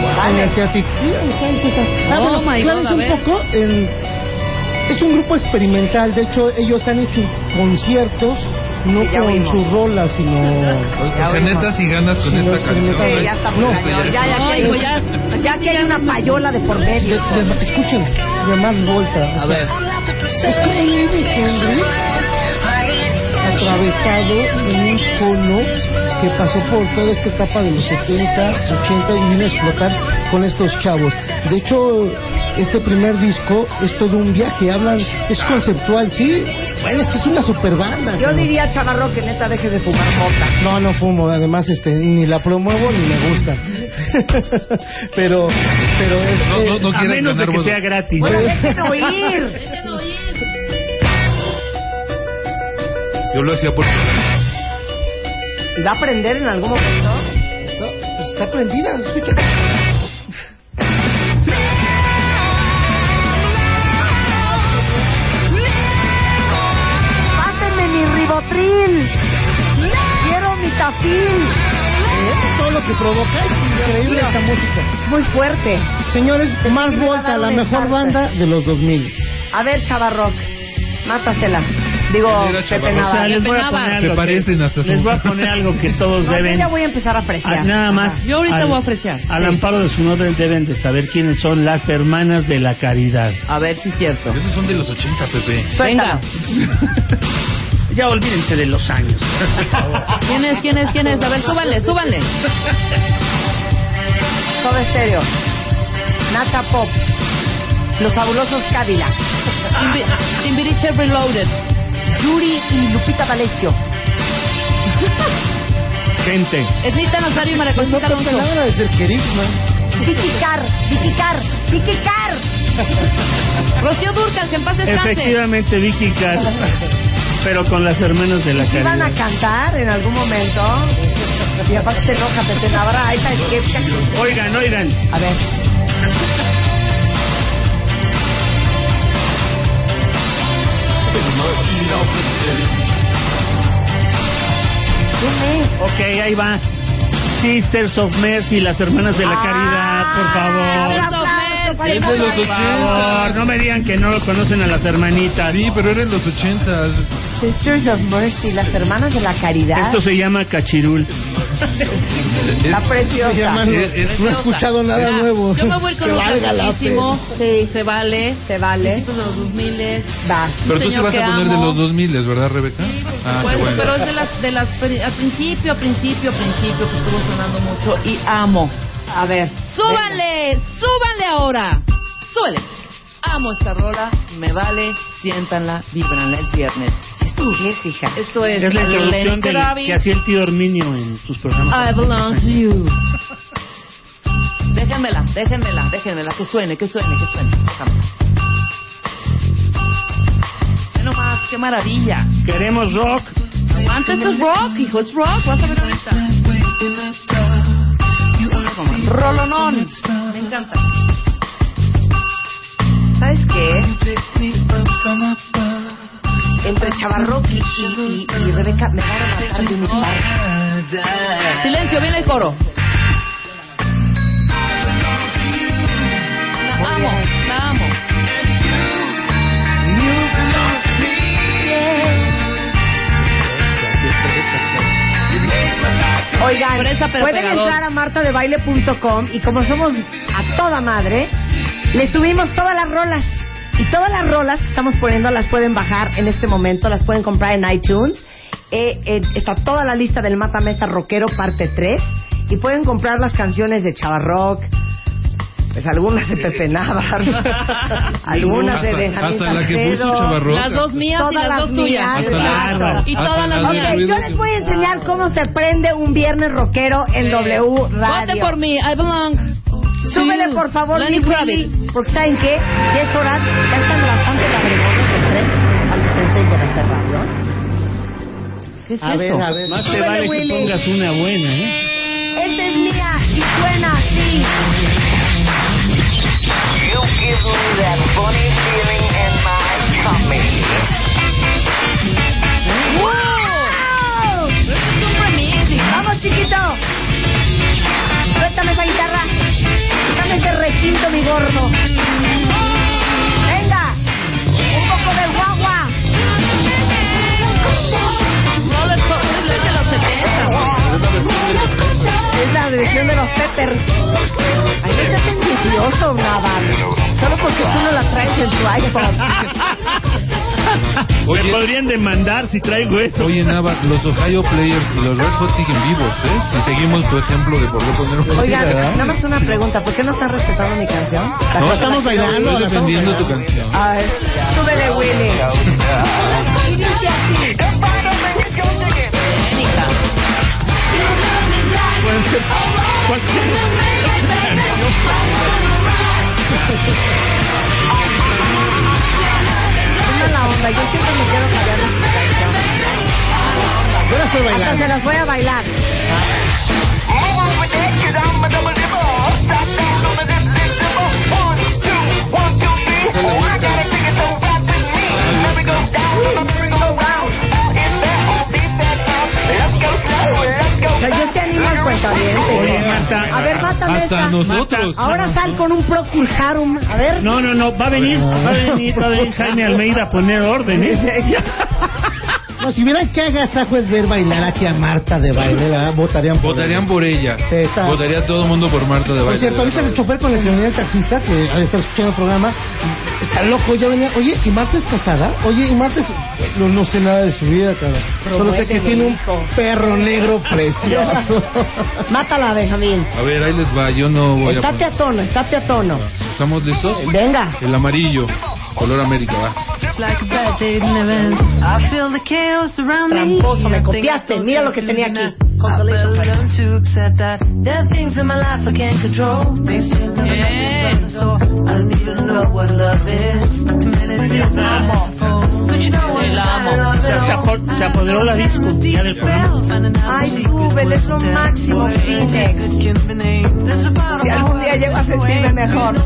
Es un grupo experimental. De hecho, ellos han hecho conciertos no con sus rolas, sino... O sea, neta, si ganas con esta canción... Sí, ya está muy cañón. Ya que hay una payola de por medio. Escuchen, de Mars Volta. A ver. Es como un Hendrix atravesado en un cono que pasó por toda esta etapa de los 70, 80 y vino a explotar con estos chavos. De hecho, este primer disco es todo un viaje, es conceptual, ¿sí? Bueno, es que es una super banda. Yo diría, Chavarro, que neta deje de fumar mota. No fumo, además ni la promuevo ni me gusta. pero es... No a menos de que sea gratis. Bueno, déjenme oír. Yo lo hacía por... ¿Y va a aprender en algún momento? No, pues está prendida, escucha. Pásenme mi Ribotril. Quiero mi Tafil. Todo lo que provoca. Es increíble esta música. Es muy fuerte. Señores, Mars Volta, la mejor banda de los 2000. A ver, Chava Rock, mátasela. Digo, Pepe Nava. O sea, les voy a poner algo. Les voy a poner algo que todos deben. Yo ya voy a empezar a apreciar. Nada más. Yo ahorita voy a apreciar. Al amparo de su nombre deben de saber quiénes son las Hermanas de la Caridad. A ver si es cierto. Esos son de los 80, Pepe. Venga. Ya olvídense de los años. ¿Quién es? A ver, súbanle. Todo estéreo. Nacha Pop. Los fabulosos Cadillac. Timbiriche Reloaded. Yuri y Lupita D'Alessio. Gente. Ednita Nazario y María Conchita Alonso. De ser querisma. Vicky Carr. Rocío Dúrcal, que en paz descanse. Efectivamente, Vicky Carr. Pero con las Hermanas de la Caridad. ¿Iban a cantar en algún momento? Y aparte se enoja Pepe Navarra. Ahí está el que... Oigan. A ver. ¿Quién es? Ok, ahí va. Sisters of Mercy, las Hermanas de la Caridad, por favor. Es de los 80. No me digan que no conocen a las hermanitas. Sí, pero eran los 80. Sisters of Mercy, las Hermanas de la Caridad. Esto se llama Cachirul. Está preciosa. No he escuchado nada nuevo. Yo me voy con un clasiquísimo. Sí. Se vale. Principios de los 2000. Va. Pero tú sí vas a poner de los 2000, ¿verdad, Rebeca? Qué bueno. Pero es de las al principio que estuvo sonando mucho y amo. A ver. ¡Súbanle ahora! ¡Súbale! Amo esta rola, me vale, siéntanla, víbranla, es viernes. Es inglés, hija. Esto es la introducción que hacía el tío Herminio en sus programas. I belong to you. Déjenmela, que suene. Déjamela. Ve nomás, qué maravilla. Queremos rock. Antes es rock, hijo, es rock, vas a ver ahorita. Rolonón. Me encanta. ¿Sabes qué? Entre Chavarrock y Rebeca me van a matar de mis padres. Silencio, viene el coro. La amo. Oigan, pueden entrar a martadebaile.com y como somos a toda madre, le subimos todas las rolas. Y todas las rolas que estamos poniendo las pueden bajar en este momento, las pueden comprar en iTunes. Está toda la lista del Mata Mesa Rockero parte 3 y pueden comprar las canciones de Chavarrock, pues algunas de Pepe Navar, algunas de Benjamín Salcedo, las dos mías y las dos tuyas. Y todas las mías. Okay, yo les voy a enseñar cómo se prende un viernes rockero en W Radio. Vote por mí, I belong. Súbele por favor, mi Willy, porque ¿saben qué? Ya es hora, ya están bastante labregones de 3 al 66 de la radio. ¿Qué es a eso? ver. Más te vale que pongas una buena, Esta es mía y suena así. You give me that funny feeling in my tummy. ¡Wow! Es un remix. ¡Vamos, chiquito! Suéltame esa guitarra. Échame ese requinto, mi gordo. Venga, un poco de guagua. Es de los 70. Es la versión de los Peppers. Ay, no seas envidioso, Navar. Solo porque tú no la traes en tu iPhone. Me podrían demandar si traigo eso. Oye, Navar, los Ohio Players y los Red Hot siguen vivos, Si seguimos tu ejemplo de por qué poner un... Oigan, nada más una pregunta. ¿Por qué no están respetando mi canción? No, estamos bailando. Estoy defendiendo tu canción. A ver, súbele, Willy. Y dice así. Es la onda, yo siempre me quiero cambiar de canción. Yo la estoy bailando. Hasta se las voy a bailar. O sea, yo te animo al cuentaviente. Marta. A ver, mátame Hasta esta. nosotros. Ahora sal con un Procul Harum. A ver. No, va a venir Jaime Almeida a poner orden, No, si vieran qué agasajo es ver bailar aquí a Marta de baile, ¿verdad? Votarían por ella. Sí, está. Votaría todo el mundo por Marta de baile. Por cierto, ahorita el chofer con el que venía el taxista, que al estar escuchando el programa, está loco, ya venía, oye, ¿y Marta es casada? Oye, ¿y Marta es...? No sé nada de su vida, cabrón. Solo sé que tiene un perro negro precioso. Mátala, Benjamín. A ver, ahí les va, yo no voy Estate a tono. ¿Estamos listos? Venga. El amarillo, color América, va. Tramposo, me copiaste. Mira lo que tenía aquí. Se apoderó la disco ya del programa. Ay, súbele, es lo máximo, Phoenix. Si algún día llego a sentirme mejor.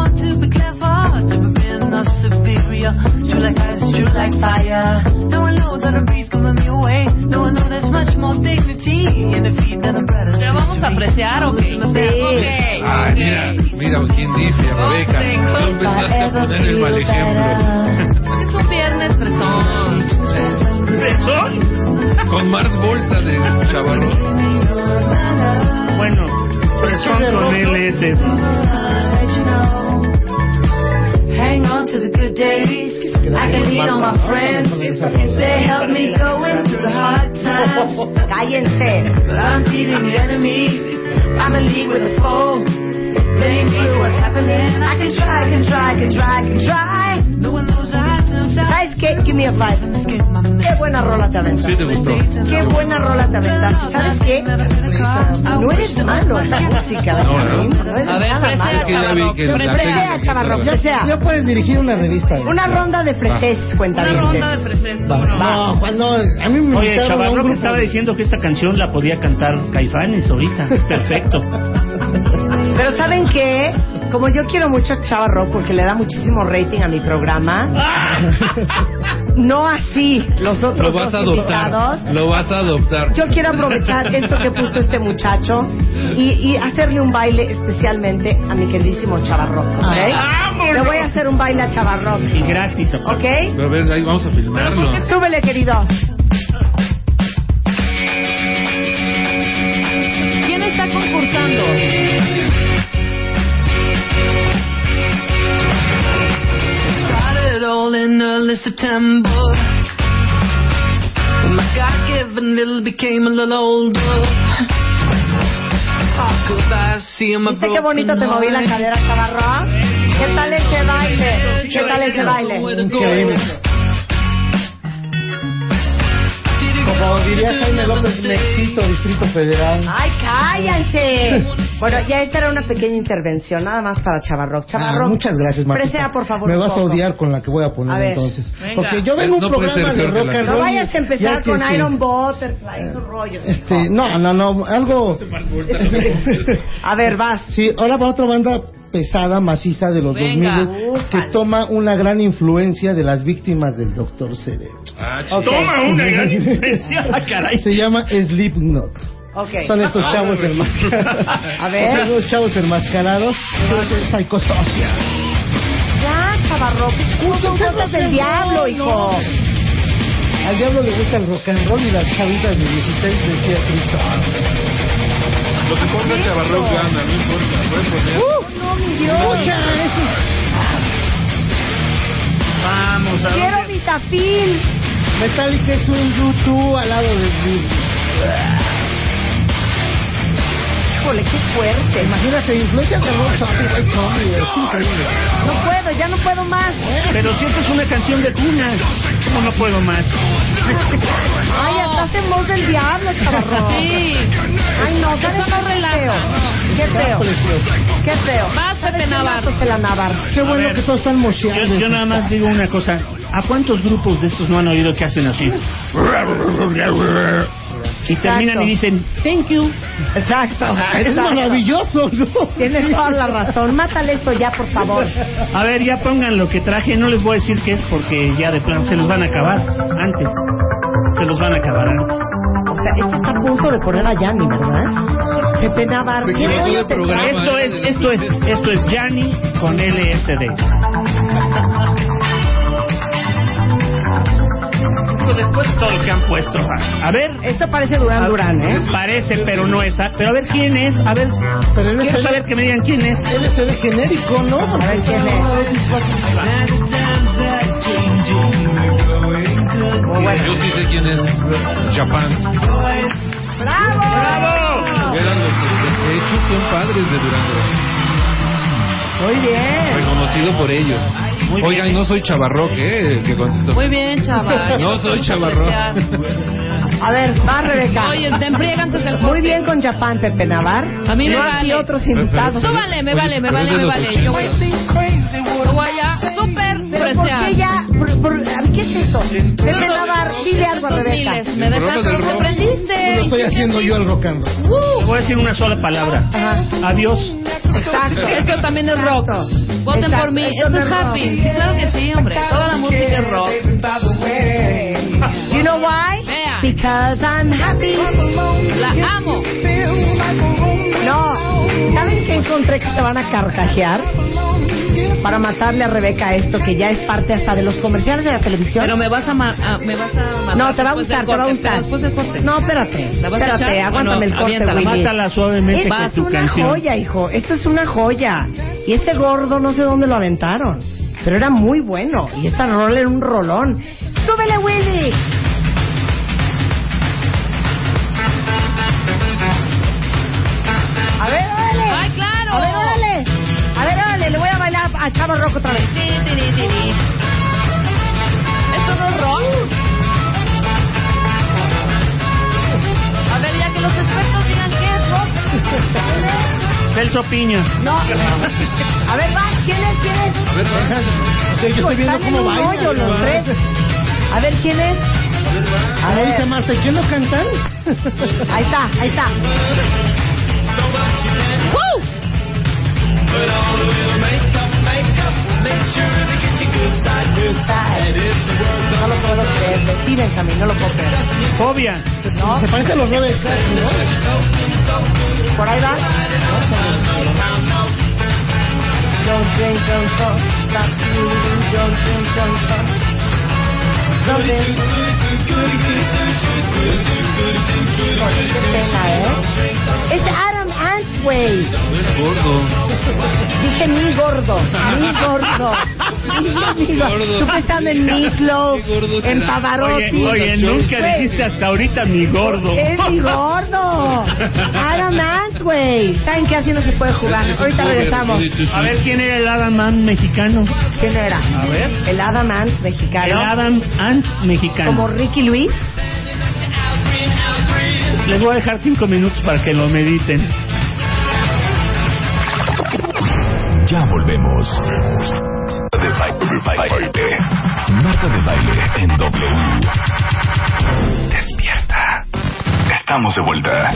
¿Ya vamos a apreciar o qué? Sí. Ay, mira quién dice, Rebeca. Tú empezaste a poner el mal ejemplo. Es un viernes fresón. ¿Fresón? Con Mars Volta de Chavarro. Bueno, fresón con LS. Hang on to the good days. I can lean on my friends. They help me going through the hard times. Cállense. But I'm feeding the enemy. I'm in league with a foe. Blame me for what's happening. I can try. No one knows the heights themselves. ¿Sabes qué? Give me a five. Qué buena rola te aventaste. Sí, te gustó. Qué buena rola te aventaste. ¿Sabes qué? No eres malo en la música, Benjamín. No eres A ver, nada malo. Presea, Chavarro, presea. Ya puedes dirigir una revista. Una ronda de fresés, cuenta Una bien. ronda de fresés. No, cuando a mí me Oye, invitaron a un Chavarro que grupo estaba diciendo que esta canción la podía cantar Caifanes ahorita. Perfecto. Pero ¿saben qué? Como yo quiero mucho a Chava Rock porque le da muchísimo rating a mi programa, no así los otros Lo vas a dos invitados. adoptar. Lo vas a adoptar. Yo quiero aprovechar esto que puso este muchacho y hacerle un baile especialmente a mi queridísimo Chava Rock, ¿ok? Le voy a hacer un baile a Chava Rock. Y gratis, ¿Ok? A ver, ahí vamos a filmarlo. Súbele, querido. ¿Quién está concursando? Started all in early September. When my God-given little became a little older. How could I see my ¿Viste qué bonito te moví la cadera, Chava Rock? ¿Qué tal ese baile? ¿Qué tal ese baile? increíble. Como diría Jaime López, Mexito, Distrito Federal. ¡Ay, cállense! Bueno, ya esta era una pequeña intervención, nada más para Chava Rock. Chava Rock, muchas gracias, Marta. presea, por favor. Me un vas a poco. odiar con la que voy a poner A ver. entonces. Venga. Porque yo vengo No un puede programa ser de peor que rock la and No roll. vayas a empezar ya que con sí. Iron Butterfly, esos rollos. No, algo. A ver, vas. Sí, ahora va otra banda pesada, maciza de los Venga. 2000 que toma una gran influencia de las víctimas del Dr. Cerebro. Ok. Toma una gran influencia. Caray. Se llama Slipknot. Ok. Son estos chavos enmascarados. A ver. Son estos chavos enmascarados. Psicosocial. Ya, Chava Rock, son cosas del diablo, hijo. Al diablo le gusta el rock and roll y las chavitas de 16 decía Chris. Lo que ponga Chavarro gana, no importa. Pueden poner. No, mi Dios. Escucha eso. Vamos a Quiero ver. Vitafil. Metallica es un YouTube al lado de Slipknot. Híjole, qué fuerte. Imagínate, influencia de Rob Zombie, White Zombie, es increíble. No puedo, ya no puedo más. Pero si esta es una canción de cuna, ¿cómo no puedo más? Ay, hasta hace voz del diablo, Chavarro. Sí. Ay, no, ¿sabes Eso no qué relaja, feo? no. Qué feo. Qué feo. Vas, Pepe Navarro. Pepe Navarro. Qué bueno ver, que todos están mocheando. Yo nada más digo una cosa. ¿A cuántos grupos de estos no han oído que hacen así? Y terminan y dicen, thank you. Exacto. Es Exacto. maravilloso, ¿no? Tienes toda la razón. Mátale esto ya, por favor. A ver, ya pongan lo que traje. No les voy a decir qué es porque ya de plan se los van a acabar antes. Se los van a acabar antes. O sea, este está a punto de poner a Yanni, ¿verdad? Pepe Navarro. ¿Qué rollo te traes? Esto es Yanni con LSD. Después de todo lo que han puesto, a ver. Esto parece Durán Durán, ¿eh? Parece, pero no es. Pero a ver quién es. A ver, pero quiero saber que me digan quién es. LSD genérico, ¿no? A ver quién es. Yo sí sé quién es. Japan. ¡Bravo! Eran los que de hecho son padres de Durán Durán. Muy bien. Reconocido por ellos. Oigan, no soy Chavarroc, el que contestó. Muy bien, chaval. No soy Chavarroc. A ver, va Rebeca. Oye, te enfriegan antes del Muy bien con Japan, Pepe Navar. A mí me no vale. Y otros invitados. Súbale, me vale. Yo voy a súper preciar. ¿Qué es eso? Pepe Navar, dile algo a Rebeca. Me dejaste, te prendiste. Lo estoy haciendo yo el rock and roll. Voy a decir una sola palabra. Adiós. Exacto. Esto también es rock. Voten por mí. Esto es happy. Claro que sí, hombre. Toda la música es rock. You know why? Vea. Because I'm happy. La amo. No. ¿Saben qué encontré que se van a carcajear? Para matarle a Rebeca esto, que ya es parte hasta de los comerciales de la televisión. Pero me vas a matar. No, te va a gustar, te va a gustar. Después del corte. No, espérate. ¿La vas a Espérate, echar? aguántame el corte, Willy. Mátala suavemente con tu canción. Esto es una joya, hijo. Esto es una joya. Y este gordo no sé dónde lo aventaron. Pero era muy bueno. Y esta rola era un rolón. ¡Súbele, Willy! A ver, órale. ¡Ay, claro! A ver, órale. A ver, órale. Le voy a bailar a Chava Rock otra vez. ¿Esto no es rock? A ver, ya que los expertos digan qué es rock. Celso Piña. No. A ver, va. ¿Quién es? A ver, Yo estoy viendo cómo bailan. Los tres. A ver, ¿quién es? A ver, dice Marta, ¿quién lo cantan? Ahí está. ¡Woo! No lo puedo creer. Sí, Benjamín, no lo puedo creer. Fobia. No. Se parece a los Rebel Cats, ¿no? Por ahí va. Don't drink, don't talk. Stop you, don't drink, don't talk. Don't drink. Qué pena, ¿eh? Es Adam Antway. es gordo. Dije mi gordo. Tú pensando en Meatloaf, en Pavarotti. Oye, nunca dijiste hasta ahorita mi gordo. Es mi gordo. Adam Antway. ¿Saben qué? Así no se puede jugar. Ahorita regresamos. A ver, ¿quién era el Adam Ant mexicano? ¿Quién era? A ver. El Adam Ant mexicano. El Adam Ant mexicano. Como Ricky Luis. Les voy a dejar 5 minutos para que lo mediten. Ya volvemos. Marta de Baile en W. Despierta. Estamos de vuelta.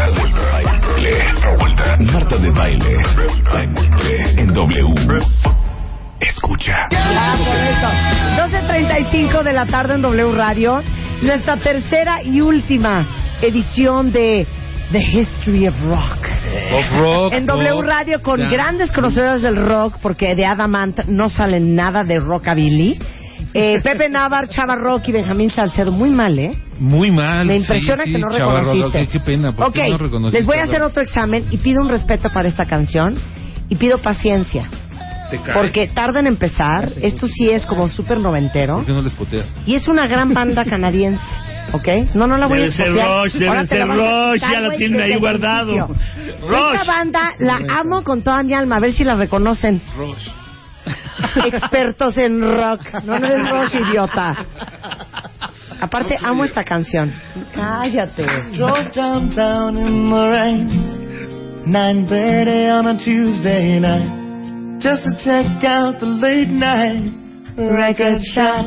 Vuelta. Marta de Baile en W. Escucha. Correcto. 12:35 de la tarde en W Radio. Nuestra tercera y última edición de The History of Rock. En W Radio con grandes conocedores del rock, porque de Adam Ant no sale nada de rockabilly. Pepe Navar, Chava Rock y Benjamín Salcedo. Muy mal, ¿eh? Muy mal. Me impresiona que no Chava reconociste. Rock, qué pena. ¿Por qué no reconociste? Les voy a hacer otro examen y pido un respeto para esta canción y pido paciencia. Porque tarda en empezar. Esto sí es como súper noventero. ¿Por qué no les poteas? Y es una gran banda canadiense. ¿Ok? No la voy a espotear. Debe ser Rush, ya la tienen ahí guardado. Rush. Esta banda la amo con toda mi alma. A ver si la reconocen. Rush. Expertos en rock. No es Rush, idiota. Aparte, amo esta canción. Cállate. Drove downtown in the rain, 9:30 on a Tuesday night, just to check out the late night record shop.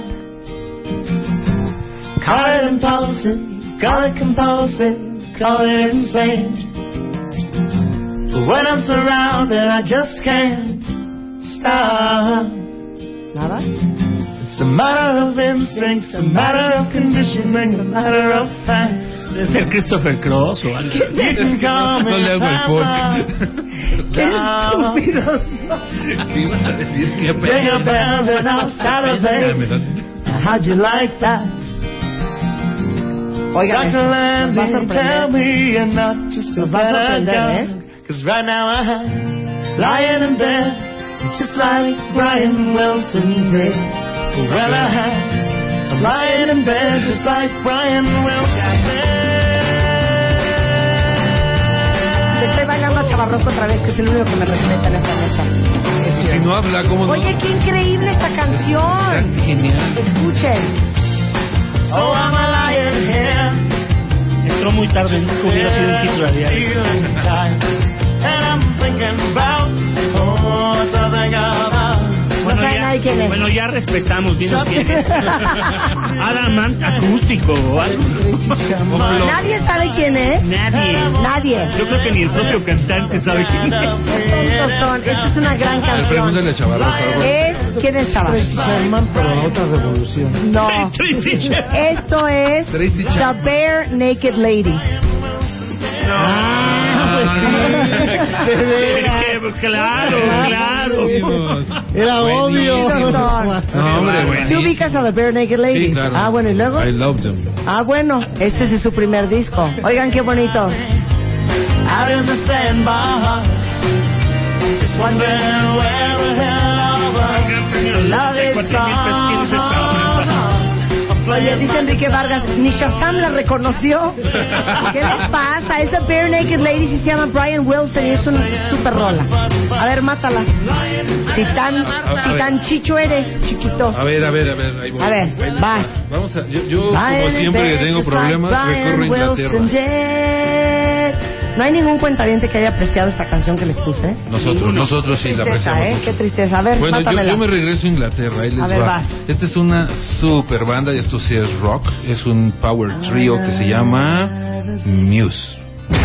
Call it impulsive, call it compulsive, call it insane. But when I'm surrounded, I just can't stop. ¿Nada? It's a matter of instinct, a matter of conditioning, a matter of fact. Debe ser Christopher Cross o algo. No le hago el folk. ¡Qué estúpidos! ¿Qué ibas a decir? ¿Qué How'd you like that? Oigan, Dr. nos va a Landry, tell sorprender. me you're not just a Nos va a bad sorprender, guy. 'Cause right now I'm lying in bed, just like Brian Wilson did. Well, I'm lying in bed, just like Brian Wilson did. Le estoy bailando a Chavarroco otra vez, que es el único que me respeta en esta mesa. Si no habla, ¿cómo no? Oye, qué increíble esta canción. Genial. Escuchen. Oh, I'm a lying here. Entró muy tarde, nunca hubiera sido un hit radial. And I'm thinking about, oh, something about. Bueno, ya respetamos bien quién es. Adamant acústico o algo. ¿Nadie sabe quién es? Nadie. Yo creo que ni el propio cantante sabe quién es. Qué tontos son. Esta es una gran canción. Pregúntale a Chavarro, por favor. ¿Quién es Chavarro? Tracy Sherman, pero la otra revolución. No. Esto es Tracy The Bare Naked Ladies. Pues claro. Era obvio. No, hombre, ¿Sí ubicas a The Bare Naked Ladies? Sí, claro. Ah, bueno, ¿y luego? I love them. Ah, bueno, este es su primer disco. Oigan, qué bonito. Out in the sandbar, just wondering where the hell love is Oye, dice Enrique Vargas, ni Shazam la reconoció. ¿Qué les pasa? Es The Bare Naked Ladies y se llama Brian Wilson y es una super rola. A ver, mátala. Si tan chicho eres, chiquito. A ver, ahí voy. A ver, Ahí va. está. Vamos a, yo como siempre que tengo problemas, recorro Inglaterra. No hay ningún cuentaviente que haya apreciado esta canción que les puse. Nosotros sí la Tristeza, apreciamos. Qué tristeza. A ver, Bueno, mátamela. yo me regreso a Inglaterra, ahí les A ver, va. va. Esta es una super banda y esto sí es rock. Es un power trio que se llama Muse.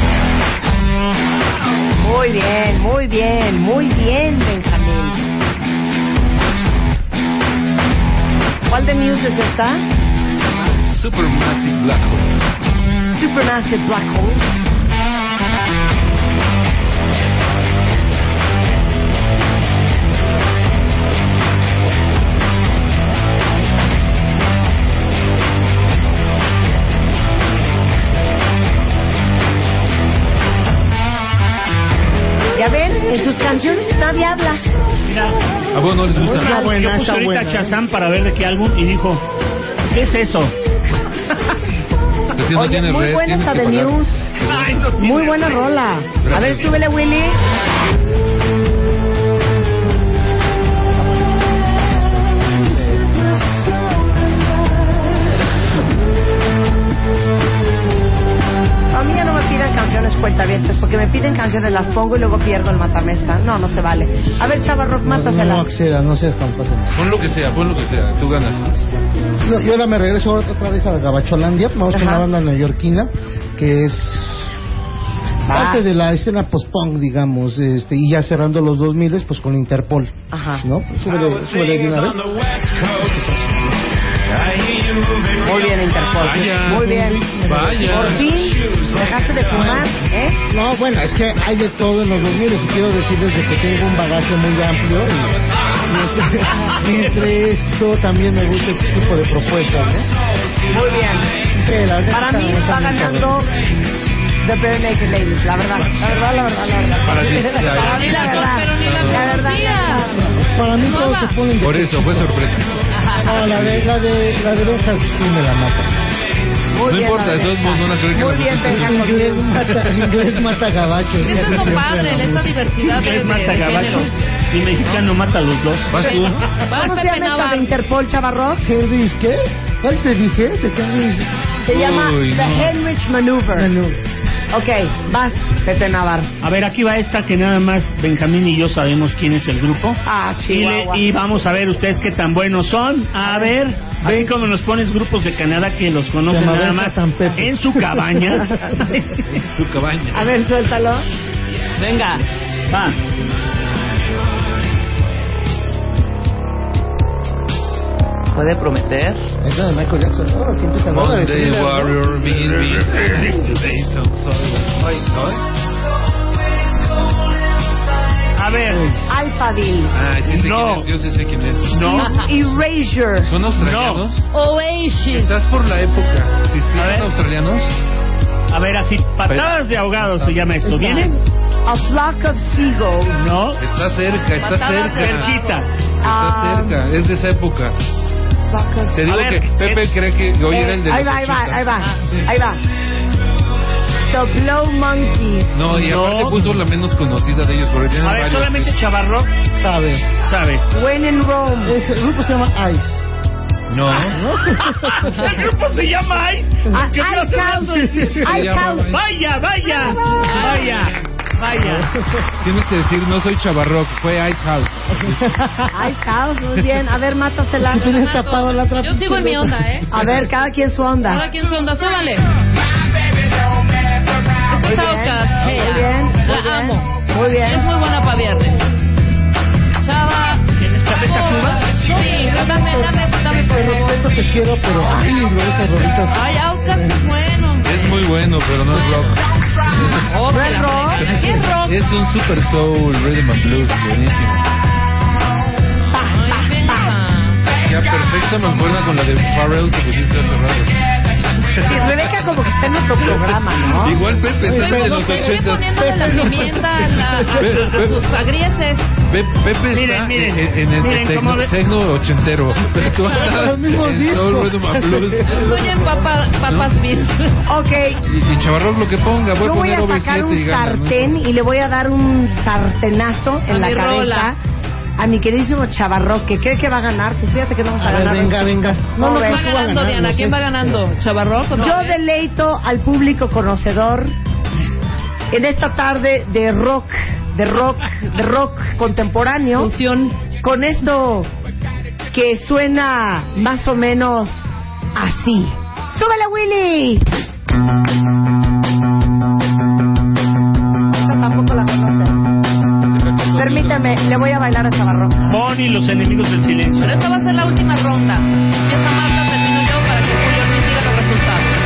Muy bien, Benjamín. ¿Cuál de Muse es esta? Supermassive Black Hole. Supermassive Black Hole. Ya ven, en sus canciones nadie habla. Mira, ¿A vos no les gusta? Está buena, yo puse está ahorita buena. Shazam para ver de qué álbum y dijo, ¿qué es eso? Que si no Oye, tienes muy red, buena tienes esta que de pagar. Muse. Ay, no tiene Muy buena red. rola. A ver, Gracias. súbele, Willy. A mí ya no me pidan canciones cuentavientes, porque me piden canciones, las pongo y luego pierdo el matamesta. No, no se vale. A ver, Chava Rock, mátasela. No accedas, no seas tan fácil. Pon lo que sea, tú ganas. No, y ahora me regreso otra vez a la Gabacholandia. Vamos con Ajá. una banda neoyorquina que es parte de la escena post-punk, digamos, y ya cerrando los 2000, pues con Interpol. Ajá. ¿No? Súbele de una vez. Muy bien, Interpol. Vaya. Muy bien. Vaya. Por fin dejaste de fumar, ¿eh? No, bueno, es que hay de todo en los 2000 y quiero decirles de que tengo un bagaje muy amplio y entre esto también me gusta este tipo de propuestas, ¿no? Muy bien. Sí, la verdad Para está mí va bastante ganando The Bare Naked Ladies, la verdad. Para ti, Para mí, la verdad. Pero ni la La verdad. Para mí todos se ponen de Por eso, fue sorpresa. No, la de Benjas sí me la mata. Muy No bien, importa, de todos modos no la creo que Muy la bien, pusiste. Benjamín. Inglés mata gabacho. Eso es lo padre, esta diversidad Inglés de mata gabacho géneros. y mexicano mata a los dos. ¿Vas tú? ¿Cómo se llama esta de Interpol, Chavarro? ¿Henry qué? ¿Cuál te dije? ¿De Henry? Se llama Uy, The no. Henrich Maneuver. Ok, vas, Pepe Navarro. A ver, aquí va esta que nada más Benjamín y yo sabemos quién es el grupo. Ah, Chihuahua. Y vamos a ver ustedes qué tan buenos son. A ver, así como nos pones grupos de Canadá que los conocen Se llama nada Benja más San Pepe. en su cabaña. Su cabaña. A ver, suéltalo. Venga. Va. puede prometer. Esa de Michael Jackson, ¿no? Siempre se One de day warrior, A ver, Alphaville. Ah, sí sé No. quién es. Yo sí sé quién es. No. Erasure. ¿Son australianos? Oasis. Estás por la época. ¿Sí, A ver. ¿Son australianos? A ver, así, patadas de ahogado se llama esto. ¿Viene? A Flock of Seagulls. No. Está cerca, está Patadas cerca. Cerquita. Está cerca, es de esa época. Te digo ver, que Pepe cree que hoy era el de ahí los va, 80. ahí va. The Blow Monkeys. No, y aparte puso la menos conocida de ellos, porque tienen A ver, varios. solamente Chavarro sabe. When in Rome. El grupo se llama Ice. No. El grupo se llama Ice. Ah, ¿Qué Ice hace House. rato? Ice House. Vaya. Tienes que decir, no soy Chavarrock, fue Ice House. Ice House, muy bien. A ver, mátasela. Si tienes tapado la otra. Yo sigo en mi onda, ¿eh? A ver, cada quien su onda. Cada quien su onda, súbale. Muy Esta bien, Outcast, muy ella. bien, muy La bien. amo. Muy bien. Es muy buena para viernes. Chava. ¿Tienes cafeta Cuba? Sí, dame por Te favor. respeto, te quiero, pero ay, esas rolitas. Ay, Outcast es bueno. Es muy bueno, pero no es rock. Oh, ¿No que es la rock? fregada. ¿Qué es rock? Es un super soul, rhythm and blues, buenísimo. Ay, venga. Ya perfecto me acuerda con la de Pharrell que pusiste hace rato. Sí, Rebeca como que está en nuestro programa, ¿no? Igual Pepe está de los Estoy 80. poniéndole la pimienta a sus agrieces. Pepe está Miren, en el miren cómo ve- tecno ochentero. Pero tú estás Los mismos en discos. soul, rhythm and blues. Estoy en papas Bill. Ok, Y Chavarrock lo que ponga, voy a yo voy poner a sacar OV7 un y gana, ¿no? sartén y le voy a dar un sartenazo en A la mi cabeza rola. a mi queridísimo Chavarro, que cree que va a ganar. Pues fíjate que no vamos a A ver, ganar. venga. No, No, ven. ¿Quién va ganando, Diana? ¿Quién va ganando? ¿Chavarrock o no? Yo deleito al público conocedor en esta tarde de rock contemporáneo. Función. Con esto que suena más o menos así. ¡Súbele, Willy! Esta tampoco la conoce. Permítame, le voy a bailar a Chavarro. Bonnie, los enemigos del silencio. Pero esta va a ser la última ronda. Empieza Marta, termino yo para que Julio Ortiz diga los resultados.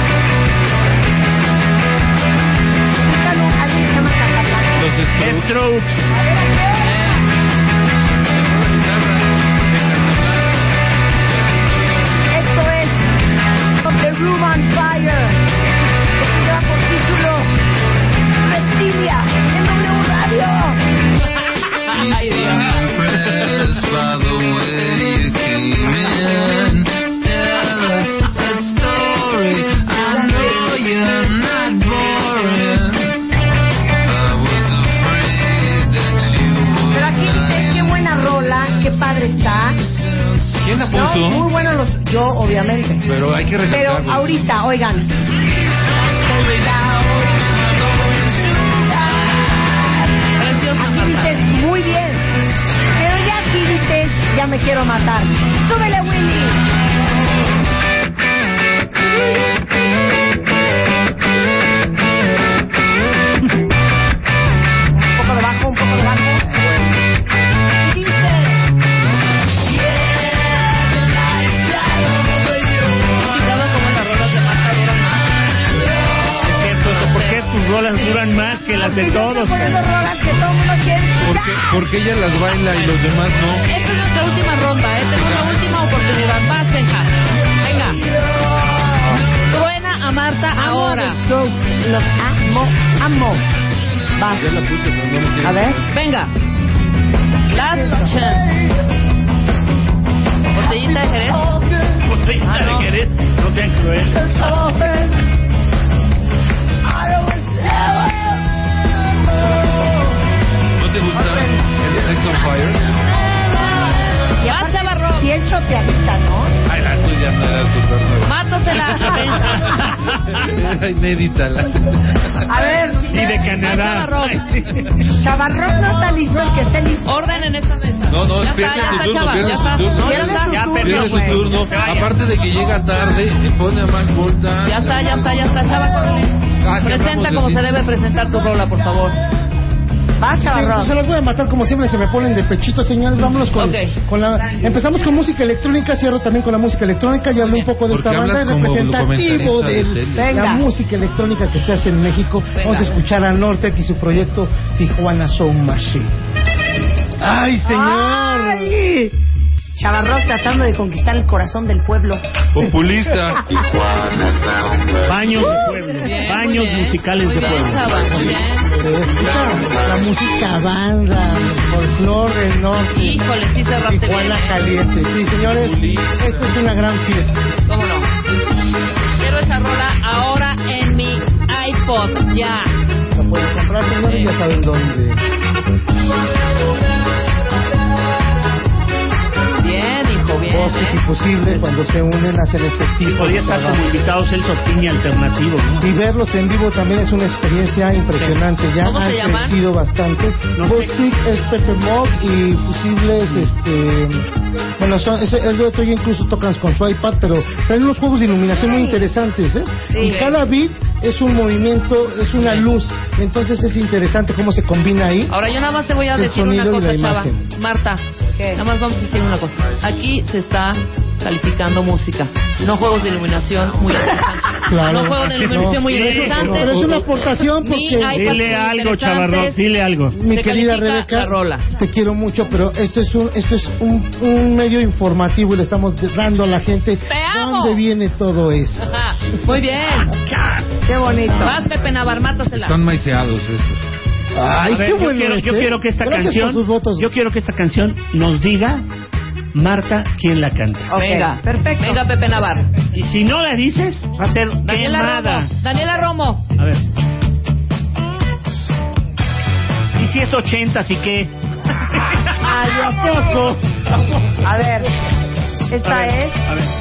¿Alguien se llama Catapán? Los Strokes. Esto es Of the Room on Fire. Esto lleva por título Reptilia en W Radio. Ay, Dios. Pero aquí dice, qué buena rola, qué padre está. ¿Quién la ¿No? puso? Muy bueno los... Yo, obviamente. Pero hay que Pero recalcarlo. ahorita, oigan. Preciosa, Aquí Marta. dices, muy bien. Pero ya aquí dices, ya me quiero matar. ¡Súbele, Willy! Un poco de bajo, un poco de bajo. Y dice... Fijado como las rolas de Marta duran más. Es cierto, ¿por qué tus rolas duran más que las de todos? Poniendo rolas que todo el mundo quiere escuchar. Porque ella las baila y los demás no. Esta es nuestra última ronda, ¿eh? Tenemos la última oportunidad. Vas, Benja. Venga. Truena a Marta Amo a ahora. los Strokes, los amo. Vas. Ya la puse, pero no me quiere. A ver. Venga. Last chance. Botellita de Jerez. Botellita de Jerez, no sean crueles. ¿No te gusta el Sex on Fire? Ya, Vas, Chavarro. bien choteadita, ¿no? Ay, la tuya no era súper nueva. Mátasela. Benja. Era inédita la... A ver. Y de Canadá. Chavarrón no está listo, el que esté listo. Orden en esta mesa. No, ya pierde está, su turno, Chava, pierde ya su está. turno. No, ya está. Ya Pierde su güey. turno. Se vaya. Aparte de que llega tarde, pone a Max Volta. Ya está, Chava, córrele. Ah, sí, Presenta hablamos como de se ti. debe presentar tu rola, por favor. Se las voy a matar como siempre, se me ponen de pechito, señores. Vámonos con la... Empezamos con música electrónica, cierro también con la música electrónica. Ya hablé un poco de esta banda, es representativo de la música electrónica que se hace en México. Vamos a escuchar a Nortec y su proyecto Tijuana Soul Machine. ¡Ay, señor! ¡Ay! Chavarros tratando de conquistar el corazón del pueblo. Populista. Baños de pueblo. Baños musicales de pueblo. La música banda, el folclore, el norte. Híjole, sí cerraste bien. Tijuana caliente. Sí, señores, esto es una gran fiesta. ¿Cómo no? Quiero esa rola ahora en mi iPod, ya. La pueden comprar, señores, ya saben dónde. Bien, hijo, bien. Voces imposibles cuando se unen hacen este tipo. Podría estar como invitados Celso Piña alternativo, ¿no? Y verlos en vivo también es una experiencia impresionante. Ya ¿cómo se llaman? Han crecido bastante. Bostic es Pepper Mog y Fusibles, bueno, el dueto ya incluso tocan con su iPad, pero traen unos juegos de iluminación muy interesantes, ¿eh? Sí. Y cada beat es un movimiento, es una luz. Entonces es interesante cómo se combina ahí. Ahora yo nada más te voy a decir una cosa, chava. Marta, nada más vamos a decir una cosa. Aquí se está calificando música, no juegos de iluminación muy interesantes. Claro. No juegos de iluminación muy interesantes. Pero es una aportación porque... Dile algo, Chavarrón, dile algo. Mi querida Rebeca, te quiero mucho, pero esto es un medio informativo y le estamos dando a la gente dónde viene todo eso. Muy bien. Qué bonito. Vas, Pepe Navar, mátasela. Están maiceados estos. Ay, ver, qué bueno. Yo quiero que esta canción nos diga, Marta, quién la canta. Okay. Venga, perfecto. Venga, Pepe Navar. Y si no la dices, va a ser quemada. Daniela Romo. A ver. ¿Y si es 80, así que? Ay, ¿a poco? A ver. Esta es. A ver.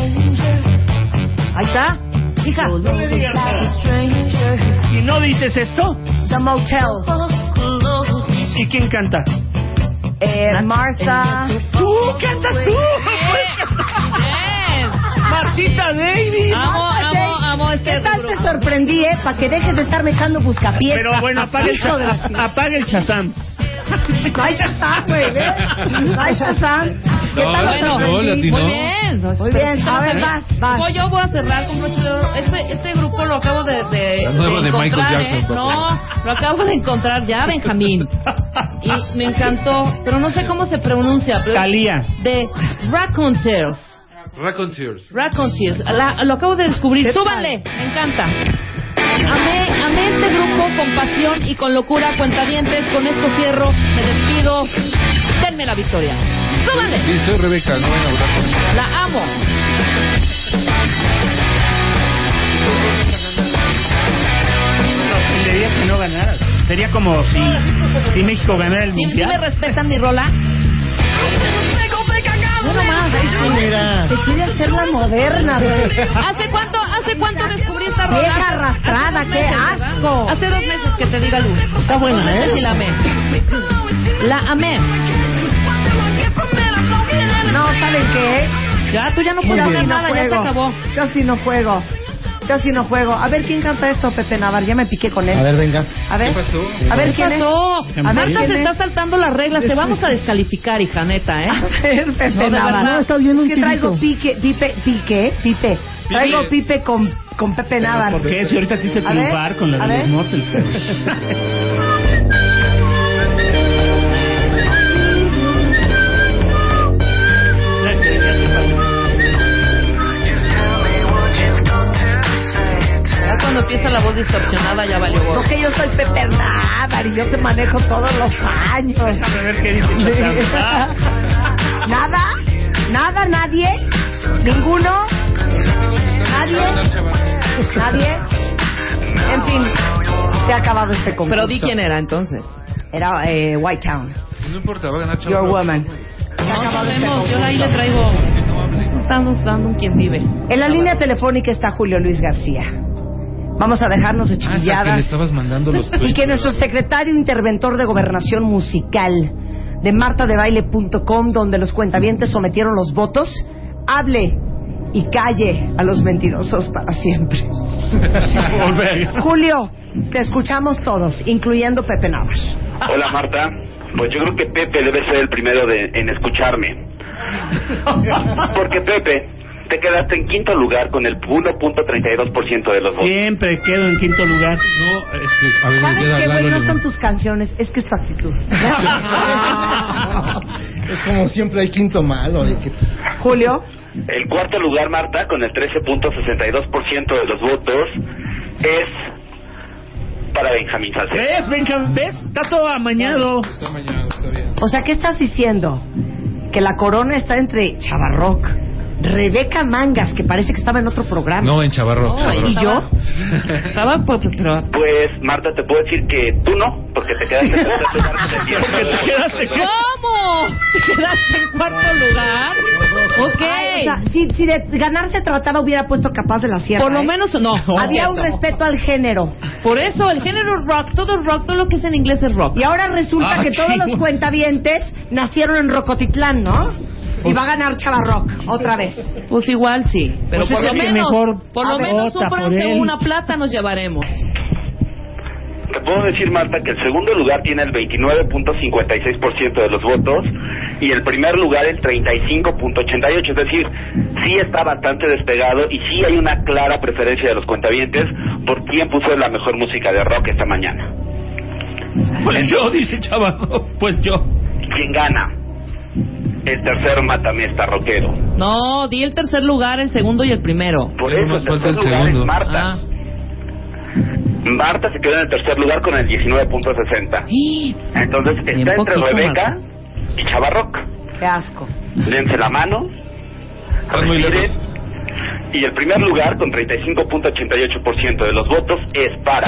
Ahí está. Hija. No le digas nada. ¿Y no dices esto? The Motels. ¿Y quién canta? Martha. ¡Tú! ¡Cantas tú! Bien. Martita Davis. Amo este ¿Qué tal te sorprendí, para que dejes de estarme echando buscapiés? Pero bueno, apaga el Shazam. No hay Shazam, güey, ¿ves? No hay Shazam. ¿Qué tal te sorprendí? Muy bien. Muy bien, a ver, vas. Yo voy a cerrar con broche de oro. Este grupo lo acabo de encontrar, Michael Jackson. No, lo acabo de encontrar ya, Benjamín. Y me encantó, pero no sé cómo se pronuncia. Talía. De Raconteurs. Raconteurs. Lo acabo de descubrir. Súbanle, me encanta. Amé este grupo con pasión y con locura, cuentavientes. Con esto cierro, me despido. Denme la victoria. ¡Súbanle! Sí, soy Rebeca, no vayan a hablar con ella. La amo. Le diría que no ganaras. Sería como si México ganara el Mundial. ¿Sí me respetan mi rola? Uno más. Mira. Te quiere hacer la moderna, güey. ¿Hace cuánto descubrí esta rola? Vieja arrastrada, qué asco. Hace 2 meses que te diga Luz. Está buena, ¿eh? Sí, la amé. La amé. No, ¿saben qué? Ya, tú ya no puedes hacer nada, ya se acabó. Yo sí no juego. A ver, ¿quién canta esto, Pepe Navar? Ya me piqué con él. A ver, venga. A ver. ¿Qué pasó? A ver, ¿quién pasó? es? Marta se está saltando las reglas. Te vamos a descalificar, hija neta, ¿eh? A ver, Pepe Navar. No, está bien un que traigo pipe. Traigo pipe con Pepe Navar. ¿Por qué? Si ahorita te hice triunfar con la de los Motels. Cuando empieza la voz distorsionada ya valió gorro. Porque yo soy Pepe Navar y yo te manejo todos los años. Déjame ver qué dice. Nada, nadie, ninguno, nadie. En fin, se ha acabado este concurso. Pero di quién era entonces. Era White Town. No importa, va a ganar Your Woman. No sabemos, yo ahí le traigo. Estamos dando un quien vive. En la línea telefónica está Julio Luis García. Vamos a dejarnos de chiquilladas. Que le estabas mandando los y que nuestro secretario interventor de Gobernación Musical de martadebaile.com, donde los cuentavientes sometieron los votos, hable y calle a los mentirosos para siempre. Julio, te escuchamos todos, incluyendo Pepe Navas. Hola, Marta. Pues yo creo que Pepe debe ser el primero en escucharme. Porque Pepe, te quedaste en quinto lugar con el 1.32% de los votos. Siempre quedo en quinto lugar. No, ¿Sabes qué, güey? No son tus canciones, es que es tu actitud. Es como siempre hay quinto malo. Julio. El cuarto lugar, Marta, con el 13.62% de los votos, es para Benjamín Salcedo. ¿Ves, Benjamín? ¿Ves? Está todo amañado. Está amañado, está bien. O sea, ¿qué estás diciendo? Que la corona está entre Chavarrock, Rebeca Mangas, que parece que estaba en otro programa. No, en Chavarrock. ¿Y yo? Estaba, pero... Pues, Marta, te puedo decir que tú no, porque te quedaste en tercer lugar con el 10%. ¿Cómo? ¿Te quedaste en cuarto lugar? Ok. Ay, o sea, si de ganar se trataba, hubiera puesto Capaz de la Sierra. Por lo menos, no. Había un respeto al género. Por eso, el género es rock, todo lo que es en inglés es rock. Y ahora resulta que todos los cuentavientes nacieron en Rocotitlán, ¿no? Y va a ganar Chavarrock otra vez. Pues igual sí, pero pues por lo menos un bronce o una plata nos llevaremos. Te puedo decir, Marta, que el segundo lugar tiene el 29.56% de los votos y el primer lugar el 35.88%. Es decir, sí está bastante despegado y sí hay una clara preferencia de los cuentavientes por quién puso la mejor música de rock esta mañana. Pues yo, dice Chavarrock, pues yo. ¿Quién gana? El tercero, Mátame está rockero. No, di el tercer lugar, el segundo y el primero. Por eso, el tercer lugar es Marta. Marta se quedó en el tercer lugar con el 19.60. Entonces está entre Rebeca Marta y Chavarrock. Qué asco. Dense la mano. Respiren. Y el primer lugar con 35.88% de los votos es para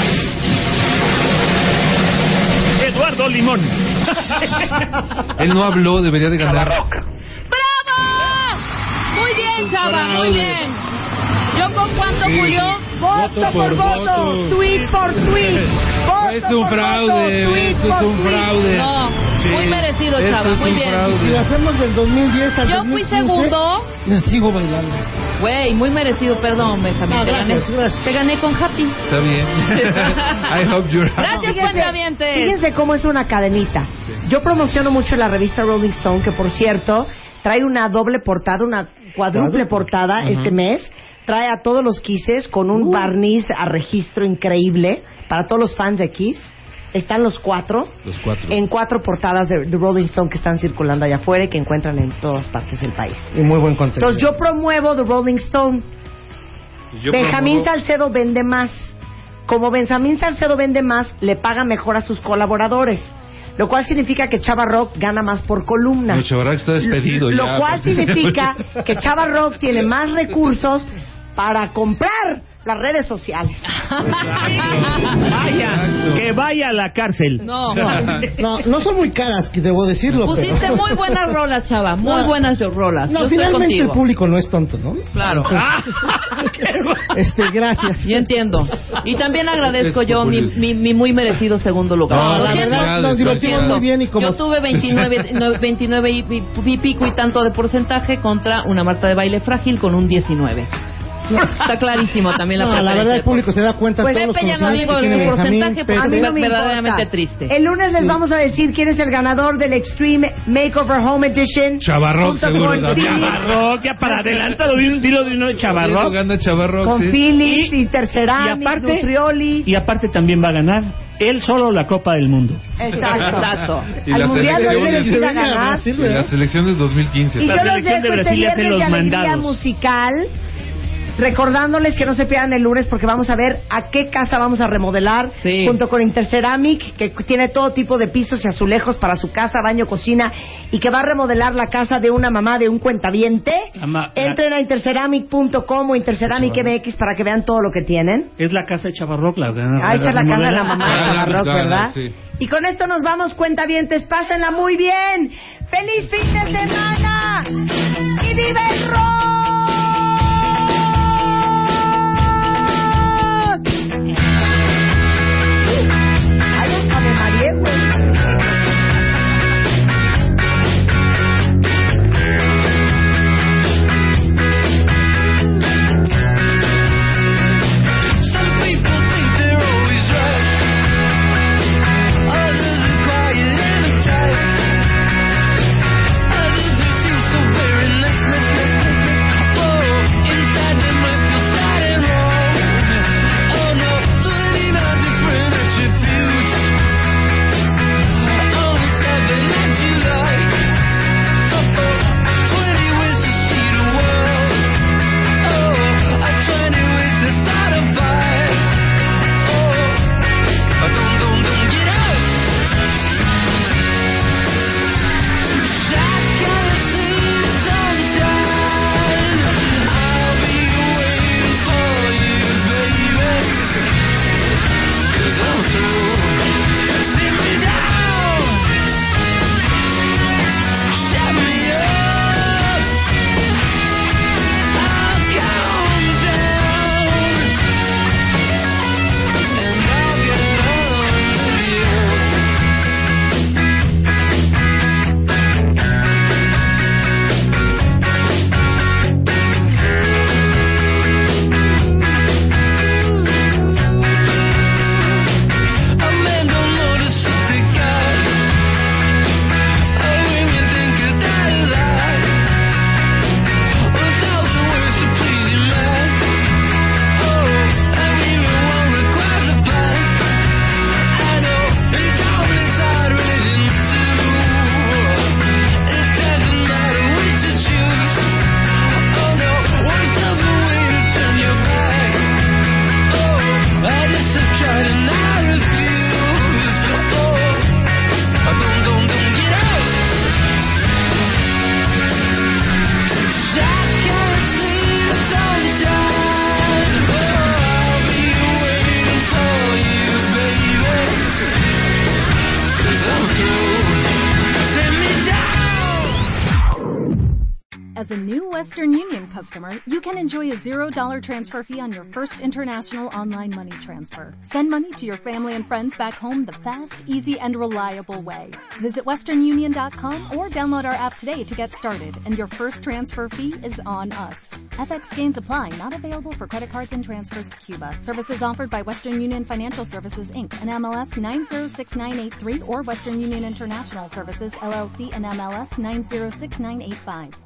Eduardo Limón. Él no habló, debería de ganar. Chavarrock. ¡Bravo! Muy bien, Chava, muy bien. ¿Yo con cuánto, Julio? Voto por voto, tweet por tweet. Es un fraude, esto es un fraude. No, muy merecido, Chava, muy bien. Si lo hacemos del 2010 al Yo 2015, fui segundo. Me sigo bailando. Güey, muy merecido, perdón, Benjamín. Gracias. Te gané con Happy. Está bien. I hope you're happy. Gracias, cuentavientes. Fíjense cómo es una cadenita. Yo promociono mucho la revista Rolling Stone, que por cierto trae una doble portada, una cuádruple portada este mes. Trae a todos los Kisses con un barniz a registro increíble para todos los fans de Kiss. Están los cuatro. En 4 portadas de Rolling Stone que están circulando allá afuera y que encuentran en todas partes del país. Y muy buen contenido. Entonces yo promuevo The Rolling Stone. Benjamín Salcedo vende más. Como Benjamín Salcedo vende más, le paga mejor a sus colaboradores. Lo cual significa que Chavarrock gana más por columna. No, Chavarrock está despedido ya. Lo cual significa que Chavarrock tiene más recursos para comprar las redes sociales. Que vaya a la cárcel. No son muy caras, que debo decirlo. Pusiste pero... muy buenas rolas, Chava, muy buenas rolas. No, yo finalmente el público no es tonto, ¿no? Claro. Gracias. Yo entiendo. Y también agradezco yo mi muy merecido segundo lugar. No, la verdad, nos divertimos muy bien y como... Yo tuve 29 y pico y tanto de porcentaje contra una Marta de Baile frágil con un 19. Está clarísimo también la preferencia. La verdad el público se da cuenta. Pues todos Pepe, los ya no digo el porcentaje porque a mí no me verdaderamente importa. triste. El lunes les vamos a decir quién es el ganador del Extreme Makeover Home Edition. Chavarrock, seguro. Chavarrock, ya para adelántalo, dilo de uno de Chavarrock. Gana Chavarrock, con Philips, Interceramic, Nutrioli. Y aparte también va a ganar él solo la Copa del Mundo. Exacto. Y al la Mundial no quieres ir a selección ganar. de las selecciones 2015. Y yo los selección de dejo este Brasil hacen viernes los de alegría mandados musical. Recordándoles que no se pierdan el lunes porque vamos a ver a qué casa vamos a remodelar junto con Interceramic, que tiene todo tipo de pisos y azulejos para su casa, baño, cocina, y que va a remodelar la casa de una mamá de un cuentaviente. Entren a interceramic.com o Interceramic MX para que vean todo lo que tienen. Es la casa de Chavarrock. Esa es la casa de la mamá de Chavarrock, ¿verdad? Sí. Y con esto nos vamos, cuentavientes. Pásenla muy bien. ¡Feliz fin de semana! ¡Y vive el rock! As a new Western Union customer, you can enjoy a $0 transfer fee on your first international online money transfer. Send money to your family and friends back home the fast, easy, and reliable way. Visit westernunion.com or download our app today to get started, and your first transfer fee is on us. FX gains apply, not available for credit cards and transfers to Cuba. Services offered by Western Union Financial Services, Inc., and MLS 906983, or Western Union International Services, LLC, and MLS 906985.